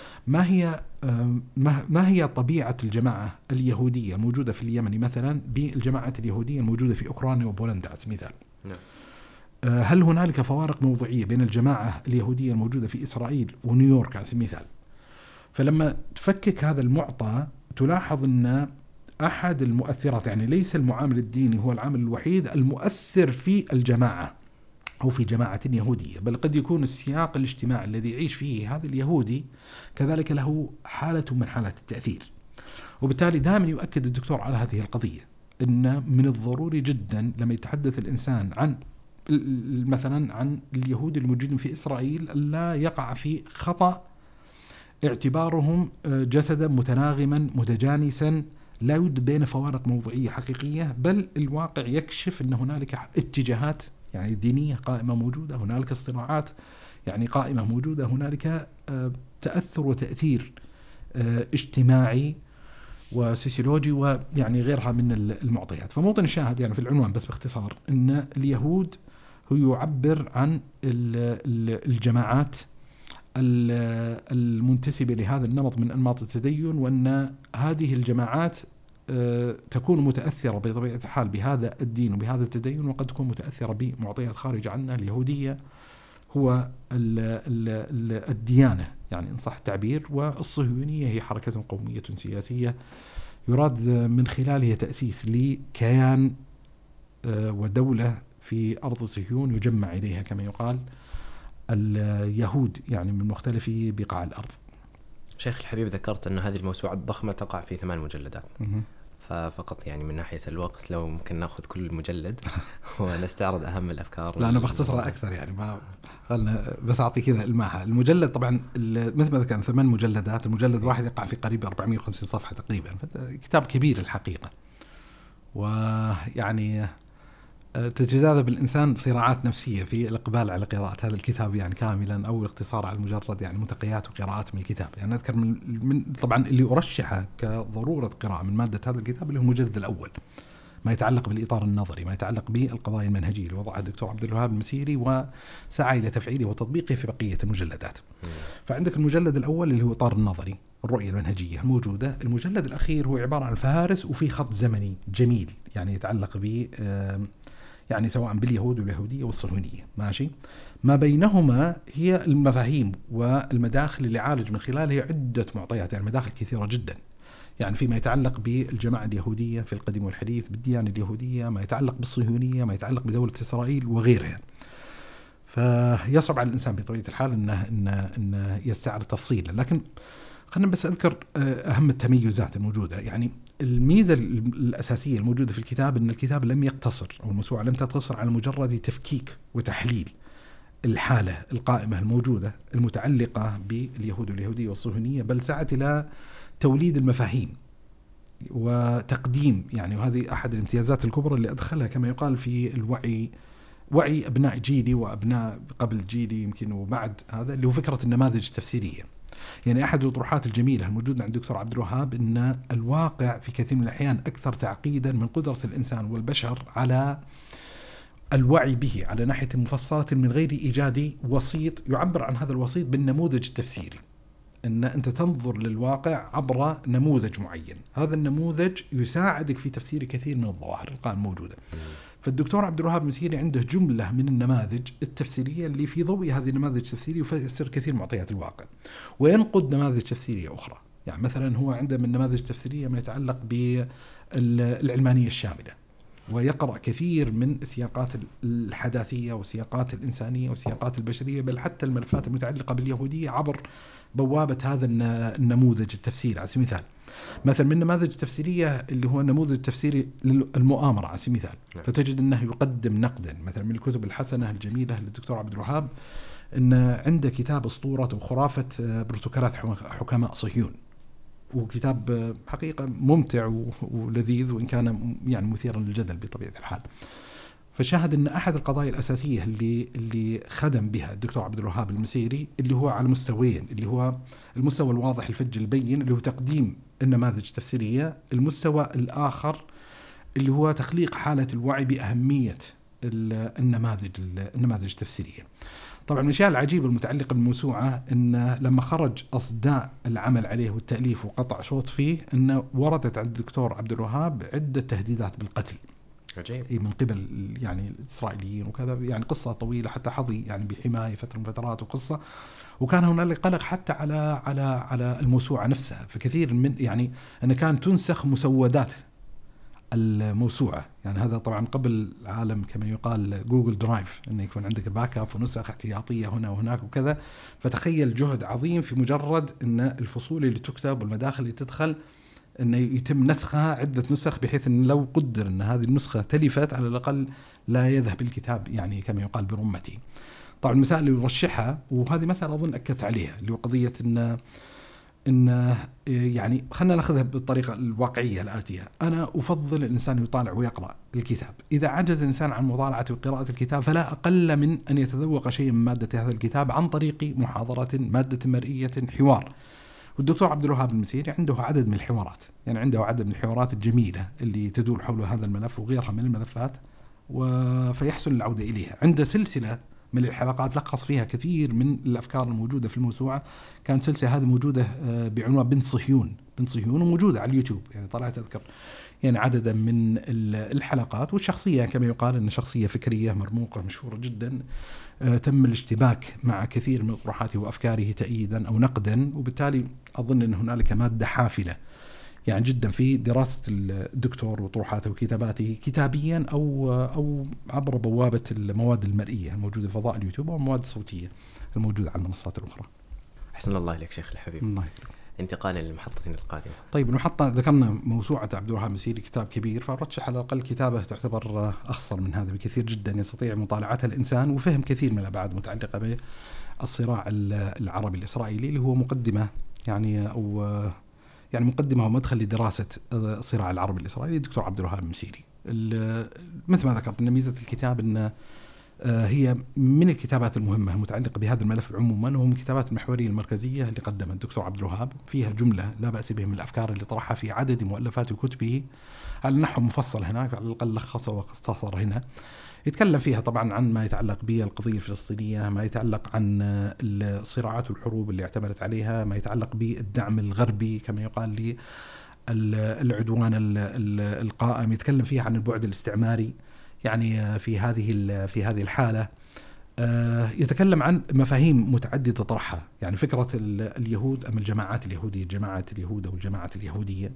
ما هي طبيعة الجماعة اليهودية الموجودة في اليمن مثلا بالجماعة اليهودية الموجودة في أوكرانيا وبولندا على سبيل المثال؟ هل هنالك فوارق موضوعية بين الجماعة اليهودية الموجودة في إسرائيل ونيويورك على سبيل المثال؟ فلما تفكك هذا المعطى تلاحظ أن أحد المؤثرات، يعني ليس المعامل الديني هو العامل الوحيد المؤثر في الجماعة أو في جماعة يهودية، بل قد يكون السياق الاجتماعي الذي يعيش فيه هذا اليهودي كذلك له حالة من حالات التأثير. وبالتالي دائما يؤكد الدكتور على هذه القضية، أن من الضروري جدا لما يتحدث الإنسان عن مثلا عن اليهود الموجودين في إسرائيل لا يقع في خطأ اعتبارهم جسدا متناغما متجانسا لا يوجد بين فوارق موضوعية حقيقية، بل الواقع يكشف أن هنالك اتجاهات يعني دينية قائمة موجودة، هنالك اصطناعات يعني قائمة موجودة، هنالك تأثر وتأثير اجتماعي وسيسيولوجي ويعني غيرها من المعطيات. فموطن الشاهد يعني في العنوان بس باختصار أن اليهود هو يعبر عن الجماعات المنتسبة لهذا النمط من أنماط التدين، وأن هذه الجماعات تكون متأثرة بطبيعة الحال بهذا الدين وبهذا التدين، وقد تكون متأثرة بمعطيات خارجة عنها. اليهودية هو الديانة يعني إن صح التعبير، والصهيونية هي حركة قومية سياسية يراد من خلالها تأسيس لكيان ودولة في أرض صهيون يجمع إليها كما يقال اليهود يعني من مختلف بقاع الأرض. شيخ الحبيب ذكرت أن هذه الموسوعة الضخمة تقع في 8 مجلدات، ففقط يعني من ناحية الوقت لو ممكن نأخذ كل مجلد ونستعرض أهم الأفكار. لا أنا بختصرها أكثر يعني، ما خلنا بس أعطي كذا الماحة. المجلد طبعا مثل ما ذكرنا 8 مجلدات، المجلد واحد يقع في قريب 450 صفحة تقريبا، كتاب كبير الحقيقة. ويعني تتجاذب الإنسان صراعات نفسية في الإقبال على قراءة هذا الكتاب يعني كاملا، أو الاقتصار على مجرد يعني منتقيات وقراءات من الكتاب. يعني أذكر من طبعا اللي أرشحه كضرورة قراءة من مادة هذا الكتاب اللي هو المجلد الأول، ما يتعلق بالإطار النظري، ما يتعلق بالقضايا المنهجية اللي وضعها الدكتور عبد الوهاب المسيري وسعى إلى تفعيله وتطبيقه في بقية المجلدات. فعندك المجلد الأول اللي هو إطار النظري، الرؤية المنهجية الموجودة. المجلد الأخير هو عبارة عن فهارس وفي خط زمني جميل يعني يتعلق ب يعني سواء باليهود واليهودية والصهيونية، ماشي. ما بينهما هي المفاهيم والمداخل اللي عالج من خلالها عدة معطيات، يعني مداخل كثيرة جدا، يعني فيما يتعلق بالجماعة اليهودية في القديم والحديث، بالديانة اليهودية، ما يتعلق بالصهيونية، ما يتعلق بدولة إسرائيل وغيرها. فيصعب على الإنسان بطبيعة الحال إنه يستعرض تفصيلا، لكن خلينا بس أذكر أهم التميزات الموجودة. يعني الميزة الأساسية الموجودة في الكتاب أن الكتاب لم يقتصر، أو الموسوعة لم تقتصر على مجرد تفكيك وتحليل الحالة القائمة الموجودة المتعلقة باليهود واليهودية والصهيونية، بل سعت إلى توليد المفاهيم وتقديم يعني، وهذه أحد الامتيازات الكبرى اللي أدخلها كما يقال في الوعي، وعي أبناء جيلي وأبناء قبل جيلي يمكن وبعد هذا، اللي هو فكرة النماذج التفسيرية. يعني أحد الأطروحات الجميلة الموجودة عند الدكتور عبد الوهاب أن الواقع في كثير من الأحيان أكثر تعقيدا من قدرة الإنسان والبشر على الوعي به على ناحية مفصلة من غير إيجاد وسيط يعبر عن هذا الوسيط بالنموذج التفسيري. أن أنت تنظر للواقع عبر نموذج معين، هذا النموذج يساعدك في تفسير كثير من الظواهر القائمة الموجودة. فالدكتور عبد الوهاب المسيري عنده جملة من النماذج التفسيريه اللي في ضوء هذه النماذج التفسيريه يفسر كثير من معطيات الواقع وينقد نماذج تفسيرية أخرى. يعني مثلا هو عنده من النماذج التفسيرية ما يتعلق بالعلمانية الشاملة، ويقرأ كثير من سياقات الحداثية وسياقات الإنسانية وسياقات البشرية، بل حتى الملفات المتعلقة باليهودية عبر بوابة هذا النموذج التفسيري. على سبيل المثال مثلا من النماذج التفسيرية اللي هو النموذج التفسيري للمؤامرة على سبيل المثال، فتجد أنه يقدم نقدا مثلا من الكتب الحسنة الجميلة للدكتور عبد الوهاب، أن عنده كتاب أسطورة وخرافة بروتوكولات حكماء صهيون، وكتاب حقيقة ممتع ولذيذ وإن كان يعني مثيرا للجدل بطبيعة الحال. فشاهد أن أحد القضايا الأساسية اللي خدم بها الدكتور عبد الوهاب المسيري اللي هو على مستويين، اللي هو المستوى الواضح الفج البين اللي هو تقديم النماذج التفسيرية، المستوى الآخر اللي هو تخليق حالة الوعي بأهمية النماذج التفسيرية. طبعا من الأشياء العجيبة المتعلقة بالموسوعة أن لما خرج أصداء العمل عليه والتأليف وقطع شوط فيه، أن وردت عند الدكتور عبد الوهاب عدة تهديدات بالقتل عجيب من قبل يعني الإسرائيليين وكذا، يعني قصة طويلة حتى حظي يعني بحماية فترة من فترات وقصة، وكان هنالك قلق حتى على الموسوعة نفسها. فكثير من يعني أن كان تنسخ مسودات الموسوعة، يعني هذا طبعا قبل عالم كما يقال جوجل درايف، أن يكون عندك باك اب ونسخ احتياطية هنا وهناك وكذا. فتخيل جهد عظيم في مجرد أن الفصول اللي تكتب والمداخل اللي تدخل أنه يتم نسخها عدة نسخ، بحيث أن لو قدر أن هذه النسخة تلفت على الأقل لا يذهب الكتاب يعني كما يقال برمته. طبعا المسائل اللي يرشحها، وهذه مسألة أظن أكدت عليها، اللي هو قضية إن يعني خلنا نأخذها بالطريقة الواقعية الآتية. أنا أفضل الإنسان يطالع ويقرأ الكتاب. إذا عجز الإنسان عن مطالعة وقراءة الكتاب فلا أقل من أن يتذوق شيء من مادة هذا الكتاب عن طريق محاضرة، مادة مرئية، حوار. والدكتور عبد الوهاب المسيري عنده عدد من الحوارات، يعني عنده عدد من الحوارات الجميلة اللي تدور حول هذا الملف وغيرها من الملفات، فيحسن العودة إليها. عنده سلسلة من الحلقات لخص فيها كثير من الأفكار الموجودة في الموسوعة. كانت سلسلة هذه موجودة بعنوان بنت صهيون، وموجودة على اليوتيوب. يعني طلعت أذكر يعني عددا من الحلقات. والشخصية كما يقال أن شخصية فكرية مرموقة مشهورة جدا، تم الاشتباك مع كثير من أطروحاته وأفكاره تأييدا أو نقدا، وبالتالي أظن أن هنالك مادة حافلة يعني جدا في دراسة الدكتور وطروحاته وكتاباته كتابيا أو عبر بوابة المواد المرئية الموجودة في فضاء اليوتيوب أو المواد الصوتية الموجودة على المنصات الأخرى. أحسن الله إليك شيخ الحبيب. الله يكرمك. انتقالا للمحطة القادمة. طيب المحطة ذكرنا موسوعة عبد الوهاب المسيري كتاب كبير، فرشح على الأقل كتابه تعتبر أخصر من هذا بكثير جدا يستطيع مطالعتها الإنسان وفهم كثير من الأبعاد المتعلقة بالصراع العربي الإسرائيلي، اللي هو مقدمة يعني أو يعني مقدمة ومدخل لدراسة الصراع العربي الإسرائيلي الدكتور عبد الوهاب المسيري. مثل ما ذكرت أن ميزة الكتاب أن هي من الكتابات المهمة المتعلقة بهذا الملف عموما، وهو من الكتابات المحورية المركزية اللي قدمها الدكتور عبد الوهاب. فيها جملة لا بأس به من الأفكار اللي طرحها في عدد مؤلفات وكتبه على نحو مفصل هناك، على الأقل لخصه واختصر هنا. يتكلم فيها طبعا عن ما يتعلق بالقضية الفلسطينية، ما يتعلق عن الصراعات والحروب اللي اعتمدت عليها، ما يتعلق بالدعم الغربي كما يقال لي العدوان القائم. يتكلم فيها عن البعد الاستعماري يعني في هذه الحالة. يتكلم عن مفاهيم متعددة طرحها، يعني فكرة اليهود أم الجماعات اليهودية، جماعة اليهود أو الجماعات اليهودية.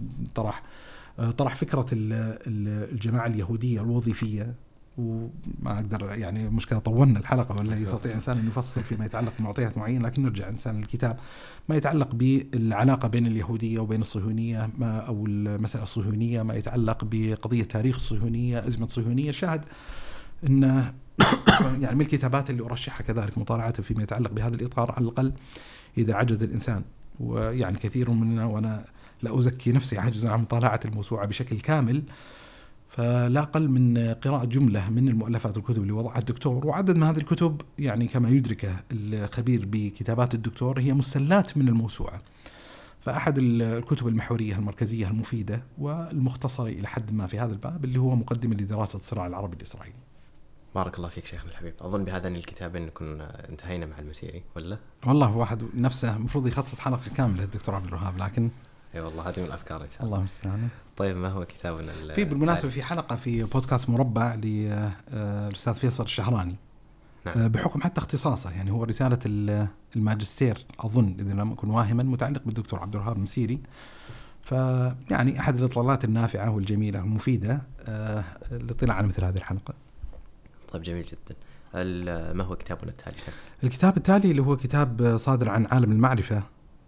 طرح فكرة الجماعة اليهودية الوظيفية، وما أقدر يعني مشكلة طولنا الحلقة ولا يستطيع إنسان أن يفصل فيما يتعلق بمعطيات معينة، لكن نرجع إنسان الكتاب ما يتعلق بالعلاقة بين اليهودية وبين الصهيونية أو المسألة الصهيونية، ما يتعلق بقضية تاريخ الصهيونية، أزمة الصهيونية. شاهد أن يعني من الكتابات اللي أرشحها كذلك مطالعة فيما يتعلق بهذا الإطار، على الأقل إذا عجز الإنسان، ويعني كثير مننا وأنا لا أزكي نفسي عاجز عن مطالعة الموسوعة بشكل كامل، فلا أقل من قراءة جملة من المؤلفات والكتب اللي وضعها الدكتور. وعدد من هذه الكتب يعني كما يدركه الخبير بكتابات الدكتور هي مستلات من الموسوعة، فأحد الكتب المحورية المركزية المفيدة والمختصرة إلى حد ما في هذا الباب اللي هو مقدمة لدراسة الصراع العربي الإسرائيلي. بارك الله فيك شيخنا الحبيب. أظن بهذين الكتابين نكون انتهينا مع المسيري ولا؟ والله واحد نفسه مفروض يخصص حلقة كاملة الدكتور عبد الوهاب، لكن اي والله هذه من الأفكار إن شاء الله. الله المستعان. طيب ما هو كتابنا في بالمناسبة في حلقة في بودكاست مربع للأستاذ فيصل الشهراني. نعم. بحكم حتى اختصاصه، يعني هو رسالة الماجستير أظن إذا لم أكن واهما متعلق بالدكتور عبد الوهاب المسيري، فيعني أحد الإطلالات النافعة والجميلة والمفيدة للاطلاع على مثل هذه الحلقة. طيب جميل جدا. ما هو كتابنا التالي شيخ؟ الكتاب التالي اللي هو كتاب صادر عن عالم المعرفة،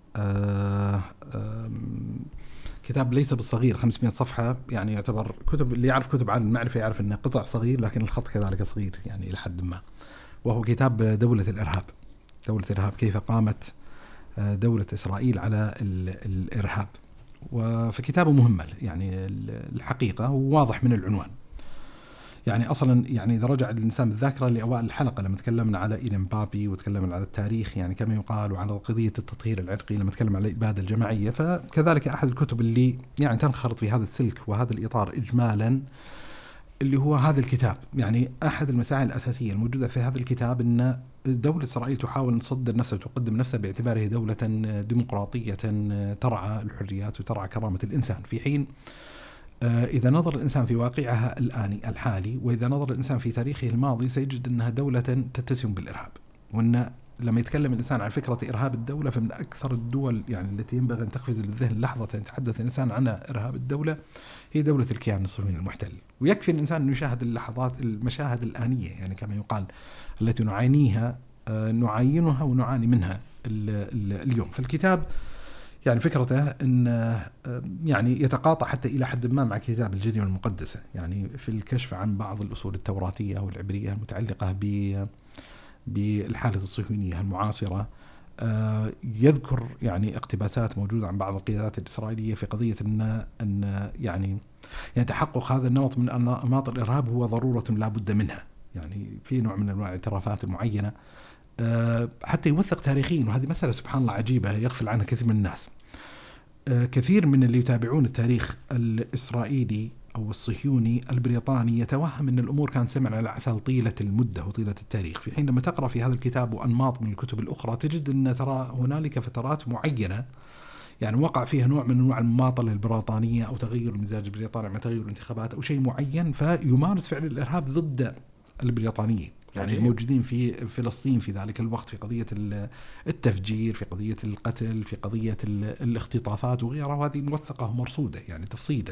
كتاب ليس بالصغير 500 صفحة، يعني يعتبر كتب اللي يعرف كتب عن المعرفة يعرف أنه قطع صغير لكن الخط كذلك صغير يعني إلى حد ما. وهو كتاب دولة الإرهاب، كيف قامت دولة إسرائيل على الإرهاب. وفي كتابه مهمل يعني الحقيقة، وواضح من العنوان. يعني أصلا يعني إذا رجع الإنسان بالذاكرة لأوائل الحلقة لما تكلمنا على إيلين بابي وتكلمنا على التاريخ يعني كما يقال، وعلى قضية التطهير العرقي لما تكلم على الإبادة الجماعية، فكذلك أحد الكتب اللي يعني تنخرط في هذا السلك وهذا الإطار إجمالا اللي هو هذا الكتاب. يعني أحد المسائل الأساسية الموجودة في هذا الكتاب أن دولة إسرائيل تحاول أن تصدر نفسها وتقدم نفسها باعتباره دولة ديمقراطية ترعى الحريات وترعى كرامة الإنسان، في حين إذا نظر الإنسان في واقعها الآني الحالي، وإذا نظر الإنسان في تاريخه الماضي، سيجد أنها دولة تتسم بالإرهاب. وأن لما يتكلم الإنسان عن فكرة إرهاب الدولة، فمن أكثر الدول يعني التي ينبغي أن تقفز للذهن لحظة أن يتحدث الإنسان عن إرهاب الدولة هي دولة الكيان الصهيوني المحتل. ويكفي الإنسان أن يشاهد المشاهد الآنية يعني كما يقال التي نعاينها ونعاني منها اليوم. فالكتاب يعني فكرته أن يعني يتقاطع حتى إلى حد ما مع كتاب الجريمة المقدسة، يعني في الكشف عن بعض الأصول التوراتية والعبرية المتعلقة بالحالة الصهيونية المعاصرة. يذكر يعني اقتباسات موجودة عن بعض القيادات الإسرائيلية في قضية أن يعني تحقق هذا النمط من أنماط الإرهاب هو ضرورة لا بد منها، يعني في نوع من أنواع الاعترافات المعينة حتى يوثق تاريخيا. وهذه مسألة سبحان الله عجيبة يغفل عنها كثير من الناس. كثير من اللي يتابعون التاريخ الإسرائيلي أو الصهيوني البريطاني يتوهم أن الأمور كانت سمعا على عسل طيلة المدة وطيلة التاريخ، في حين لما تقرأ في هذا الكتاب وأنماط من الكتب الأخرى تجد أن ترى هنالك فترات معينة يعني وقع فيها نوع من أنواع المماطلة البريطانية أو تغير المزاج البريطاني مع تغير الانتخابات أو شيء معين، فيمارس فعل الإرهاب ضد البريطانيين يعني الموجودين في فلسطين في ذلك الوقت، في قضية التفجير، في قضية القتل، في قضية الاختطافات وغيرها، وهذه موثقة ومرصودة يعني تفصيلا.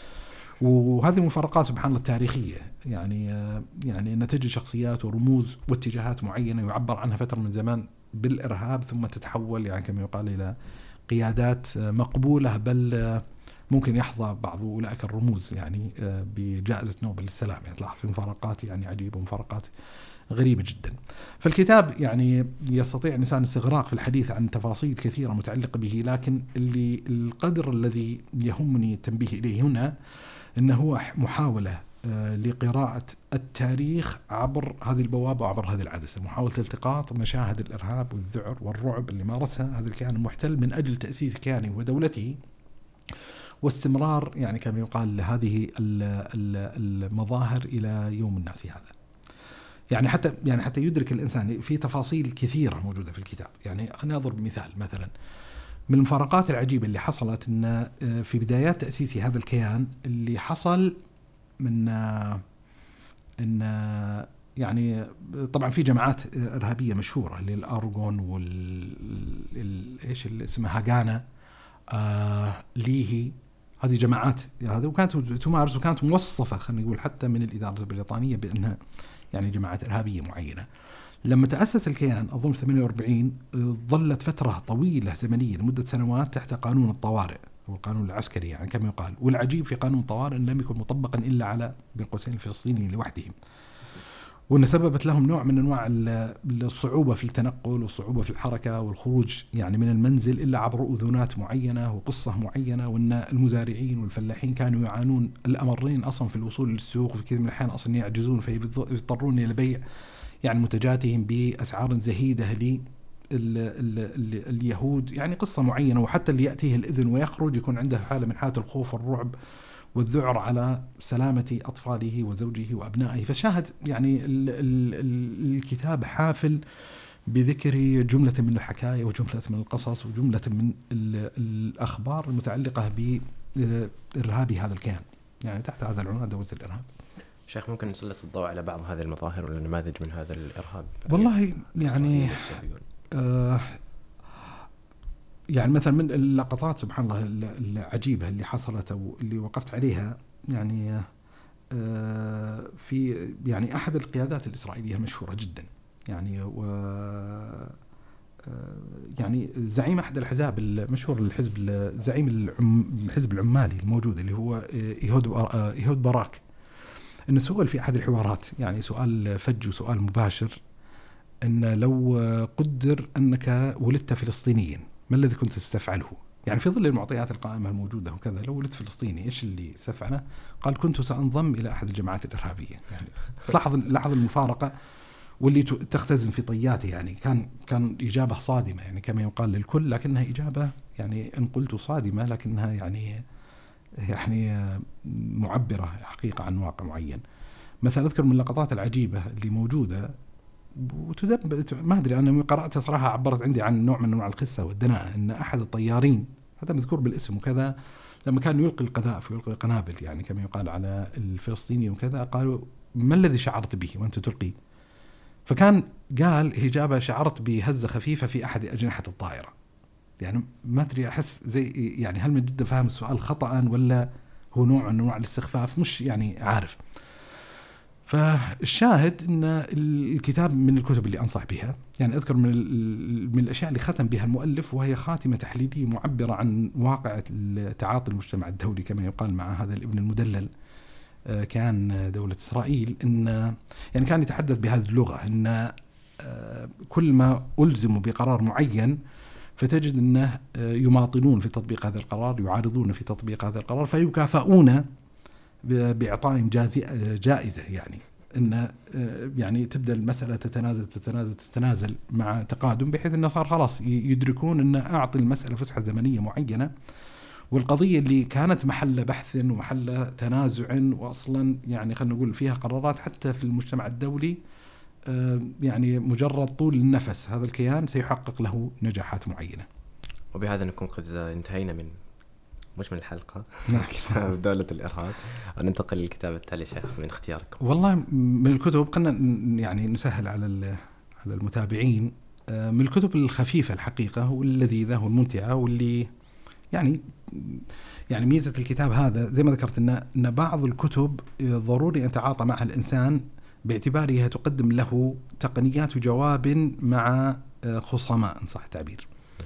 وهذه المفارقات سبحان الله التاريخية يعني نتج شخصيات ورموز واتجاهات معينة يعبر عنها فترة من زمان بالإرهاب، ثم تتحول يعني كما يقال إلى قيادات مقبولة، بل ممكن يحظى بعض أولئك الرموز يعني بجائزة نوبل للسلام. يعني تلاحظ في مفارقات يعني عجيبة ومفارقات غريبة جدا. فالكتاب يعني يستطيع الإنسان استغراق في الحديث عن تفاصيل كثيرة متعلقة به، لكن القدر الذي يهمني التنبيه إليه هنا أنه هو محاولة لقراءة التاريخ عبر هذه البوابة وعبر هذه العدسة، محاولة التقاط مشاهد الإرهاب والذعر والرعب اللي مارسها هذا الكيان المحتل من أجل تأسيس كيانه ودولته واستمرار يعني كما يقال هذه المظاهر إلى يوم الناس هذا. يعني حتى يدرك الإنسان في تفاصيل كثيرة موجودة في الكتاب. يعني خلينا نضرب بمثال مثلا من المفارقات العجيبة اللي حصلت إن في بدايات تأسيس هذا الكيان اللي حصل من إن يعني طبعا في جماعات إرهابية مشهورة اللي الأرغون إيش اللي اسمها هاغانا ليهي، هذه جماعات هذا وكانت تمارس وكانت موصفة خلينا نقول حتى من الإدارة البريطانية بأنها يعني جماعات إرهابية معينة. لما تأسس الكيان أظن 48 ظلت فترة طويلة زمنية لمدة سنوات تحت قانون الطوارئ والقانون العسكري يعني كما يقال. والعجيب في قانون الطوارئ أن لم يكن مطبقا إلا على بين قوسين الفلسطينيين لوحدهم، وأن سببت لهم نوع من أنواع الصعوبة في التنقل والصعوبة في الحركة والخروج يعني من المنزل إلا عبر أذونات معينة وقصة معينة، وأن المزارعين والفلاحين كانوا يعانون الأمرين أصلا في الوصول للسوق، وفي كثير من الأحيان أصلا يعجزون فيضطرون إلى بيع يعني منتجاتهم بأسعار زهيدة اليهود يعني قصة معينة. وحتى اللي يأتيه الإذن ويخرج يكون عنده حالة من حالة الخوف والرعب والذعر على سلامة أطفاله وزوجه وأبنائه. فشاهد يعني الكتاب حافل بذكر جملة من الحكاية وجملة من القصص وجملة من الأخبار المتعلقة بإرهاب هذا الكيان يعني تحت هذا العنوان دولة الإرهاب. شيخ ممكن نسلط الضوء على بعض هذه المظاهر والنماذج من هذا الإرهاب؟ والله يعني يعني مثلا من اللقطات سبحان الله العجيبة اللي حصلت أو اللي وقفت عليها يعني في يعني أحد القيادات الإسرائيلية المشهورة جدا يعني يعني زعيم أحد الأحزاب المشهور الحزب زعيم الحزب العمالي الموجود اللي هو إيهود باراك، إنه سؤال في أحد الحوارات يعني سؤال فج وسؤال مباشر إن لو قدر أنك ولدت فلسطينيا ما الذي كنت تستفعله؟ يعني في ظل المعطيات القائمة الموجودة وكذا لو ولدت فلسطيني إيش اللي استفعله؟ قال كنت سأنضم إلى أحد الجماعات الإرهابية. يعني لاحظ المفارقة واللي تختزن في طياته. يعني كان إجابة صادمة يعني كما يقال للكل، لكنها إجابة يعني إن قلت صادمة لكنها يعني معبرة حقيقة عن واقع معين. مثلا أذكر من اللقطات العجيبة اللي موجودة ما أدري أنا قرأتها صراحة عبرت عندي عن نوع من أنواع القصة والدناءة، أن أحد الطيارين هذا مذكور بالاسم وكذا لما كان يلقي القذائف ويلقي القنابل يعني كما يقال على الفلسطيني وكذا قالوا ما الذي شعرت به وأنت تلقي؟ فكان قال إجابة شعرت بهزة خفيفة في أحد أجنحة الطائرة. يعني ما أدري أحس زي يعني هل من جد فهم السؤال خطأ ولا هو نوع من أنواع الاستخفاف مش يعني عارف. فالشاهد أن الكتاب من الكتب اللي أنصح بها. يعني أذكر من الأشياء اللي ختم بها المؤلف وهي خاتمة تحليلية معبرة عن واقع تعاطي المجتمع الدولي كما يقال مع هذا الابن المدلل كان دولة إسرائيل. إن يعني كان يتحدث بهذه اللغة إن كل ما ألزموا بقرار معين فتجد أنه يماطلون في تطبيق هذا القرار، يعارضون في تطبيق هذا القرار، فيكافئون بإعطائهم جائزة. يعني إن يعني تبدأ المسألة تتنازل مع تقادم بحيث أنه صار خلاص يدركون أن أعطي المسألة فسحة زمنية معينة، والقضية اللي كانت محل بحث ومحل تنازع وأصلا يعني خلينا نقول فيها قرارات حتى في المجتمع الدولي يعني مجرد طول النفس هذا الكيان سيحقق له نجاحات معينة. وبهذا نكون قد انتهينا من مجمل الحلقة كتاب دولة الإرهاب، وننتقل للكتاب التالي شيخ من اختياركم. والله من الكتب قلنا يعني نسهل على المتابعين من الكتب الخفيفة الحقيقة واللذيذة والممتعة واللي يعني ميزة الكتاب هذا زي ما ذكرت إن بعض الكتب ضروري أن يتعاطى معها الإنسان باعتبارها تقدم له تقنيات وجواب مع خصماء إن صح التعبير.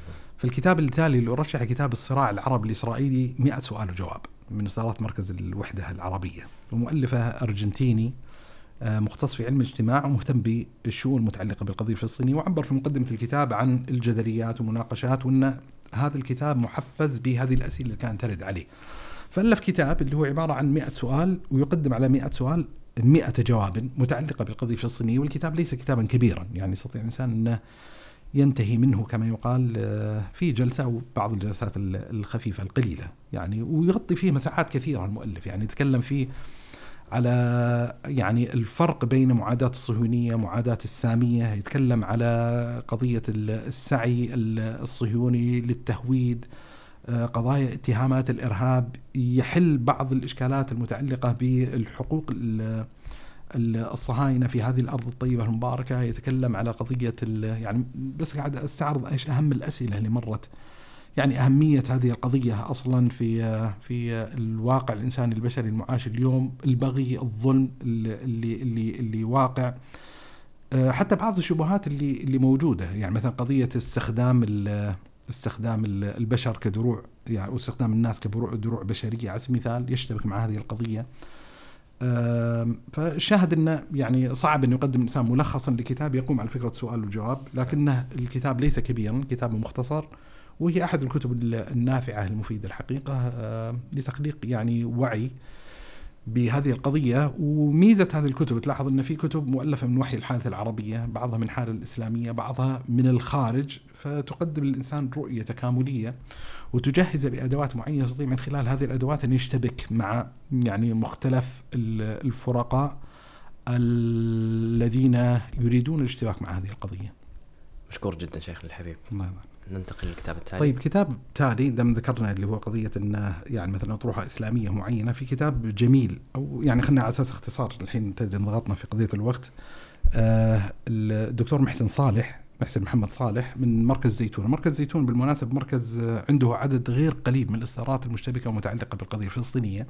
فالكتاب التالي اللي أرشحه كتاب الصراع العربي الإسرائيلي 100 سؤال وجواب من إصدارات مركز الوحدة العربية، ومؤلفه أرجنتيني مختص في علم الاجتماع ومهتم بالشؤون المتعلقة بالقضية الفلسطينية، وعبر في مقدمة الكتاب عن الجدليات والمناقشات، وأن هذا الكتاب محفز بهذه الأسئلة اللي كانت ترد عليه. فألف كتاب اللي هو عبارة عن 100 سؤال، ويقدم على 100 سؤال 100 جواب متعلقة بالقضية الفلسطينية. والكتاب ليس كتابا كبيرا، يعني يستطيع الإنسان أنه ينتهي منه كما يقال في جلسة أو بعض الجلسات الخفيفة القليلة يعني، ويغطي فيه مساحات كثيرة المؤلف. يعني يتكلم فيه على يعني الفرق بين معاداة الصهيونية معاداة السامية، يتكلم على قضية السعي الصهيوني للتهويد، قضايا اتهامات الإرهاب، يحل بعض الإشكالات المتعلقة بالحقوق الصهاينة في هذه الأرض الطيبة المباركة، يتكلم على قضية يعني بس قاعد أستعرض إيش أهم الأسئلة اللي مرت، يعني أهمية هذه القضية أصلا في الواقع الإنساني البشري المعاش اليوم، البغي، الظلم اللي واقع، حتى بعض الشبهات اللي موجودة، يعني مثلا قضية استخدام البشر كدروع، يعني واستخدام الناس كدروع بشرية على سبيل المثال، يشتبك مع هذه القضية. فالشاهد أنه يعني صعب أن يقدم إنسان ملخصا لكتاب يقوم على فكرة سؤال وجواب، لكنه الكتاب ليس كبيرا، كتاب مختصر، وهي أحد الكتب النافعة المفيدة الحقيقة لتخليق يعني وعي بهذه القضية. وميزة هذه الكتب تلاحظ أن في كتب مؤلفة من وحي الحالة العربية، بعضها من حالة الإسلامية، بعضها من الخارج، فتقدم للإنسان رؤية تكاملية وتجهز بأدوات معينة يستطيع من خلال هذه الأدوات أن يشتبك مع يعني مختلف الفرقاء الذين يريدون الاشتباك مع هذه القضية. مشكور جدا شيخ الحبيب. ننتقل للكتاب التالي. طيب كتاب تالي دام ذكرنا اللي هو قضية أنه يعني مثلا أطروحة إسلامية معينة، في كتاب جميل، أو يعني خلنا على أساس اختصار الحين انضغطنا في قضية الوقت. الدكتور محسن محمد صالح من مركز زيتون. مركز زيتون بالمناسبة مركز عنده عدد غير قليل من الإصدارات المشتبكة ومتعلقة بالقضية الفلسطينية.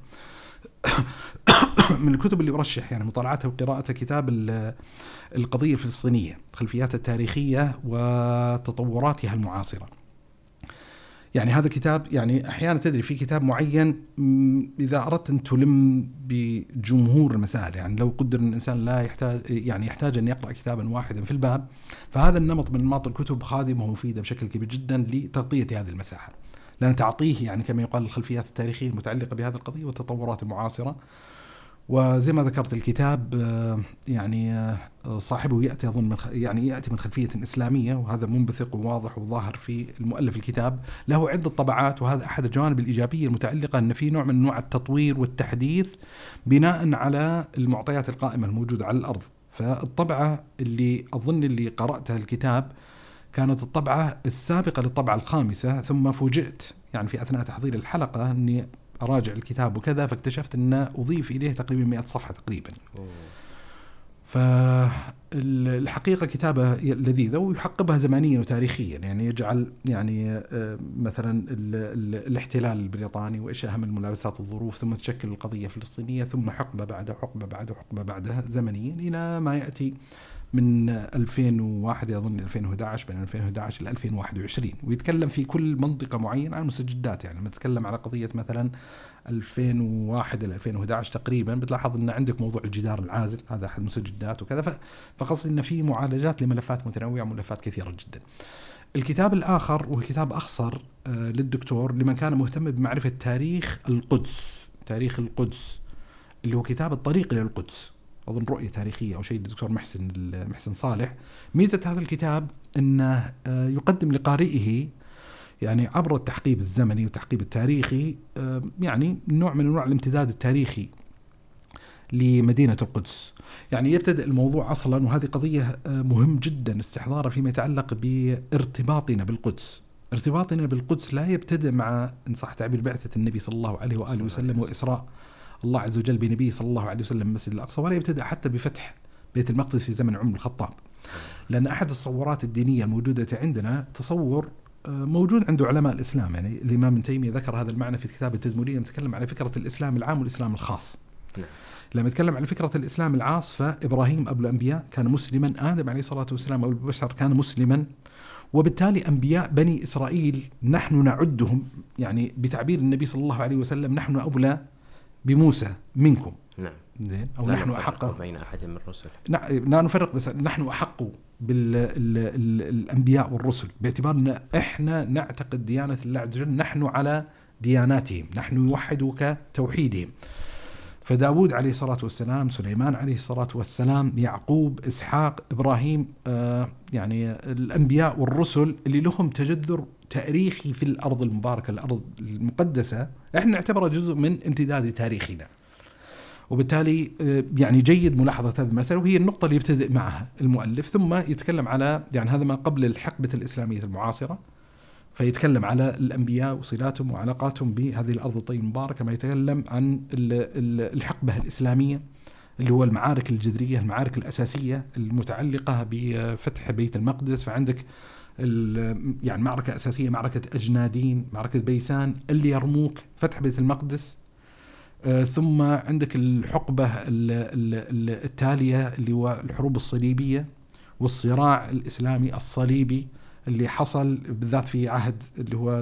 من الكتب اللي أرشح يعني مطالعتها وقراءتها كتاب القضية الفلسطينية، خلفياتها التاريخية وتطوراتها المعاصرة. يعني هذا كتاب يعني أحيانا تدري في كتاب معين إذا أردت أن تلم بجمهور المسائل، يعني لو قدر الإنسان لا يحتاج أن يقرأ كتابا واحدا في الباب، فهذا النمط من أنماط الكتب خادمة ومفيدة بشكل كبير جدا لتغطية هذه المساحة، لأن تعطيه يعني كما يقال الخلفيات التاريخية المتعلقة بهذه القضية والتطورات المعاصرة. وزي ما ذكرت الكتاب يعني صاحبه يأتي أظن يأتي من خلفية إسلامية، وهذا منبثق وواضح وظاهر في المؤلف الكتاب. له عدة طبعات، وهذا أحد الجوانب الإيجابية المتعلقة أن في نوع من أنواع التطوير والتحديث بناء على المعطيات القائمة الموجودة على الأرض. فالطبعة اللي أظن اللي قرأتها الكتاب كانت الطبعة السابقة للطبعة الخامسة، ثم فوجئت يعني في أثناء تحضير الحلقة أني أراجع الكتاب وكذا، فاكتشفت أن أضيف إليه تقريبا 100 صفحة تقريبا. فالحقيقة كتابة لذيذة ويحقبها زمانيا وتاريخيا، يعني يجعل يعني مثلا الاحتلال البريطاني وإيش أهم الملابسات الظروف، ثم تشكل القضية الفلسطينية، ثم حقبة بعدها حقبة بعدها حقبة بعدها زمنيا إلى ما يأتي من 2001 أظن 2011 بين 2011 إلى 2021، ويتكلم في كل منطقة معينة عن المستجدات. يعني لما تتكلم على قضية مثلا 2001 إلى 2011 تقريبا بتلاحظ أن عندك موضوع الجدار العازل، هذا أحد المستجدات وكذا، فقصد أن في معالجات لملفات متنوعة وملفات كثيرة جدا. الكتاب الآخر وهو كتاب أخصر للدكتور لمن كان مهتم بمعرفة تاريخ القدس اللي هو كتاب الطريق إلى القدس، أظن رؤية تاريخية أو شيء للدكتور محسن صالح. ميزة هذا الكتاب أنه يقدم لقارئه يعني عبر التحقيب الزمني والتحقيب التاريخي يعني نوع من أنواع الامتداد التاريخي لمدينة القدس. يعني يبتدأ الموضوع أصلا، وهذه قضية مهم جدا استحضارها فيما يتعلق بارتباطنا بالقدس. ارتباطنا بالقدس لا يبتدأ مع إن صح تعبير بعثة النبي صلى الله عليه وآله وسلم وإسراء الله عز وجل بنبيه صلى الله عليه وسلم المسجد الأقصى، ولا يبتدأ حتى بفتح بيت المقدس في زمن عمر الخطاب، لأن أحد التصورات الدينية الموجودة عندنا تصور موجود عند علماء الإسلام. يعني الإمام ابن تيمية ذكر هذا المعنى في كتاب التدمرية، يتكلم على فكرة الإسلام العام والإسلام الخاص. لما يتكلم على فكرة الإسلام العاص، فإبراهيم أبو الأنبياء كان مسلما، آدم عليه الصلاة والسلام أبو البشر كان مسلما، وبالتالي أنبياء بني إسرائيل نحن نعدهم يعني بتعبير النبي صلى الله عليه وسلم نحن أولى بموسى منكم. نعم. زين. أو نحن أحق بين أحد من الرسل. لا نفرق، بس نحن أحق بالأنبياء والرسل، باعتبار أن إحنا نعتقد ديانة الله عز وجل، نحن على دياناتهم، نحن نوحد كتوحيدهم. فداود عليه الصلاة والسلام، سليمان عليه الصلاة والسلام، يعقوب، إسحاق، إبراهيم، يعني الأنبياء والرسل اللي لهم تجذر تاريخي في الأرض المباركة، الأرض المقدسة، إحنا نعتبره جزء من امتداد تاريخنا. وبالتالي يعني جيد ملاحظة هذه المسألة، وهي النقطة اللي يبتدئ معها المؤلف، ثم يتكلم على يعني هذا ما قبل الحقبة الإسلامية المعاصرة، فيتكلم على الأنبياء وصلاتهم وعلاقاتهم بهذه الأرض الطيبة المباركة، ما يتكلم عن الحقبة الإسلامية اللي هو المعارك الجذرية، المعارك الأساسية المتعلقة بفتح بيت المقدس. فعندك يعني معركة أساسية، معركة أجنادين، معركة بيسان، اليرموك، فتح بيت المقدس. ثم عندك الحقبة التالية اللي هو الحروب الصليبية والصراع الإسلامي الصليبي اللي حصل بالذات في عهد اللي هو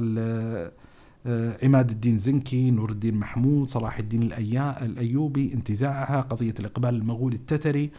عماد الدين زنكي، نور الدين محمود، صلاح الدين الأيوبي، انتزاعها، قضية الإقبال المغولي التتري،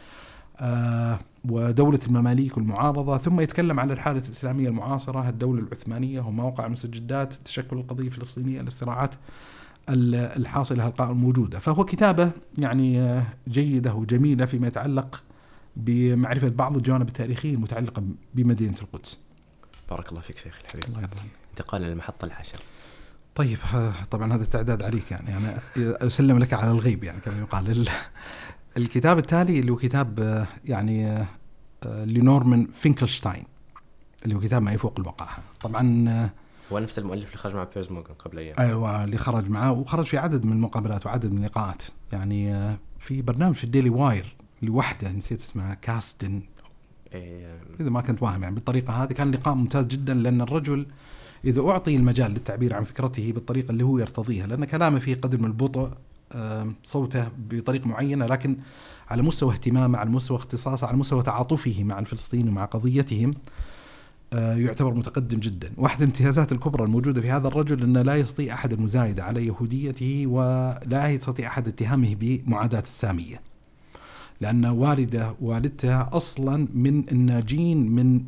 ودولة المماليك والمعارضة. ثم يتكلم عن الحالة الإسلامية المعاصرة، الدولة العثمانية وما وقع المستجدات، تشكل القضية الفلسطينية، الاصطراعات الحاصلة القائمة الموجودة. فهو كتابة يعني جيدة وجميلة فيما يتعلق بمعرفة بعض الجوانب التاريخية المتعلقة بمدينة القدس. بارك الله فيك شيخ الحبيب. انتقال للمحطة العاشرة. طيب طبعا هذا التعداد عليك، يعني أنا أسلم لك على الغيب يعني كما يقال. الكتاب التالي اللي هو كتاب يعني لنورمان فينكلشتاين، اللي هو كتاب ما يفوق الوقاحة. طبعا هو نفس المؤلف اللي خرج مع بيرز مورغان قبل أيام. أيوة، اللي خرج معه وخرج في عدد من المقابلات وعدد من اللقاءات، يعني في برنامج في الديلي واير لوحده نسيت اسمها كاستن، إذا ما كنت واهم يعني بالطريقة هذه. كان لقاء ممتاز جدا، لأن الرجل إذا أعطي المجال للتعبير عن فكرته بالطريقة اللي هو يرتضيها، لأن كلامه فيه قدر من البطء، صوته بطريقة معينة، لكن على مستوى اهتمامه، على مستوى اختصاصه، على مستوى تعاطفه مع الفلسطينيين ومع قضيتهم، يعتبر متقدم جدا. واحدة الامتيازات الكبرى الموجودة في هذا الرجل أنه لا يستطيع أحد المزايدة على يهوديته، ولا يستطيع أحد اتهامه بمعاداة السامية، لأن والدته أصلا من الناجين من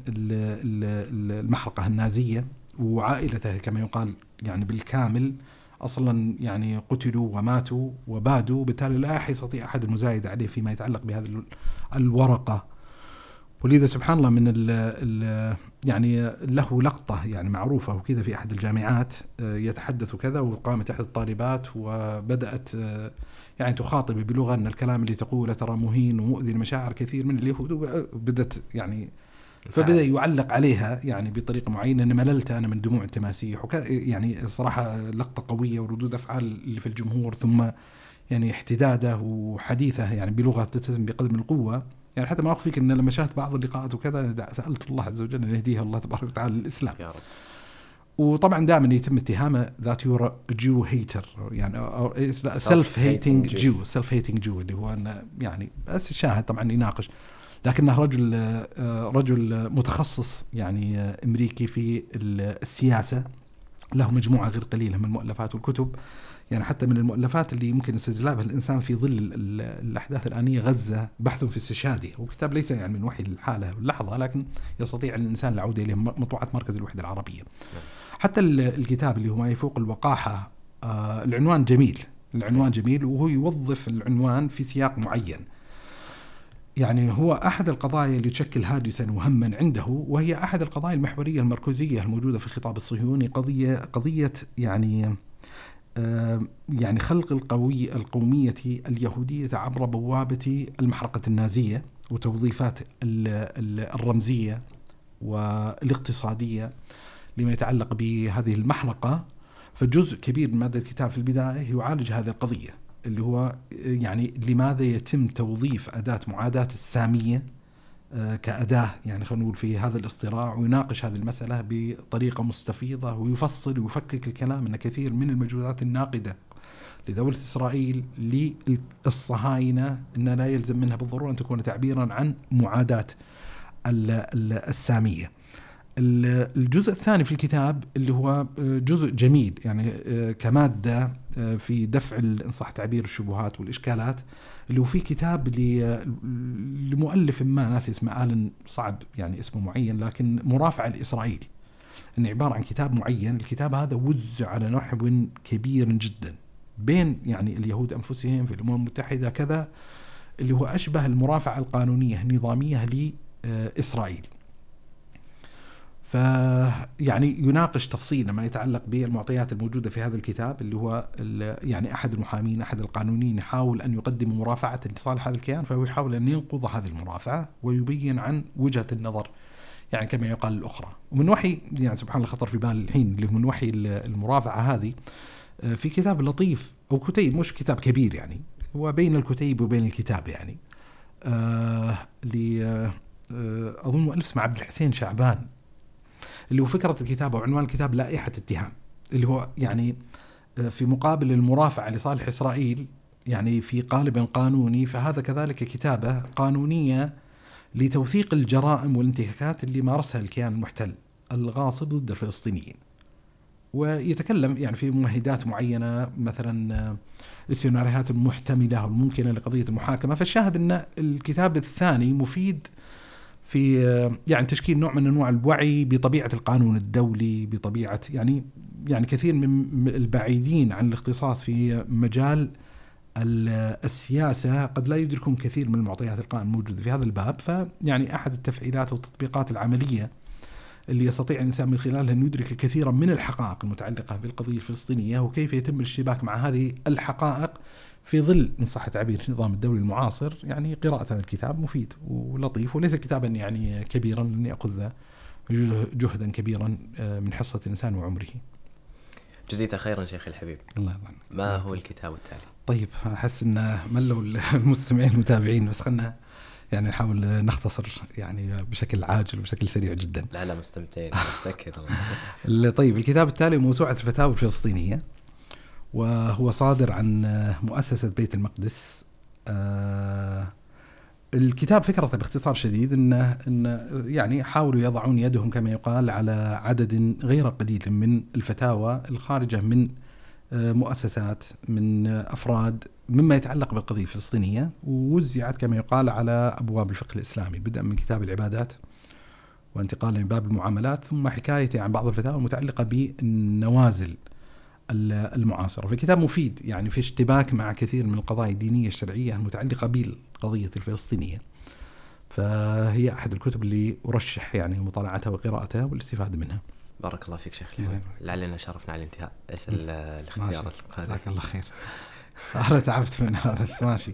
المحرقة النازية، وعائلته كما يقال يعني بالكامل أصلا يعني قتلوا وماتوا وبادوا، بالتالي لا يستطيع أحد المزايدة عليه فيما يتعلق بهذه الورقة. ولذا سبحان الله من ال يعني له لقطة يعني معروفة وكذا في أحد الجامعات، يتحدث كذا، وقامت أحد الطالبات وبدأت يعني تخاطب بلغة أن الكلام اللي تقوله ترى مهين ومؤذي لمشاعر كثير من اليهود، وبدت يعني فبدأ يعلق عليها يعني بطريقة معينة، أن مللت أنا من دموع التماسيح يعني الصراحة لقطة قوية، وردود أفعال اللي في الجمهور، ثم يعني احتداده وحديثه يعني بلغة تتسم بقدر من القوة. يعني حتى ما أخفيك أن لما شاهدت بعض اللقاءات وكذا سألت الله عز وجل أن يهديها الله تبارك وتعالى للإسلام يا رب. وطبعا دائما يتم اتهامه that you're a Jew hater، يعني self-hating Jew اللي هو أنه يعني بس الشاهد طبعا يناقش، لكنه رجل متخصص يعني أمريكي في السياسة، له مجموعة غير قليلة من المؤلفات والكتب، يعني حتى من المؤلفات اللي يمكن استجلابها الإنسان في ظل الأحداث الآنية غزة بحث في استشهاده، وكتاب ليس يعني من وحي الحالة واللحظة، لكن يستطيع الإنسان العودة إليه، مطبوعة مركز الوحدة العربية. حتى الكتاب اللي هو ما يفوق الوقاحة، العنوان جميل، وهو يوظف العنوان في سياق معين. يعني هو أحد القضايا اللي تشكل هاجسا وهما عنده، وهي أحد القضايا المحورية المركزية الموجودة في الخطاب الصهيوني، قضية يعني خلق القومية اليهودية عبر بوابة المحرقة النازية، وتوظيفات الرمزية والاقتصادية لما يتعلق بهذه المحرقة. فجزء كبير من مادة الكتاب في البداية يعالج هذه القضية، اللي هو يعني لماذا يتم توظيف أداة معاداة السامية كأداة يعني خلينا نقول في هذا الاصطراع، ويناقش هذه المسألة بطريقة مستفيضة، ويفصل ويفكك الكلام أن كثير من المجهودات الناقدة لدولة إسرائيل للصهاينة أن لا يلزم منها بالضرورة أن تكون تعبيرا عن معاداة السامية. الجزء الثاني في الكتاب اللي هو جزء جميل يعني كمادة في دفع إن صح تعبير الشبهات والإشكالات، اللي هو في كتاب لمؤلف ما ناسي اسمه، آلن صعب يعني اسمه معين، لكن مرافعة لإسرائيل، إنه عبارة عن كتاب معين. الكتاب هذا وزع على نحو كبير جدا بين يعني اليهود أنفسهم في الأمم المتحدة كذا، اللي هو أشبه المرافعة القانونية النظامية لإسرائيل. فيعني يناقش تفصيلا ما يتعلق بالمعطيات الموجودة في هذا الكتاب، اللي هو يعني أحد المحامين أحد القانونيين يحاول أن يقدم مرافعة لصالح هذا الكيان، فهو يحاول أن ينقض هذه المرافعة ويبين عن وجهة النظر يعني كما يقال الأخرى. ومن وحي يعني سبحان الله خطر في بال الحين اللي هو من وحي المرافعة هذه، في كتاب لطيف أو كتيب مش كتاب كبير يعني، هو بين الكتيب وبين الكتاب يعني، أظن مؤلف اسمه عبد الحسين شعبان، اللي هو فكرة الكتاب وعنوان الكتاب لائحة اتهام، اللي هو يعني في مقابل المرافعة لصالح إسرائيل يعني في قالب قانوني، فهذا كذلك كتابة قانونية لتوثيق الجرائم والانتهاكات اللي مارسها الكيان المحتل الغاصب ضد الفلسطينيين. ويتكلم يعني في ممهدات معينة، مثلا السيناريوهات المحتملة والممكنة لقضية المحاكمة. فالشاهد أن الكتاب الثاني مفيد في يعني تشكيل نوع من أنواع الوعي بطبيعة القانون الدولي، بطبيعة يعني كثير من البعيدين عن الاختصاص في مجال السياسة قد لا يدركون كثير من المعطيات القانون الموجودة في هذا الباب. فيعني أحد التفعيلات والتطبيقات العملية اللي يستطيع الإنسان من خلالها أن يدرك كثيرا من الحقائق المتعلقة بالقضية الفلسطينية، وكيف يتم الاشتباك مع هذه الحقائق في ظل إن صح تعبير النظام الدولي المعاصر. يعني قراءة هذا الكتاب مفيد ولطيف، وليس كتابا يعني كبيرا لن يأخذ جهدا كبيرا من حصة الإنسان وعمره. جزيت خيرا شيخ الحبيب. الله يضمن. ما هو الكتاب التالي؟ طيب أحس إن ملوا المستمعين المتابعين، بس خلنا يعني نحاول نختصر يعني بشكل عاجل وبشكل سريع جدا. لا مستمتعين متأكد. طيب الكتاب التالي موسوعة الفتاوى الفلسطينية، وهو صادر عن مؤسسة بيت المقدس. الكتاب فكرته باختصار شديد إن يعني حاولوا يضعون يدهم كما يقال على عدد غير قليل من الفتاوى الخارجة من مؤسسات من أفراد مما يتعلق بالقضية الفلسطينية، ووزعت كما يقال على أبواب الفقه الإسلامي، بدءا من كتاب العبادات وانتقالا من باب المعاملات، ثم حكاية عن بعض الفتاوى المتعلقة بالنوازل المعاصرة. في كتاب مفيد يعني في اشتباك مع كثير من القضايا الدينية الشرعية المتعلقة بالقضية الفلسطينية. فهي أحد الكتب اللي أرشح يعني مطالعتها وقراءتها والاستفادة منها. بارك الله فيك شيخ الحبيب. لعلنا شرفنا على الانتهاء. ايش الاختيار القادم؟ جزاك الله خير. أنا تعبت من هذا بس ماشي.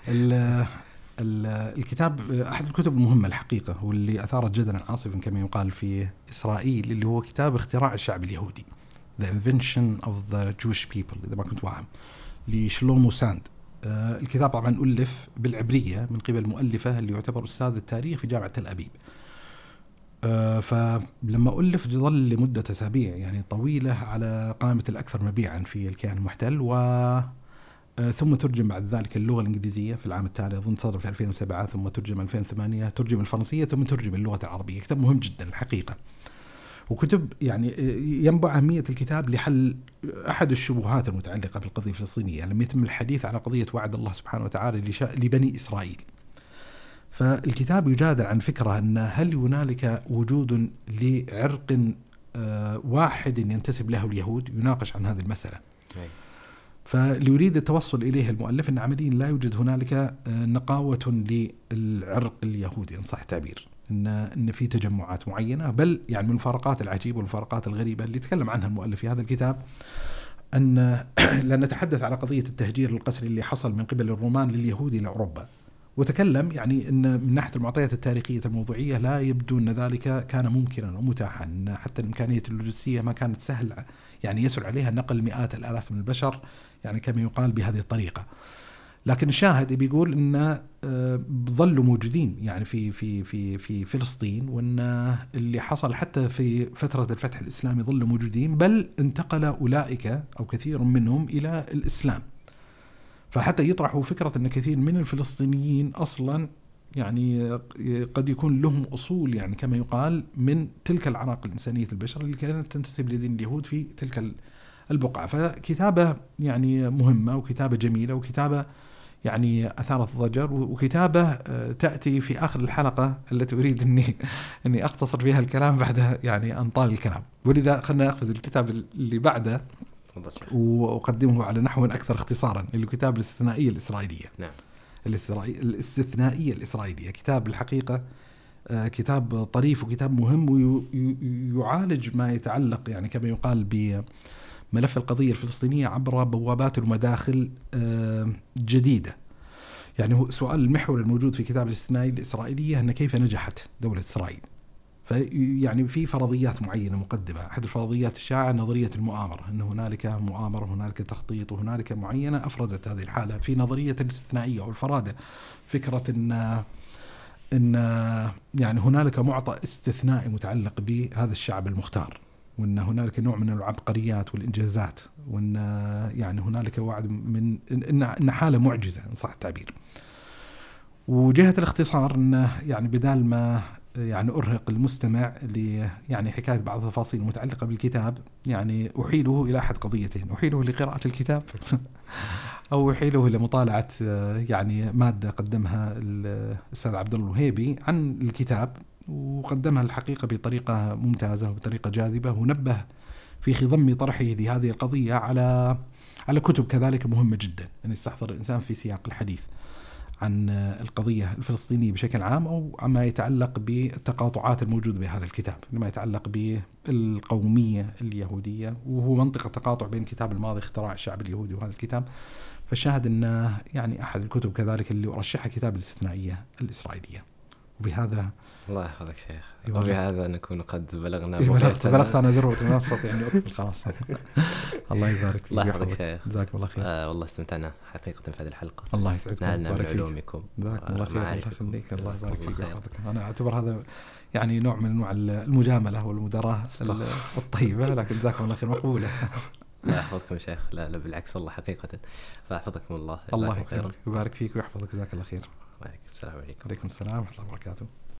الكتاب أحد الكتب المهمة الحقيقة، واللي أثارت جدلا عاصفا كما يقال في إسرائيل، اللي هو كتاب اختراع الشعب اليهودي The Invention of the Jewish People إذا ما كنت واهم، لشلومو ساند. الكتاب طبعا ألف بالعبرية من قبل مؤلفة اللي يعتبر أستاذ التاريخ في جامعة تل أبيب. فلما ألف ظل لمدة أسابيع يعني طويلة على قائمة الأكثر مبيعا في الكيان المحتل، ثم ترجم بعد ذلك اللغة الإنجليزية في العام التالي، أظن صدر في 2007، ثم ترجم 2008، ترجم الفرنسية، ثم ترجم اللغة العربية. كتاب مهم جدا الحقيقة، وكتب يعني ينبع أهمية الكتاب لحل أحد الشبهات المتعلقة بالقضية الفلسطينية لما يتم الحديث على قضية وعد الله سبحانه وتعالى لبني إسرائيل. فالكتاب يجادل عن فكرة أن هل هنالك وجود لعرق واحد ينتسب له اليهود، يناقش عن هذه المسألة. فليريد التوصل إليه المؤلف أن عمليا لا يوجد هنالك نقاوة للعرق اليهودي إن صح التعبير، إن في تجمعات معينة، بل يعني من الفارقات العجيبة والفارقات الغريبة اللي يتكلم عنها المؤلف في هذا الكتاب، أن لن نتحدث على قضية التهجير القسري اللي حصل من قبل الرومان لليهود إلى أوروبا، وتكلم يعني أن من ناحية المعطيات التاريخية الموضوعية لا يبدو أن ذلك كان ممكنا ومتاحا، أن حتى الإمكانية اللوجستية ما كانت سهل يعني يسر عليها نقل مئات الآلاف من البشر يعني كما يقال بهذه الطريقة. لكن الشاهد بيقول أن ظلوا موجودين يعني في فلسطين، وأن اللي حصل حتى في فترة الفتح الإسلامي ظلوا موجودين، بل انتقل أولئك أو كثير منهم إلى الإسلام. فحتى يطرحوا فكرة أن كثير من الفلسطينيين أصلا يعني قد يكون لهم أصول يعني كما يقال من تلك الأعراق الإنسانية البشر اللي كانت تنتسب لدين اليهود في تلك البقعة. فكتابة يعني مهمة وكتابة جميلة وكتابة يعني أثارت ضجر، وكتابة تأتي في آخر الحلقة التي أريد أني أختصر فيها الكلام بعد يعني أن طال الكلام، ولذا خلنا نأخذ الكتاب اللي بعده وأقدمه على نحو أكثر اختصارا، اللي كتاب الاستثنائية الإسرائيلية. نعم. الاستثنائية الإسرائيلية كتاب الحقيقة كتاب طريف وكتاب مهم، ويعالج ما يتعلق يعني كما يقال بملف القضية الفلسطينية عبر بوابات ومداخل جديدة. يعني هو سؤال المحور الموجود في كتاب الاستثنائية الإسرائيلية أن كيف نجحت دولة إسرائيل. فيعني في فرضيات معينة مقدمة. أحد الفرضيات الشائعة نظرية المؤامرة، أن هنالك مؤامرة وهنالك تخطيط وهنالك معينة أفرزت هذه الحالة. في نظرية الاستثنائية أو الفرادة فكرة إن يعني هنالك معطى استثنائي متعلق بهذا الشعب المختار، وأن هنالك نوع من العبقريات والإنجازات، وأن يعني هنالك وعد من إن حالة معجزة إن صح التعبير. وجهة الاختصار أنه يعني بدال ما يعني أرهق المستمع يعني حكاية بعض التفاصيل المتعلقة بالكتاب، يعني أحيله إلى أحد قضيتين: أحيله لقراءة الكتاب أو أحيله لمطالعة يعني مادة قدمها الأستاذ عبد الله الوهيبي عن الكتاب، وقدمها الحقيقة بطريقة ممتازة وبطريقة جاذبة، ونبه في خضم طرحه لهذه القضية على كتب كذلك مهمة جدا أن يستحضر الإنسان في سياق الحديث عن القضية الفلسطينية بشكل عام، أو عما يتعلق بالتقاطعات الموجودة بهذا الكتاب، لما يتعلق بالقومية اليهودية، وهو منطقة تقاطع بين كتاب الماضي اختراع الشعب اليهودي وهذا الكتاب. فالشاهد أن يعني أحد الكتب كذلك اللي أرشحها كتاب الاستثنائية الإسرائيلية. وبهذا الله يحفظك شيخ، وبهذا نكون قد بلغنا بلغت أنا ذروة منصة يعني أكمل خلاص. الله يبارك فيك. الله يحفظك شيخ، جزاكم الله خير. والله استمتعنا حقيقة في هذه الحلقة. الله يسعدكم ويبارك فيك. علومكم. جزاكم الله خير. الله يبارك فيك ويحفظك. أنا أعتبر هذا يعني نوع من أنواع المجاملة والمداراة الطيبة، لكن جزاكم الله خير مقبولة. لا يحفظكم شيخ. لا بالعكس والله حقيقة. فأحفظكم الله. الله يبارك فيك ويحفظك. جزاك الله خير. السلام عليكم. عليكم السلام ورحمة الله وبركاته.